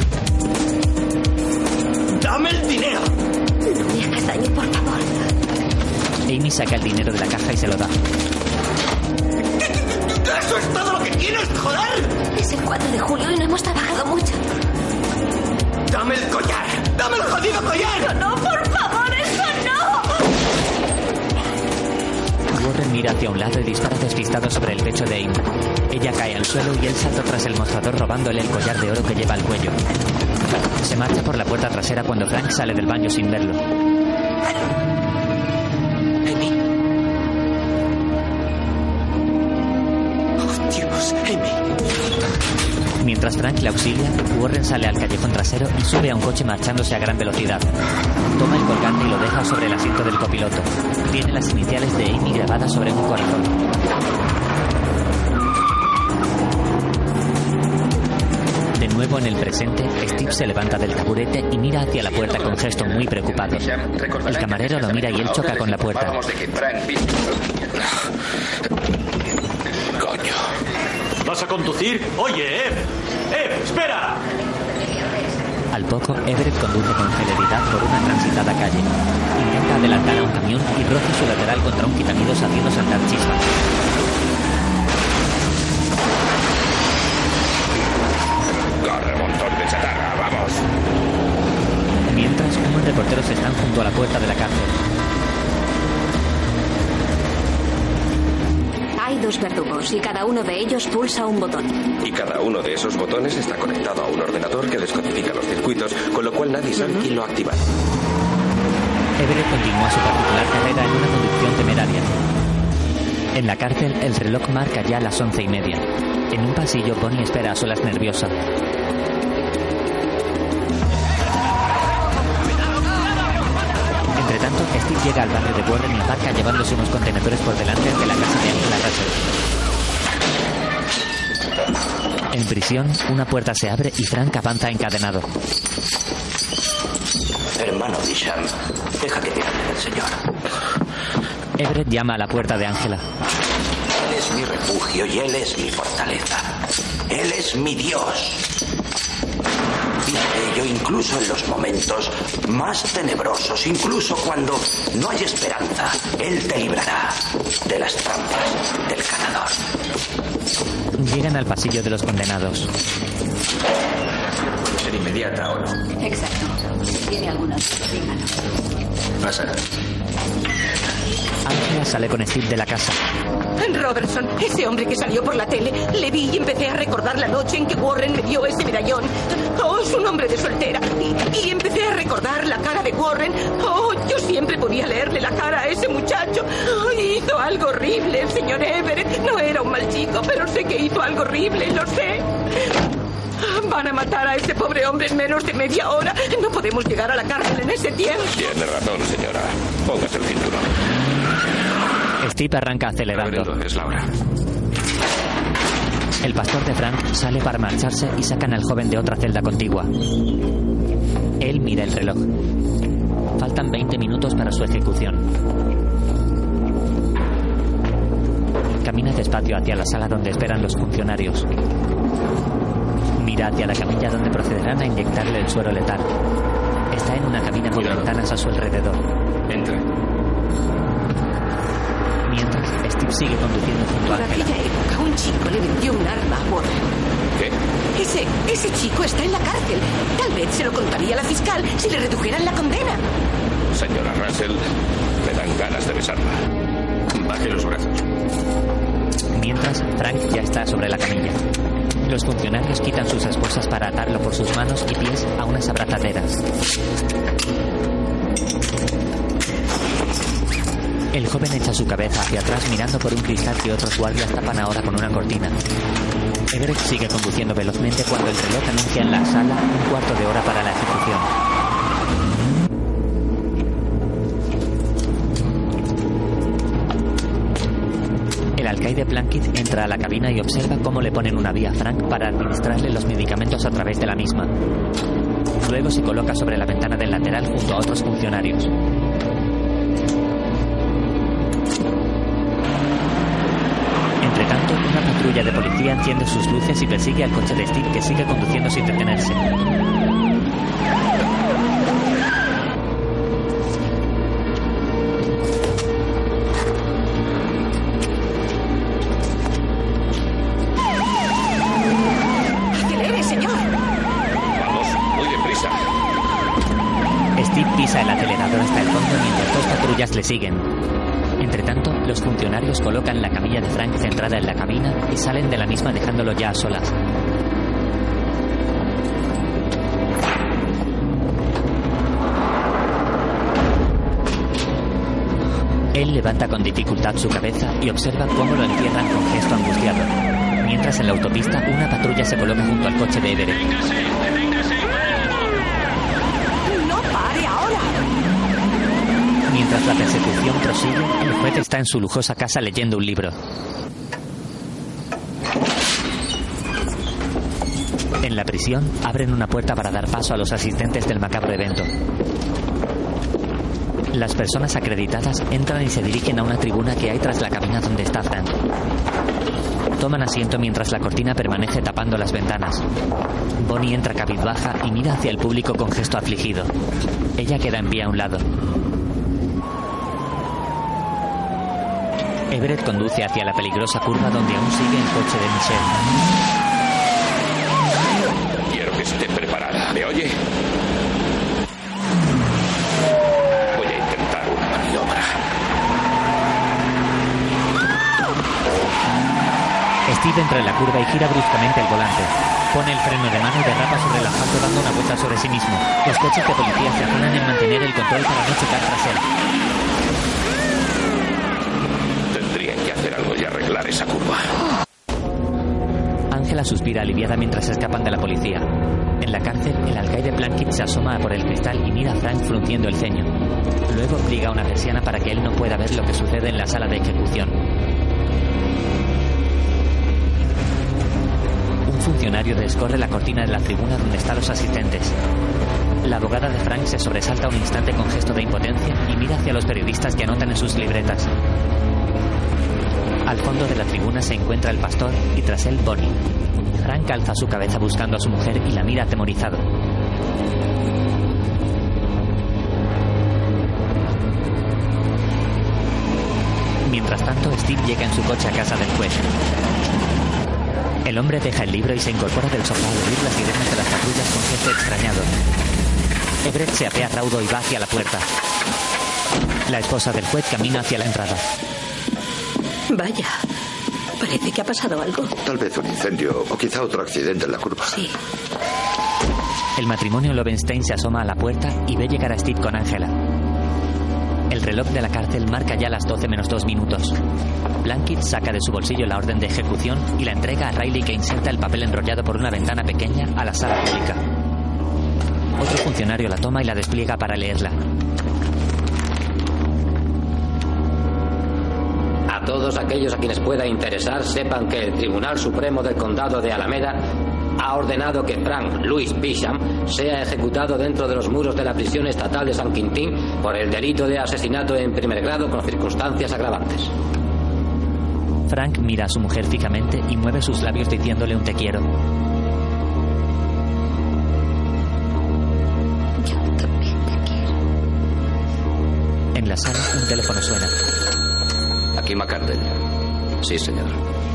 ¡Dame el dinero! No me hagas daño, por favor. Amy saca el dinero de la caja y se lo da. ¿Eso es todo lo que tienes, joder? Es el cuatro de julio y no hemos trabajado mucho. ¡Dame el collar! ¡Dame el jodido collar! ¡No, por favor, eso no! Warren mira hacia un lado y dispara despistado sobre el pecho de Amy. Ella cae al suelo y él salta tras el mostrador robándole el collar de oro que lleva al cuello. Se marcha por la puerta trasera cuando Frank sale del baño sin verlo. Amy. Oh, Dios, Amy. Mientras Frank le auxilia, Warren sale al callejón trasero y sube a un coche marchándose a gran velocidad. Toma el colgante y lo deja sobre el asiento del copiloto. Tiene las iniciales de Amy grabadas sobre un corazón. De nuevo en el presente, Steve se levanta del taburete y mira hacia la puerta con gesto muy preocupado. El camarero lo mira y él choca con la puerta. Coño. ¿Vas a conducir? Oye, Eve. Eve, espera. Al poco, Everett conduce con celeridad por una transitada calle. Intenta adelantar a un camión y roza su lateral contra un quitamidos haciendo saltar chispas. Corre, montón de chatarra, vamos. Mientras, unos reporteros están junto a la puerta de la cárcel. Hay dos verdugos y cada uno de ellos pulsa un botón. Y cada uno de esos botones está conectado a un ordenador que descodifica los circuitos, con lo cual nadie sabe quién lo ha activado. Everett continúa su particular carrera en una conducción temeraria. En la cárcel, el reloj marca ya las once y media. En un pasillo, Bonnie espera a solas nerviosa. Entre tanto, Steve llega al barrio de Warren y aparca llevándose unos contenedores por delante de la casa de Angela Russell. En prisión, una puerta se abre y Frank avanza encadenado. Hermano Bisham, deja que te hable el señor. Everett llama a la puerta de Angela. Él es mi refugio y él es mi fortaleza. Él es mi Dios. Y de ello incluso en los momentos más tenebrosos, incluso cuando no hay esperanza, Él te librará de las trampas del cazador. Llegan al pasillo de los condenados. Puede ser inmediata o no. Exacto. Tiene algunas. Pasa. Angela sale con Steve de la casa. Robertson, ese hombre que salió por la tele, le vi y empecé a recordar la noche en que Warren me dio ese medallón. Oh, es un hombre de soltera. Y, y empecé a recordar la cara de Warren. Oh, yo siempre podía leerle la cara a ese muchacho. Oh, hizo algo horrible el señor Everett. No era un mal chico, pero sé que hizo algo horrible, lo sé. Van a matar a ese pobre hombre en menos de media hora. No podemos llegar a la cárcel en ese tiempo. Tiene razón, señora. Póngase el cinturón. Steve arranca acelerando. Es la hora. El pastor de Frank sale para marcharse y sacan al joven de otra celda contigua. Él mira el reloj. Faltan veinte minutos para su ejecución. Camina despacio hacia la sala donde esperan los funcionarios. Mira hacia la camilla donde procederán a inyectarle el suero letal. Está en una cabina con ventanas a su alrededor. Entra. Mientras, Steve sigue conduciendo junto a En Angela. aquella época, un chico le vendió un arma a Warren. ¿Qué? Ese, ese chico está en la cárcel. Tal vez se lo contaría a la fiscal si le redujeran la condena. Señora Russell, me dan ganas de besarla. Baje los brazos. Mientras, Frank ya está sobre la camilla. Los funcionarios quitan sus esposas para atarlo por sus manos y pies a unas abrazaderas. El joven echa su cabeza hacia atrás mirando por un cristal que otros guardias tapan ahora con una cortina. Everett sigue conduciendo velozmente cuando el reloj anuncia en la sala un cuarto de hora para la ejecución. El alcaide Plunkett entra a la cabina y observa cómo le ponen una vía a Frank para administrarle los medicamentos a través de la misma. Luego se coloca sobre la ventana del lateral junto a otros funcionarios. Entre tanto, una patrulla de policía enciende sus luces y persigue al coche de Steve, que sigue conduciendo sin detenerse. ¡Acelere, señor! Vamos, muy deprisa. Steve pisa el acelerador hasta el fondo mientras dos patrullas le siguen. Entre tanto, los funcionarios colocan la camilla de Frank centrada en la cabina y salen de la misma dejándolo ya a solas. Él levanta con dificultad su cabeza y observa cómo lo encierran con gesto angustiado. Mientras en la autopista una patrulla se coloca junto al coche de Everett. ¡No pare ahora! Mientras la persecución prosigue, el juez está en su lujosa casa leyendo un libro. En la prisión, abren una puerta para dar paso a los asistentes del macabro evento. Las personas acreditadas entran y se dirigen a una tribuna que hay tras la cabina donde está Frank. Toman asiento mientras la cortina permanece tapando las ventanas. Bonnie entra cabizbaja y mira hacia el público con gesto afligido. Ella queda en pie a un lado. Everett conduce hacia la peligrosa curva donde aún sigue el coche de Michelle. Quiero que esté preparada. ¿Me oye? Voy a intentar una maniobra. Steve entra en la curva y gira bruscamente el volante. Pone el freno de mano y derrapa sobre el asfalto dando una vuelta sobre sí mismo. Los coches de policía se afanan en mantener el control para no chocar tras él. Tendrían que hacer algo y arreglar esa curva. Angela suspira aliviada mientras escapan de la policía. En la cárcel, el alcaide Plunkett se asoma por el cristal y mira a Frank frunciendo el ceño. Luego pliega una persiana para que él no pueda ver lo que sucede en la sala de ejecución. Un funcionario descorre la cortina de la tribuna donde están los asistentes. La abogada de Frank se sobresalta un instante con gesto de impotencia y mira hacia los periodistas que anotan en sus libretas. Al fondo de la tribuna se encuentra el pastor y tras él Bonnie. Frank alza su cabeza buscando a su mujer y la mira atemorizado. Mientras tanto, Steve llega en su coche a casa del juez. El hombre deja el libro y se incorpora del sofá al oír las sirenas de las patrullas con gesto extrañado. Everett se apea raudo y va hacia la puerta. La esposa del juez camina hacia la entrada. Vaya, parece que ha pasado algo. Tal vez un incendio o quizá otro accidente en la curva. Sí. El matrimonio Lovenstein se asoma a la puerta y ve llegar a Steve con Angela. El reloj de la cárcel marca ya las doce menos dos minutos. Blankett saca de su bolsillo la orden de ejecución y la entrega a Riley, que inserta el papel enrollado por una ventana pequeña a la sala pública. Otro funcionario la toma y la despliega para leerla. A todos aquellos a quienes pueda interesar, sepan que el Tribunal Supremo del Condado de Alameda ha ordenado que Frank Louis Bisham sea ejecutado dentro de los muros de la prisión estatal de San Quintín por el delito de asesinato en primer grado con circunstancias agravantes. Frank mira a su mujer fijamente y mueve sus labios diciéndole un te quiero. Yo también te quiero. En la sala, un teléfono suena. Aquí McCardell. Sí, señor.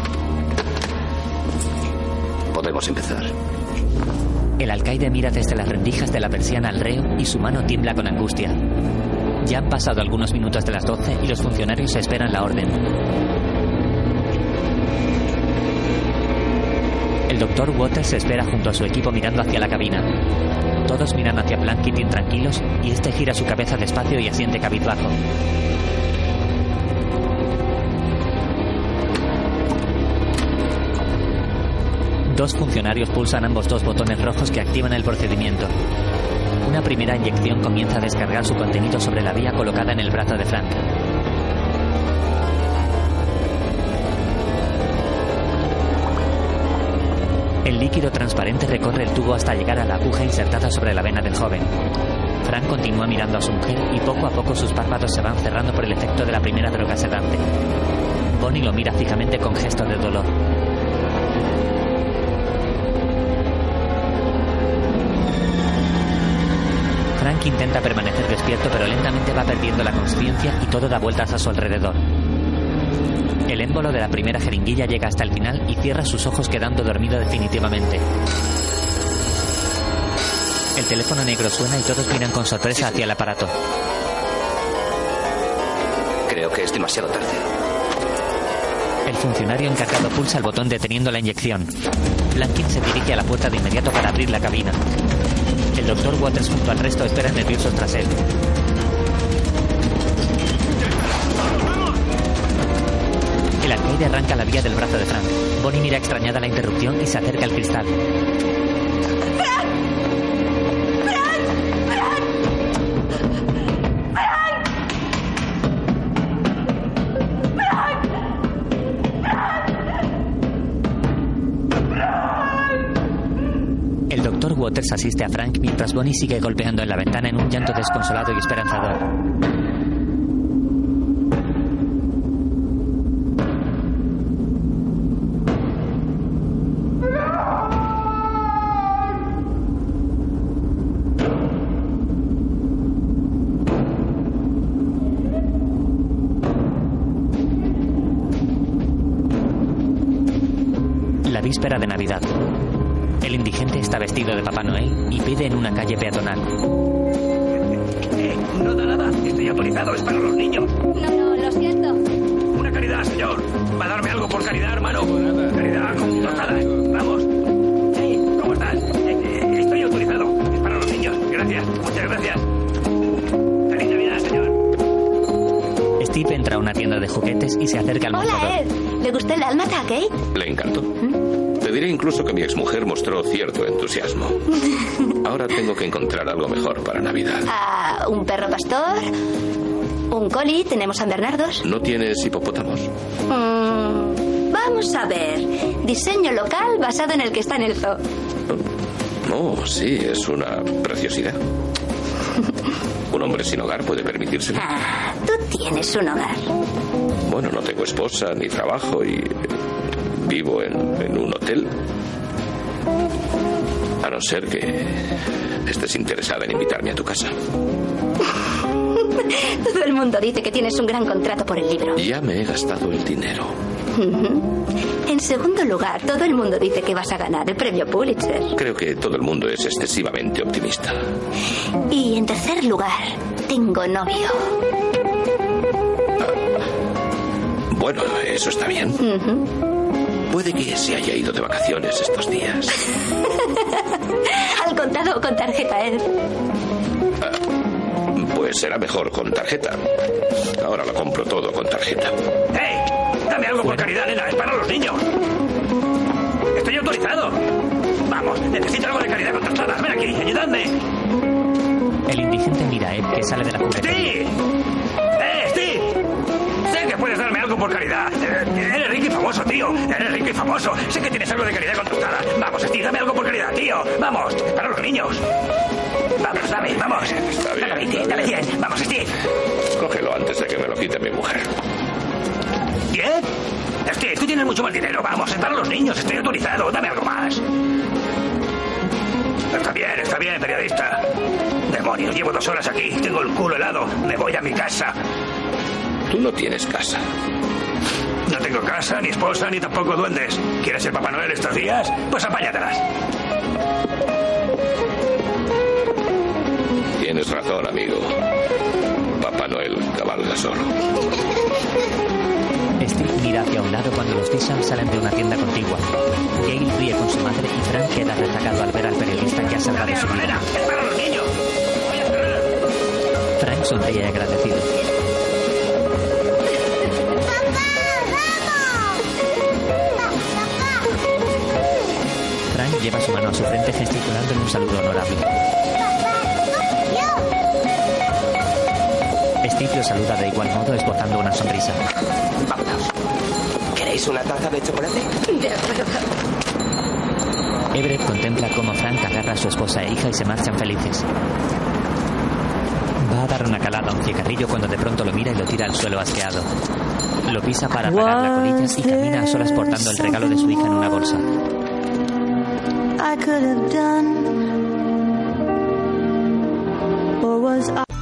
Podemos empezar. El alcaide mira desde las rendijas de la persiana al reo y su mano tiembla con angustia. Ya han pasado algunos minutos de las doce y los funcionarios esperan la orden. El doctor Waters se espera junto a su equipo mirando hacia la cabina. Todos miran hacia Blankett intranquilos y este gira su cabeza despacio y asiente cabizbajo. Dos funcionarios pulsan ambos dos botones rojos que activan el procedimiento. Una primera inyección comienza a descargar su contenido sobre la vía colocada en el brazo de Frank. El líquido transparente recorre el tubo hasta llegar a la aguja insertada sobre la vena del joven. Frank continúa mirando a su mujer y poco a poco sus párpados se van cerrando por el efecto de la primera droga sedante. Bonnie lo mira fijamente con gesto de dolor. Frank intenta permanecer despierto, pero lentamente va perdiendo la consciencia y todo da vueltas a su alrededor. El émbolo de la primera jeringuilla llega hasta el final y cierra sus ojos quedando dormido definitivamente. El teléfono negro suena y todos miran con sorpresa hacia el aparato. Creo que es demasiado tarde. El funcionario encargado pulsa el botón deteniendo la inyección. Blankett se dirige a la puerta de inmediato para abrir la cabina. El doctor Waters junto al resto esperan nerviosos tras él. El alcaide arranca la vía del brazo de Frank. Bonnie mira extrañada la interrupción y se acerca al cristal. El doctor Waters asiste a Frank mientras Bonnie sigue golpeando en la ventana en un llanto desconsolado y esperanzador. La víspera de Navidad. El indigente está vestido de Papá Noel y pide en una calle peatonal. Eh, no da nada. Estoy autorizado. Es para los niños. No, no, lo siento. Una caridad, señor. ¿Va a darme algo por caridad, hermano? Caridad con tostadas. Vamos. Sí, ¿cómo estás? Eh, eh, estoy autorizado. Es para los niños. Gracias. Muchas gracias. Feliz Navidad, señor. Steve entra a una tienda de juguetes y se acerca al mostrador. Hola, Ed. ¿Le gustó el dálmata a Kate? Le encantó. ¿Mm? Te diré incluso que mi exmujer mostró cierto entusiasmo. Ahora tengo que encontrar algo mejor para Navidad. Ah, un perro pastor, un collie, tenemos San Bernardos. ¿No tienes hipopótamos? Mm, vamos a ver. Diseño local basado en el que está en el zoo. Oh, sí, es una preciosidad. Un hombre sin hogar puede permitírselo. Ah, tú tienes un hogar. Bueno, no tengo esposa ni trabajo y vivo en, en un hotel. A no ser que estés interesada en invitarme a tu casa. Todo el mundo dice que tienes un gran contrato por el libro. Ya me he gastado el dinero. En segundo lugar, todo el mundo dice que vas a ganar el premio Pulitzer. Creo que todo el mundo es excesivamente optimista. Y en tercer lugar, tengo novio. Ah, bueno, eso está bien. Uh-huh. Puede que se haya ido de vacaciones estos días. ¿Al contado o con tarjeta, Ed? Ah, pues será mejor con tarjeta. Ahora lo compro todo con tarjeta. ¡Hey! Dame algo por caridad, nena. Es para los niños. Estoy autorizado. Vamos, necesito algo de caridad con tostadas. Ven aquí, ayudadme. El indigente mira a Ed, que sale de la cubierta. ¡Steve! ¡Eh, Steve! Sé que puedes darme algo por caridad. Eh, eres rico y famoso, tío. Eres rico y famoso. Sé que tienes algo de caridad con tostadas. Vamos, Steve, dame algo por caridad, tío. Vamos, para los niños. Vamos, dame, vamos. Está bien, dale veinte, está dale bien. cien. Vamos, Steve. Cógelo antes de que me lo quite mi mujer. ¿Bien? Steve, tú tienes mucho más dinero. Vamos, es para los niños. Estoy autorizado. Dame algo más. Está bien, está bien, periodista. Demonios, llevo dos horas aquí. Tengo el culo helado. Me voy a mi casa. Tú no tienes casa. No tengo casa, ni esposa, ni tampoco duendes. ¿Quieres ser Papá Noel estos días? Pues apáñatelas. Tienes razón, amigo. Papá Noel cabalga solo. Steve mira hacia un lado cuando los Bisham salen de una tienda contigua. Gail ríe con su madre y Frank queda rezagado al ver al periodista que ha salvado su vida. ¡Es para los niños! Frank sonríe agradecido. Frank lleva su mano a su frente gesticulando en un saludo honorable. Steve lo saluda de igual modo, esbozando una sonrisa. Vámonos. ¿Queréis una taza de chocolate? De acuerdo. Everett contempla cómo Frank agarra a su esposa e hija y se marchan felices. Va a dar una calada a un cigarrillo cuando de pronto lo mira y lo tira al suelo asqueado. Lo pisa para apagar la colilla y camina a solas portando el regalo de su hija en una bolsa. I could have done